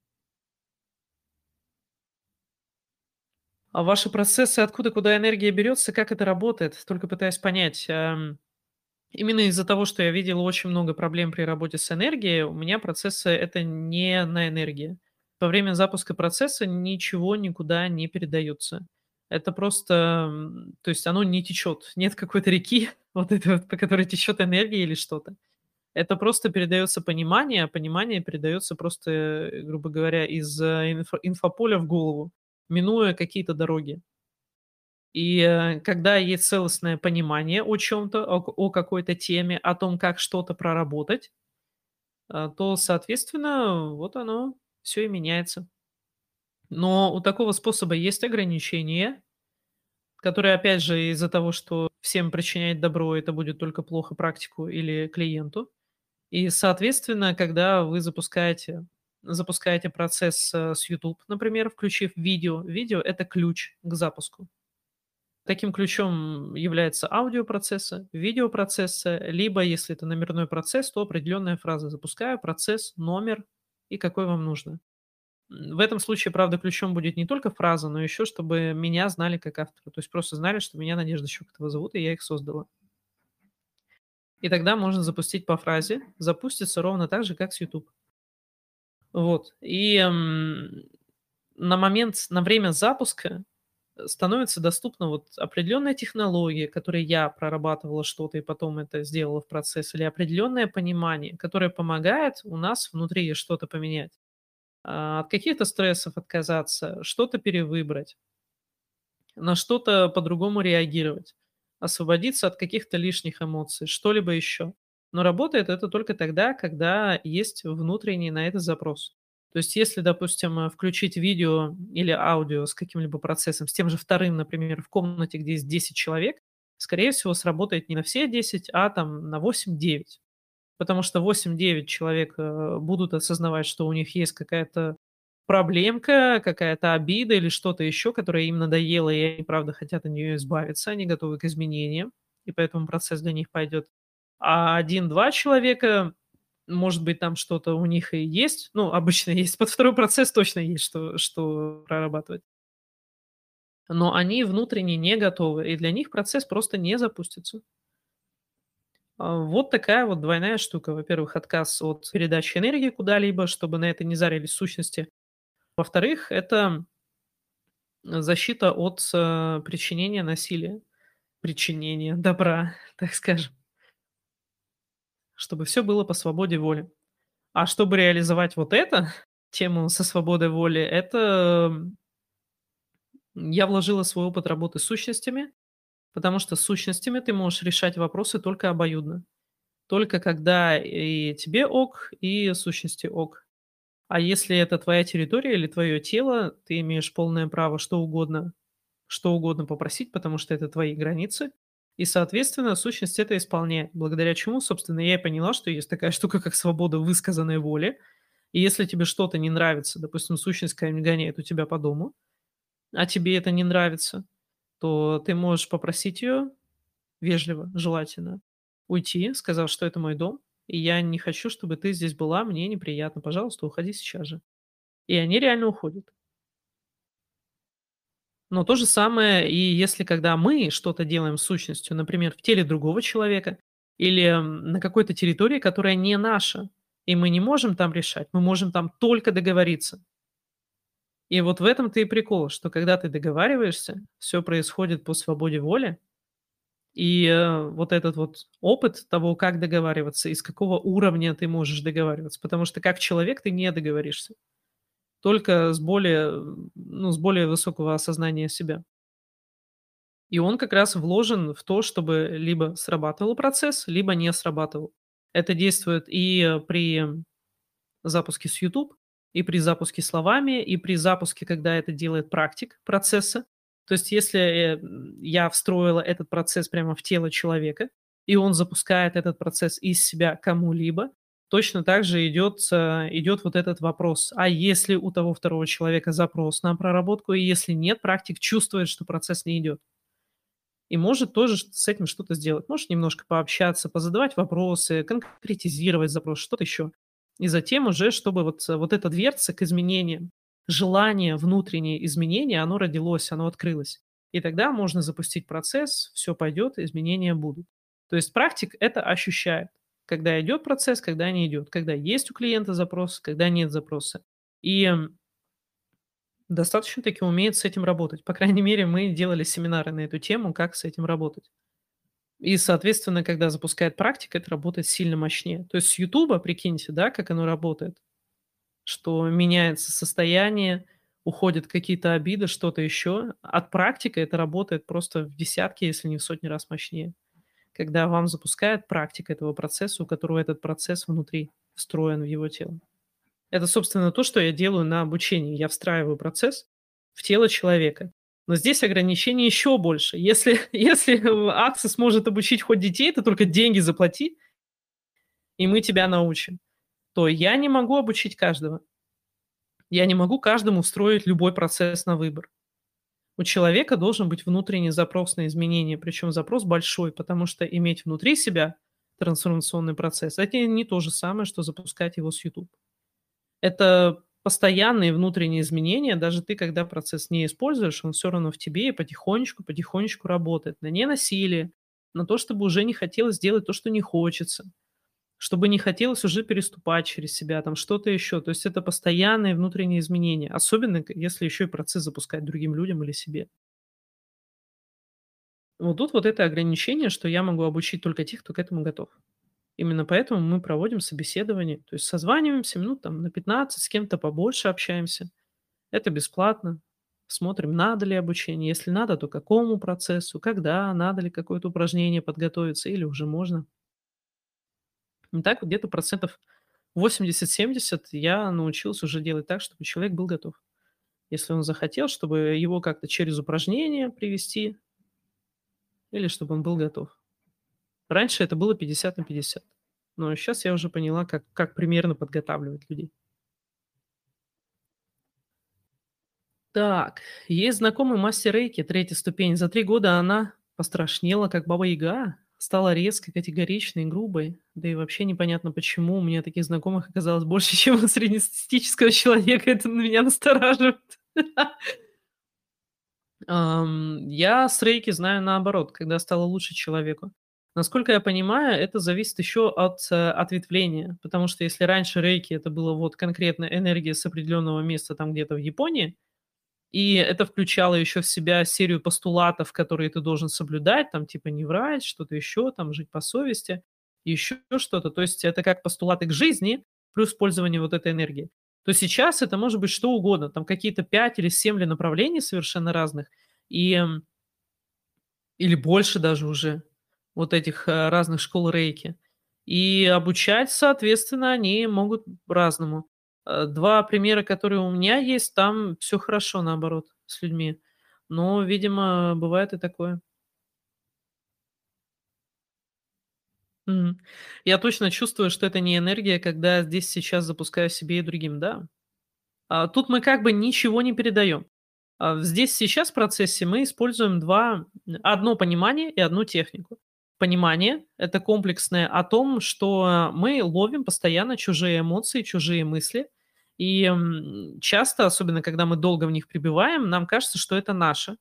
А ваши процессы, откуда куда энергия берется, как это работает? Только пытаюсь понять. Именно из-за того, что я видел очень много проблем при работе с энергией, у меня процессы — это не на энергии. Во время запуска процесса ничего никуда не передается. Это просто, то есть оно не течет. Нет какой-то реки, вот этой вот, по которой течет энергия или что-то. Это просто передается понимание, а понимание передается просто, грубо говоря, из инфополя в голову, минуя какие-то дороги. И, когда есть целостное понимание о чем-то, о какой-то теме, о том, как что-то проработать, то, соответственно, вот оно все и меняется. Но у такого способа есть ограничения, которые, опять же, из-за того, что всем причинять добро, это будет только плохо практику или клиенту. И, соответственно, когда вы запускаете процесс, с YouTube, например, включив видео — это ключ к запуску. Таким ключом является аудиопроцесса, видеопроцесса, либо, если это номерной процесс, то определенная фраза. Запускаю процесс, номер и какой вам нужно. В этом случае, правда, ключом будет не только фраза, но еще чтобы меня знали как автора. То есть просто знали, что меня Надежда Щекотова зовут, и я их создала. И тогда можно запустить по фразе. Запустится ровно так же, как с YouTube. Вот. И на время запуска становится доступна вот определенная технология, которой я прорабатывала что-то и потом это сделала в процесс, или определенное понимание, которое помогает у нас внутри что-то поменять. От каких-то стрессов отказаться, что-то перевыбрать, на что-то по-другому реагировать, освободиться от каких-то лишних эмоций, что-либо еще. Но работает это только тогда, когда есть внутренний на это запрос. То есть если, допустим, включить видео или аудио с каким-либо процессом, с тем же вторым, например, в комнате, где есть 10 человек, скорее всего, сработает не на все 10, а там на 8-9. Потому что 8-9 человек будут осознавать, что у них есть какая-то проблемка, какая-то обида или что-то еще, которое им надоело, и они, правда, хотят от нее избавиться, они готовы к изменениям, и поэтому процесс для них пойдет. А 1-2 человека, может быть, там что-то у них и есть, ну, обычно есть, под второй процесс точно есть, что прорабатывать. Но они внутренне не готовы, и для них процесс просто не запустится. Вот такая вот двойная штука. Во-первых, отказ от передачи энергии куда-либо, чтобы на это не зарились сущности. Во-вторых, это защита от причинения насилия, причинения добра, так скажем, чтобы все было по свободе воли. А чтобы реализовать вот это, тему со свободой воли, это я вложила свой опыт работы с сущностями, потому что с сущностями ты можешь решать вопросы только обоюдно. Только когда и тебе ок, и сущности ок. А если это твоя территория или твое тело, ты имеешь полное право что угодно попросить, потому что это твои границы. И, соответственно, сущность это исполняет. Благодаря чему, собственно, я и поняла, что есть такая штука, как свобода высказанной воли. И если тебе что-то не нравится, допустим, сущность какая-нибудь гоняет у тебя по дому, а тебе это не нравится, то ты можешь попросить ее вежливо, желательно, уйти, сказав, что это мой дом, и я не хочу, чтобы ты здесь была, мне неприятно, пожалуйста, уходи сейчас же. И они реально уходят. Но то же самое и если когда мы что-то делаем с сущностью, например, в теле другого человека или, на какой-то территории, которая не наша, и мы не можем там решать, мы можем там только договориться. И вот в этом-то и прикол, что когда ты договариваешься, все происходит по свободе воли, и, вот этот вот опыт того, как договариваться и с какого уровня ты можешь договариваться, потому что как человек ты не договоришься, только с более, ну, с более высокого осознания себя. И он как раз вложен в то, чтобы либо срабатывал процесс, либо не срабатывал. Это действует и при запуске с YouTube, и при запуске словами, и при запуске, когда это делает практик процесса. То есть если я встроила этот процесс прямо в тело человека, и он запускает этот процесс из себя кому-либо, точно так же идет вот этот вопрос. А если у того второго человека запрос на проработку, и если нет, практик чувствует, что процесс не идет. И может тоже с этим что-то сделать. Может немножко пообщаться, позадавать вопросы, конкретизировать запрос, что-то еще. И затем уже, чтобы вот эта дверца к изменениям, желание внутреннее изменения, оно родилось, оно открылось. И тогда можно запустить процесс, все пойдет, изменения будут. То есть практик это ощущает, когда идет процесс, когда не идет, когда есть у клиента запрос, когда нет запроса. И достаточно таки умеет с этим работать. По крайней мере, мы делали семинары на эту тему, как с этим работать. И, соответственно, когда запускает практика, это работает сильно мощнее. То есть с "Ютуба", прикиньте, да, как оно работает, что меняется состояние, уходят какие-то обиды, что-то еще. От практика это работает просто в десятки, если не в сотни раз мощнее. Когда вам запускает практика этого процесса, у которого этот процесс внутри встроен в его тело. Это, собственно, то, что я делаю на обучении. Я встраиваю процесс в тело человека. Но здесь ограничений еще больше. Если Access может обучить хоть детей, ты только деньги заплати, и мы тебя научим, то я не могу обучить каждого. Я не могу каждому устроить любой процесс на выбор. У человека должен быть внутренний запрос на изменения, причем запрос большой, потому что иметь внутри себя трансформационный процесс — это не то же самое, что запускать его с YouTube. Это постоянные внутренние изменения. Даже ты, когда процесс не используешь, он все равно в тебе и потихонечку работает. На ненасилие, на то, чтобы уже не хотелось делать то, что не хочется, чтобы не хотелось уже переступать через себя, там что-то еще. То есть это постоянные внутренние изменения, особенно если еще и процесс запускать другим людям или себе. Вот тут вот это ограничение, что я могу обучить только тех, кто к этому готов. Именно поэтому мы проводим собеседование, то есть созваниваемся минут там на 15, с кем-то побольше общаемся. Это бесплатно. Смотрим, надо ли обучение. Если надо, то какому процессу, когда, надо ли какое-то упражнение подготовиться или уже можно. И так вот где-то процентов 80-70 я научился уже делать так, чтобы человек был готов. Если он захотел, чтобы его как-то через упражнение привести или чтобы он был готов. Раньше это было 50 на 50. Но сейчас я уже поняла, как примерно подготавливать людей. Так, есть знакомый мастер рейки, третья ступень. За 3 года она пострашнела, как баба-яга, стала резкой, категоричной, грубой. Да и вообще непонятно, почему у меня таких знакомых оказалось больше, чем у среднестатистического человека. Это на меня настораживает. Я с рейки знаю наоборот, когда стало лучше человеку. Насколько я понимаю, это зависит еще от ответвления, потому что если раньше рейки это было вот конкретно энергия с определенного места там где-то в Японии, и это включало еще в себя серию постулатов, которые ты должен соблюдать, там типа не врать, что-то еще, там жить по совести, еще что-то. То есть это как постулаты к жизни плюс использование вот этой энергии. То сейчас это может быть что угодно, там какие-то 5 или 7 ли направлений совершенно разных, и, или больше даже уже вот этих разных школ рейки. И обучать, соответственно, они могут по-разному. 2 примера, которые у меня есть, там все хорошо, наоборот, с людьми. Но, видимо, бывает и такое. Мгм. Я точно чувствую, что это не энергия, когда здесь сейчас запускаю себе и другим, да. Тут мы как бы ничего не передаем. Здесь сейчас в процессе мы используем одно понимание и одну технику. Понимание — это комплексное о том, что мы ловим постоянно чужие эмоции, чужие мысли, И часто, особенно когда мы долго в них пребываем, нам кажется, что это наше.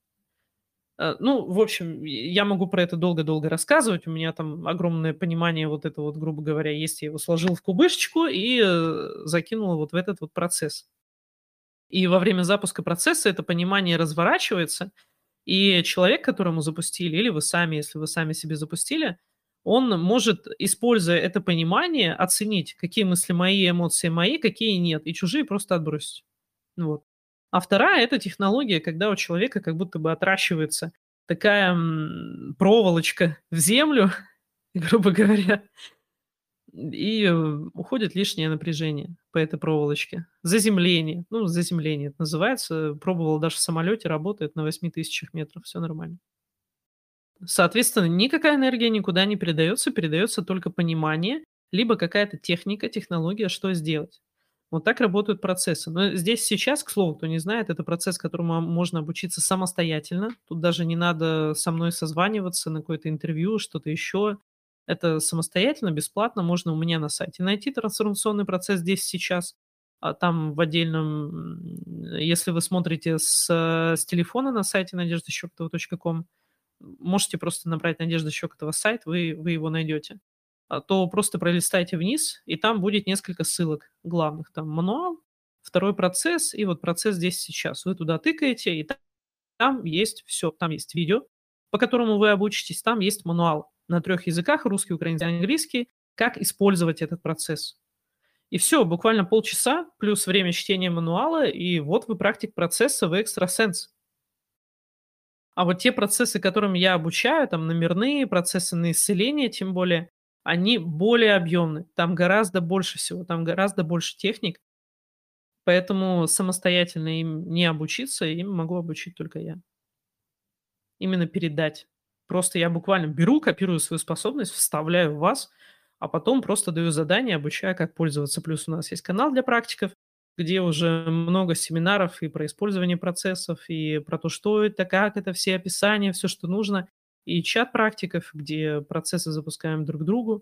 Ну, в общем, я могу про это долго-долго рассказывать. У меня там огромное понимание вот это вот, грубо говоря, есть. Я его сложил в кубышечку и закинул вот в этот вот процесс. И во время запуска процесса это понимание разворачивается, и человек, которому запустили, или вы сами, если вы сами себе запустили, он может, используя это понимание, оценить, какие мысли мои, эмоции мои, какие нет, и чужие просто отбросить. Вот. А вторая — это технология, когда у человека как будто бы отращивается такая проволочка в землю, грубо говоря, и уходит лишнее напряжение по этой проволочке. Заземление. Ну, заземление это называется. Пробовал даже в самолете, работает на 8000 метров, все нормально. Соответственно, никакая энергия никуда не передается, передается только понимание, либо какая-то техника, технология, что сделать. Вот так работают процессы. Но здесь сейчас, к слову, кто не знает, это процесс, которому можно обучиться самостоятельно. Тут даже не надо со мной созваниваться на какое-то интервью, что-то еще. Это самостоятельно, бесплатно можно у меня на сайте найти трансформационный процесс здесь сейчас. А там в отдельном, если вы смотрите с телефона на сайте надеждащекотова.ком, можете просто набрать Надежда Щекотова сайт, вы его найдете. То просто пролистайте вниз, и там будет несколько ссылок главных. Там мануал, второй процесс и вот процесс здесь сейчас. Вы туда тыкаете, и там есть все. Там есть видео, по которому вы обучитесь, там есть мануал на 3 языках: русский, украинский, английский, как использовать этот процесс. И все, буквально полчаса плюс время чтения мануала, и вот вы практик процесса, вы экстрасенс. А вот те процессы, которым я обучаю, там номерные процессы на исцеление, тем более, они более объемны. Там гораздо больше всего, там гораздо больше техник, поэтому самостоятельно им не обучиться, им могу обучить только я. Именно передать. Просто я буквально беру, копирую свою способность, вставляю в вас, а потом просто даю задание, обучаю, как пользоваться. Плюс у нас есть канал для практиков, где уже много семинаров и про использование процессов, и про то, что это, как это, все описания, все, что нужно. И чат практиков, где процессы запускаем друг другу,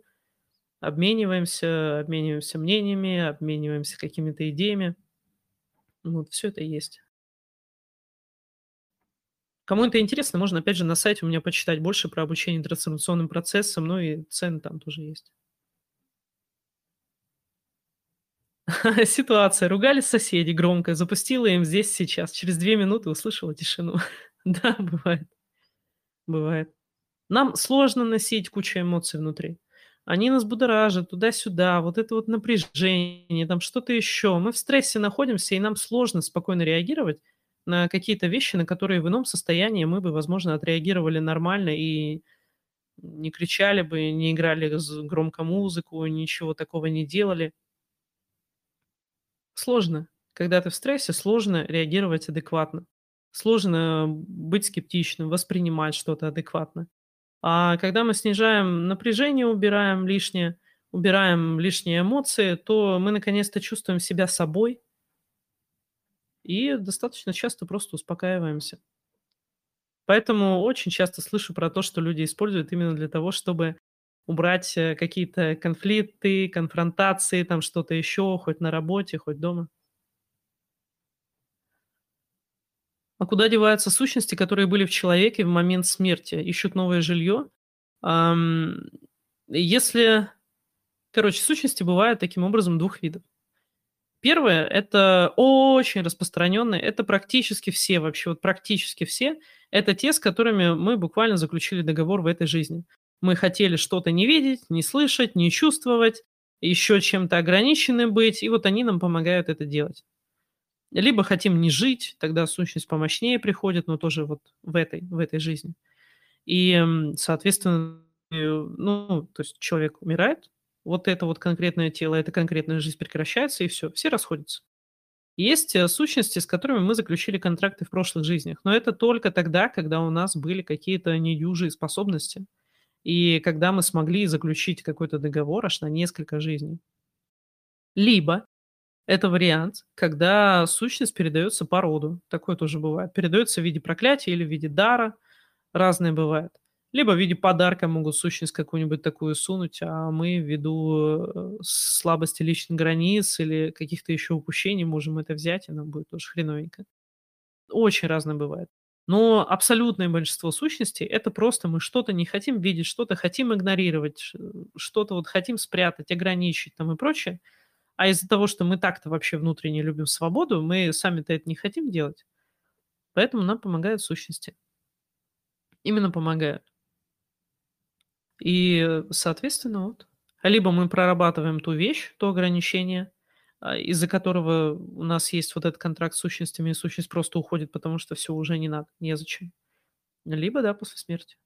обмениваемся мнениями, обмениваемся какими-то идеями. Вот, все это есть. Кому это интересно, можно опять же на сайте у меня почитать больше про обучение трансформационным процессам, ну и цены там тоже есть. Ситуация. Ругались соседи громко, запустила им здесь сейчас. Через 2 минуты услышала тишину. Да, бывает, бывает. Нам сложно носить кучу эмоций внутри. Они нас будоражат туда-сюда, вот это вот напряжение, там что-то еще. Мы в стрессе находимся, и нам сложно спокойно реагировать на какие-то вещи, на которые в ином состоянии мы бы, возможно, отреагировали нормально и не кричали бы, не играли громко музыку, ничего такого не делали. Сложно. Когда ты в стрессе, сложно реагировать адекватно. Сложно быть скептичным, воспринимать что-то адекватно. А когда мы снижаем напряжение, убираем лишние эмоции, то мы наконец-то чувствуем себя собой и достаточно часто просто успокаиваемся. Поэтому очень часто слышу про то, что люди используют именно для того, чтобы убрать какие-то конфликты, конфронтации, там что-то еще, хоть на работе, хоть дома. А куда деваются сущности, которые были в человеке в момент смерти? Ищут новое жилье? Ам, если Короче, сущности бывают таким образом двух видов. Первое — это очень распространенные, это практически все, вообще вот практически все, это те, с которыми мы буквально заключили договор в этой жизни. Мы хотели что-то не видеть, не слышать, не чувствовать, еще чем-то ограничены быть, и вот они нам помогают это делать. Либо хотим не жить, тогда сущность помощнее приходит, но тоже вот в этой жизни. И, соответственно, ну, то есть человек умирает, вот это вот конкретное тело, эта конкретная жизнь прекращается, и все расходятся. Есть сущности, с которыми мы заключили контракты в прошлых жизнях, но это только тогда, когда у нас были какие-то недюжие способности, и когда мы смогли заключить какой-то договор аж на несколько жизней. Либо это вариант, когда сущность передается по роду. Такое тоже бывает. Передается в виде проклятия или в виде дара. Разное бывает. Либо в виде подарка могут сущность какую-нибудь такую сунуть, а мы ввиду, слабости личных границ или каких-то еще упущений можем это взять, и нам будет тоже хреновенько. Очень разное бывает. Но абсолютное большинство сущностей — это просто мы что-то не хотим видеть, что-то хотим игнорировать, что-то вот хотим спрятать, ограничить там и прочее. А из-за того, что мы так-то вообще внутренне любим свободу, мы сами-то это не хотим делать, поэтому нам помогают сущности. Именно помогают. И, соответственно, вот. Либо мы прорабатываем ту вещь, то ограничение, из-за которого у нас есть вот этот контракт с сущностями, и сущность просто уходит, потому что все уже не надо, незачем. Либо, да, после смерти.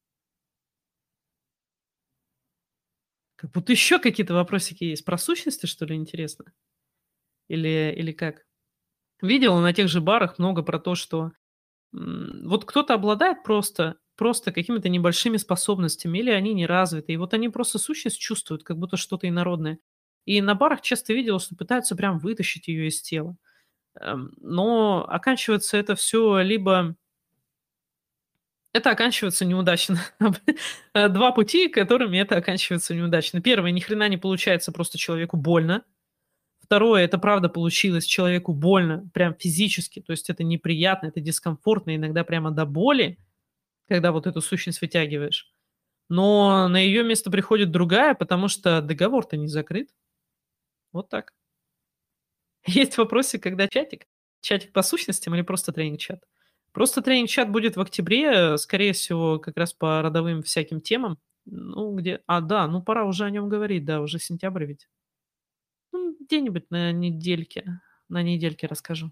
Как будто еще какие-то вопросики есть. Про сущности, что ли, интересно? Или как? Видела на тех же барах много про то, что вот кто-то обладает просто какими-то небольшими способностями, или они не развиты, и вот они просто сущность чувствуют, как будто что-то инородное. И на барах часто видела, что пытаются прям вытащить ее из тела. Но оканчивается это все либо это оканчивается неудачно. 2 пути, которыми это оканчивается неудачно. Первое: ни хрена не получается, просто человеку больно. Второе — это правда получилось, человеку больно, прям физически, то есть это неприятно, это дискомфортно, иногда прямо до боли, когда вот эту сущность вытягиваешь. Но на ее место приходит другая, потому что договор-то не закрыт. Вот так. Есть вопросик, когда чатик? Чатик по сущностям или просто тренинг-чат? Просто тренинг-чат будет в октябре, скорее всего, как раз по родовым всяким темам. Ну, где... да, ну пора уже о нем говорить, да, уже сентябрь ведь. Ну, где-нибудь на недельке расскажу.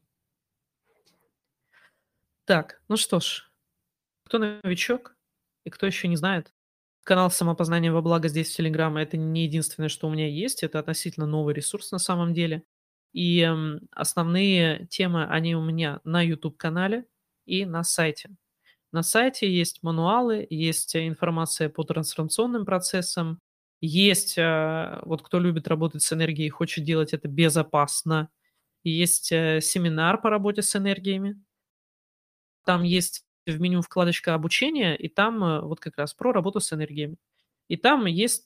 Так, ну что ж, кто новичок и кто еще не знает, канал "Самопознание во благо" здесь, в Телеграм — это не единственное, что у меня есть. Это относительно новый ресурс на самом деле. И, основные темы, они у меня на YouTube-канале и на сайте. На сайте есть мануалы, есть, информация по трансформационным процессам, есть, вот кто любит работать с энергией и хочет делать это безопасно, есть, семинар по работе с энергиями. Там есть в меню вкладочка "Обучение", и там, вот как раз про работу с энергиями. И там есть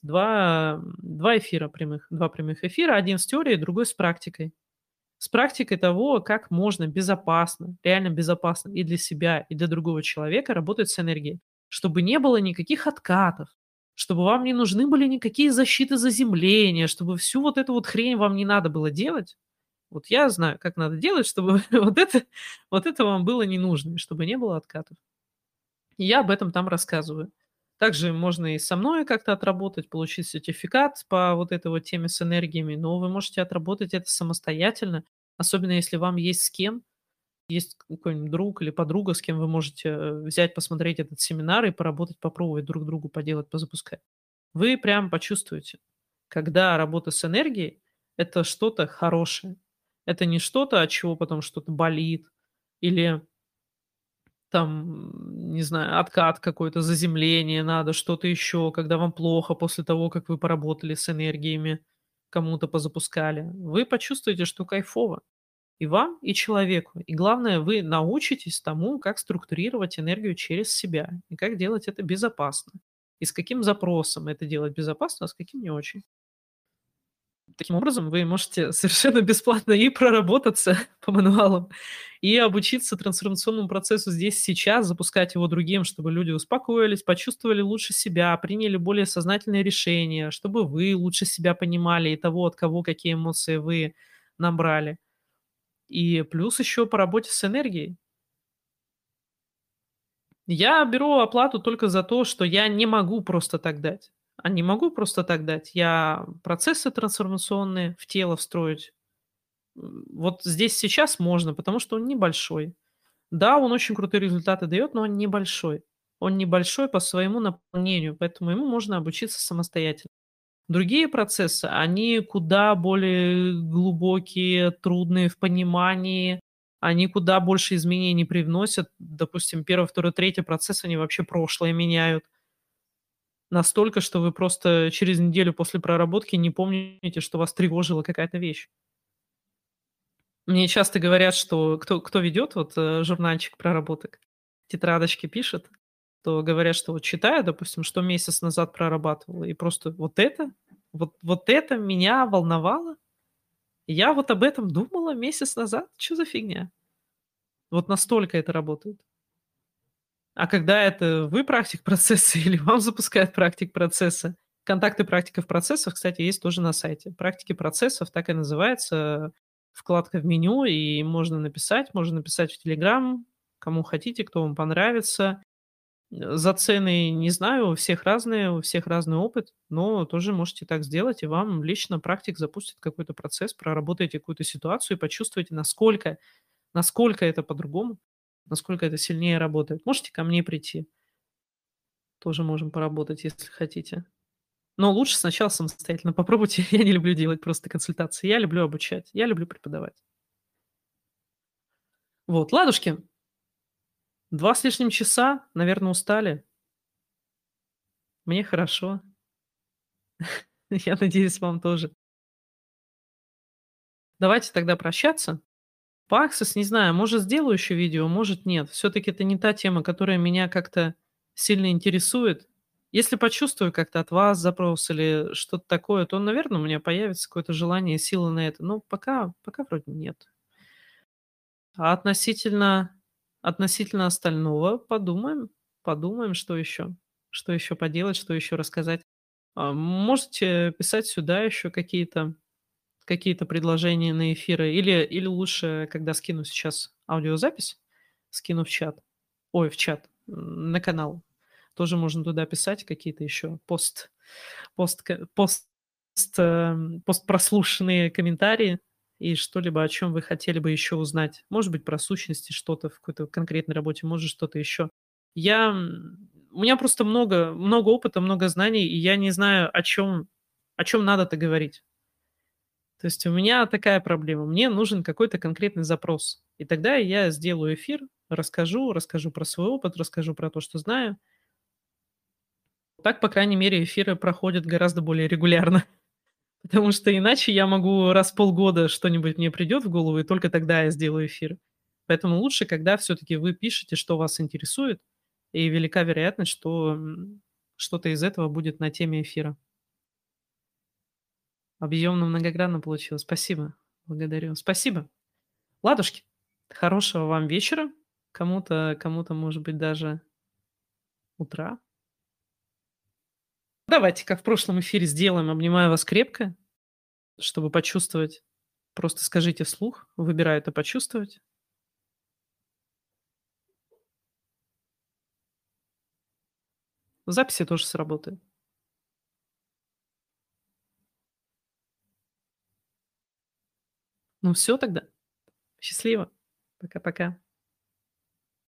2 эфира прямых, 2 прямых эфира, один с теорией, другой с практикой. С практикой того, как можно безопасно, реально безопасно и для себя, и для другого человека работать с энергией, чтобы не было никаких откатов, чтобы вам не нужны были никакие защиты заземления, чтобы всю вот эту вот хрень вам не надо было делать. Вот я знаю, как надо делать, чтобы вот это вам было не нужно, и чтобы не было откатов. И я об этом там рассказываю. Также можно и со мной как-то отработать, получить сертификат по вот этой вот теме с энергиями, но вы можете отработать это самостоятельно, особенно если вам есть с кем, есть какой-нибудь друг или подруга, с кем вы можете взять, посмотреть этот семинар и поработать, попробовать друг другу поделать, позапускать. Вы прям почувствуете, когда работа с энергией — это что-то хорошее. Это не что-то, от чего потом что-то болит или там, не знаю, откат какой-то, заземление надо, что-то еще, когда вам плохо после того, как вы поработали с энергиями, кому-то позапускали. Вы почувствуете, что кайфово. И вам, и человеку. И главное, вы научитесь тому, как структурировать энергию через себя, и как делать это безопасно. И с каким запросом это делать безопасно, а с каким не очень. Таким образом, вы можете совершенно бесплатно и проработаться по мануалам, и обучиться трансформационному процессу здесь, сейчас, запускать его другим, чтобы люди успокоились, почувствовали лучше себя, приняли более сознательные решения, чтобы вы лучше себя понимали и того, от кого какие эмоции вы набрали. И плюс еще по работе с энергией. Я беру оплату только за то, что я не могу просто так дать. А не могу просто так дать. Я процессы трансформационные в тело встроить. Вот здесь сейчас можно, потому что он небольшой. Да, он очень крутые результаты дает, но он небольшой. Он небольшой по своему наполнению, поэтому ему можно обучиться самостоятельно. Другие процессы, они куда более глубокие, трудные в понимании, они куда больше изменений привносят. Допустим, первый, второй, третий процесс, они вообще прошлое меняют. Настолько, что вы просто через неделю после проработки не помните, что вас тревожила какая-то вещь. Мне часто говорят, что кто ведет вот, журнальчик проработок, тетрадочки пишет, то говорят, что вот читаю, допустим, что месяц назад прорабатывала, и просто вот это меня волновало. Я вот об этом думала месяц назад. Что за фигня? Вот настолько это работает. А когда это вы практик процесса или вам запускает практик процесса? Контакты практиков процессов, кстати, есть тоже на сайте. Практики процессов, так и называется, вкладка в меню, и можно написать в Telegram, кому хотите, кто вам понравится. За цены не знаю, у всех разный опыт, но тоже можете так сделать, и вам лично практик запустит какой-то процесс, проработаете какую-то ситуацию и почувствуете, насколько это по-другому, насколько это сильнее работает. Можете ко мне прийти, тоже можем поработать, если хотите. Но лучше сначала самостоятельно попробуйте. Я не люблю делать просто консультации. Я люблю обучать, я люблю преподавать. Вот, ладушки, 2 с лишним часа, наверное, устали. Мне хорошо. Я надеюсь, вам тоже. Давайте тогда прощаться. По Access, не знаю, может, сделаю еще видео, может, нет. Все-таки это не та тема, которая меня как-то сильно интересует. Если почувствую как-то от вас запрос или что-то такое, то, наверное, у меня появится какое-то желание, силы на это. Но пока вроде нет. А относительно остального подумаем, что еще поделать, что еще рассказать. Можете писать сюда еще какие-то предложения на эфиры или лучше, когда скину сейчас аудиозапись, скину в чат, ой, в чат, на канал. Тоже можно туда писать какие-то еще пост пост постпрослушанные комментарии и что-либо, о чем вы хотели бы еще узнать. Может быть, про сущности что-то в какой-то конкретной работе, может, что-то еще. У меня просто много опыта, много знаний, и я не знаю, о чем надо-то говорить. То есть у меня такая проблема. Мне нужен какой-то конкретный запрос. И тогда я сделаю эфир, расскажу про свой опыт, расскажу про то, что знаю. Так, по крайней мере, эфиры проходят гораздо более регулярно. Потому что иначе я могу раз в полгода что-нибудь мне придет в голову, и только тогда я сделаю эфир. Поэтому лучше, когда все-таки вы пишете, что вас интересует, и велика вероятность, что что-то из этого будет на теме эфира. Объемно, многогранно получилось. Спасибо. Благодарю. Спасибо. Ладушки, хорошего вам вечера. Кому-то, может быть, даже утра. Давайте, как в прошлом эфире, сделаем. Обнимаю вас крепко, чтобы почувствовать. Просто скажите вслух. Выбираю это почувствовать. В записи тоже сработает. Ну все тогда. Счастливо. Пока-пока.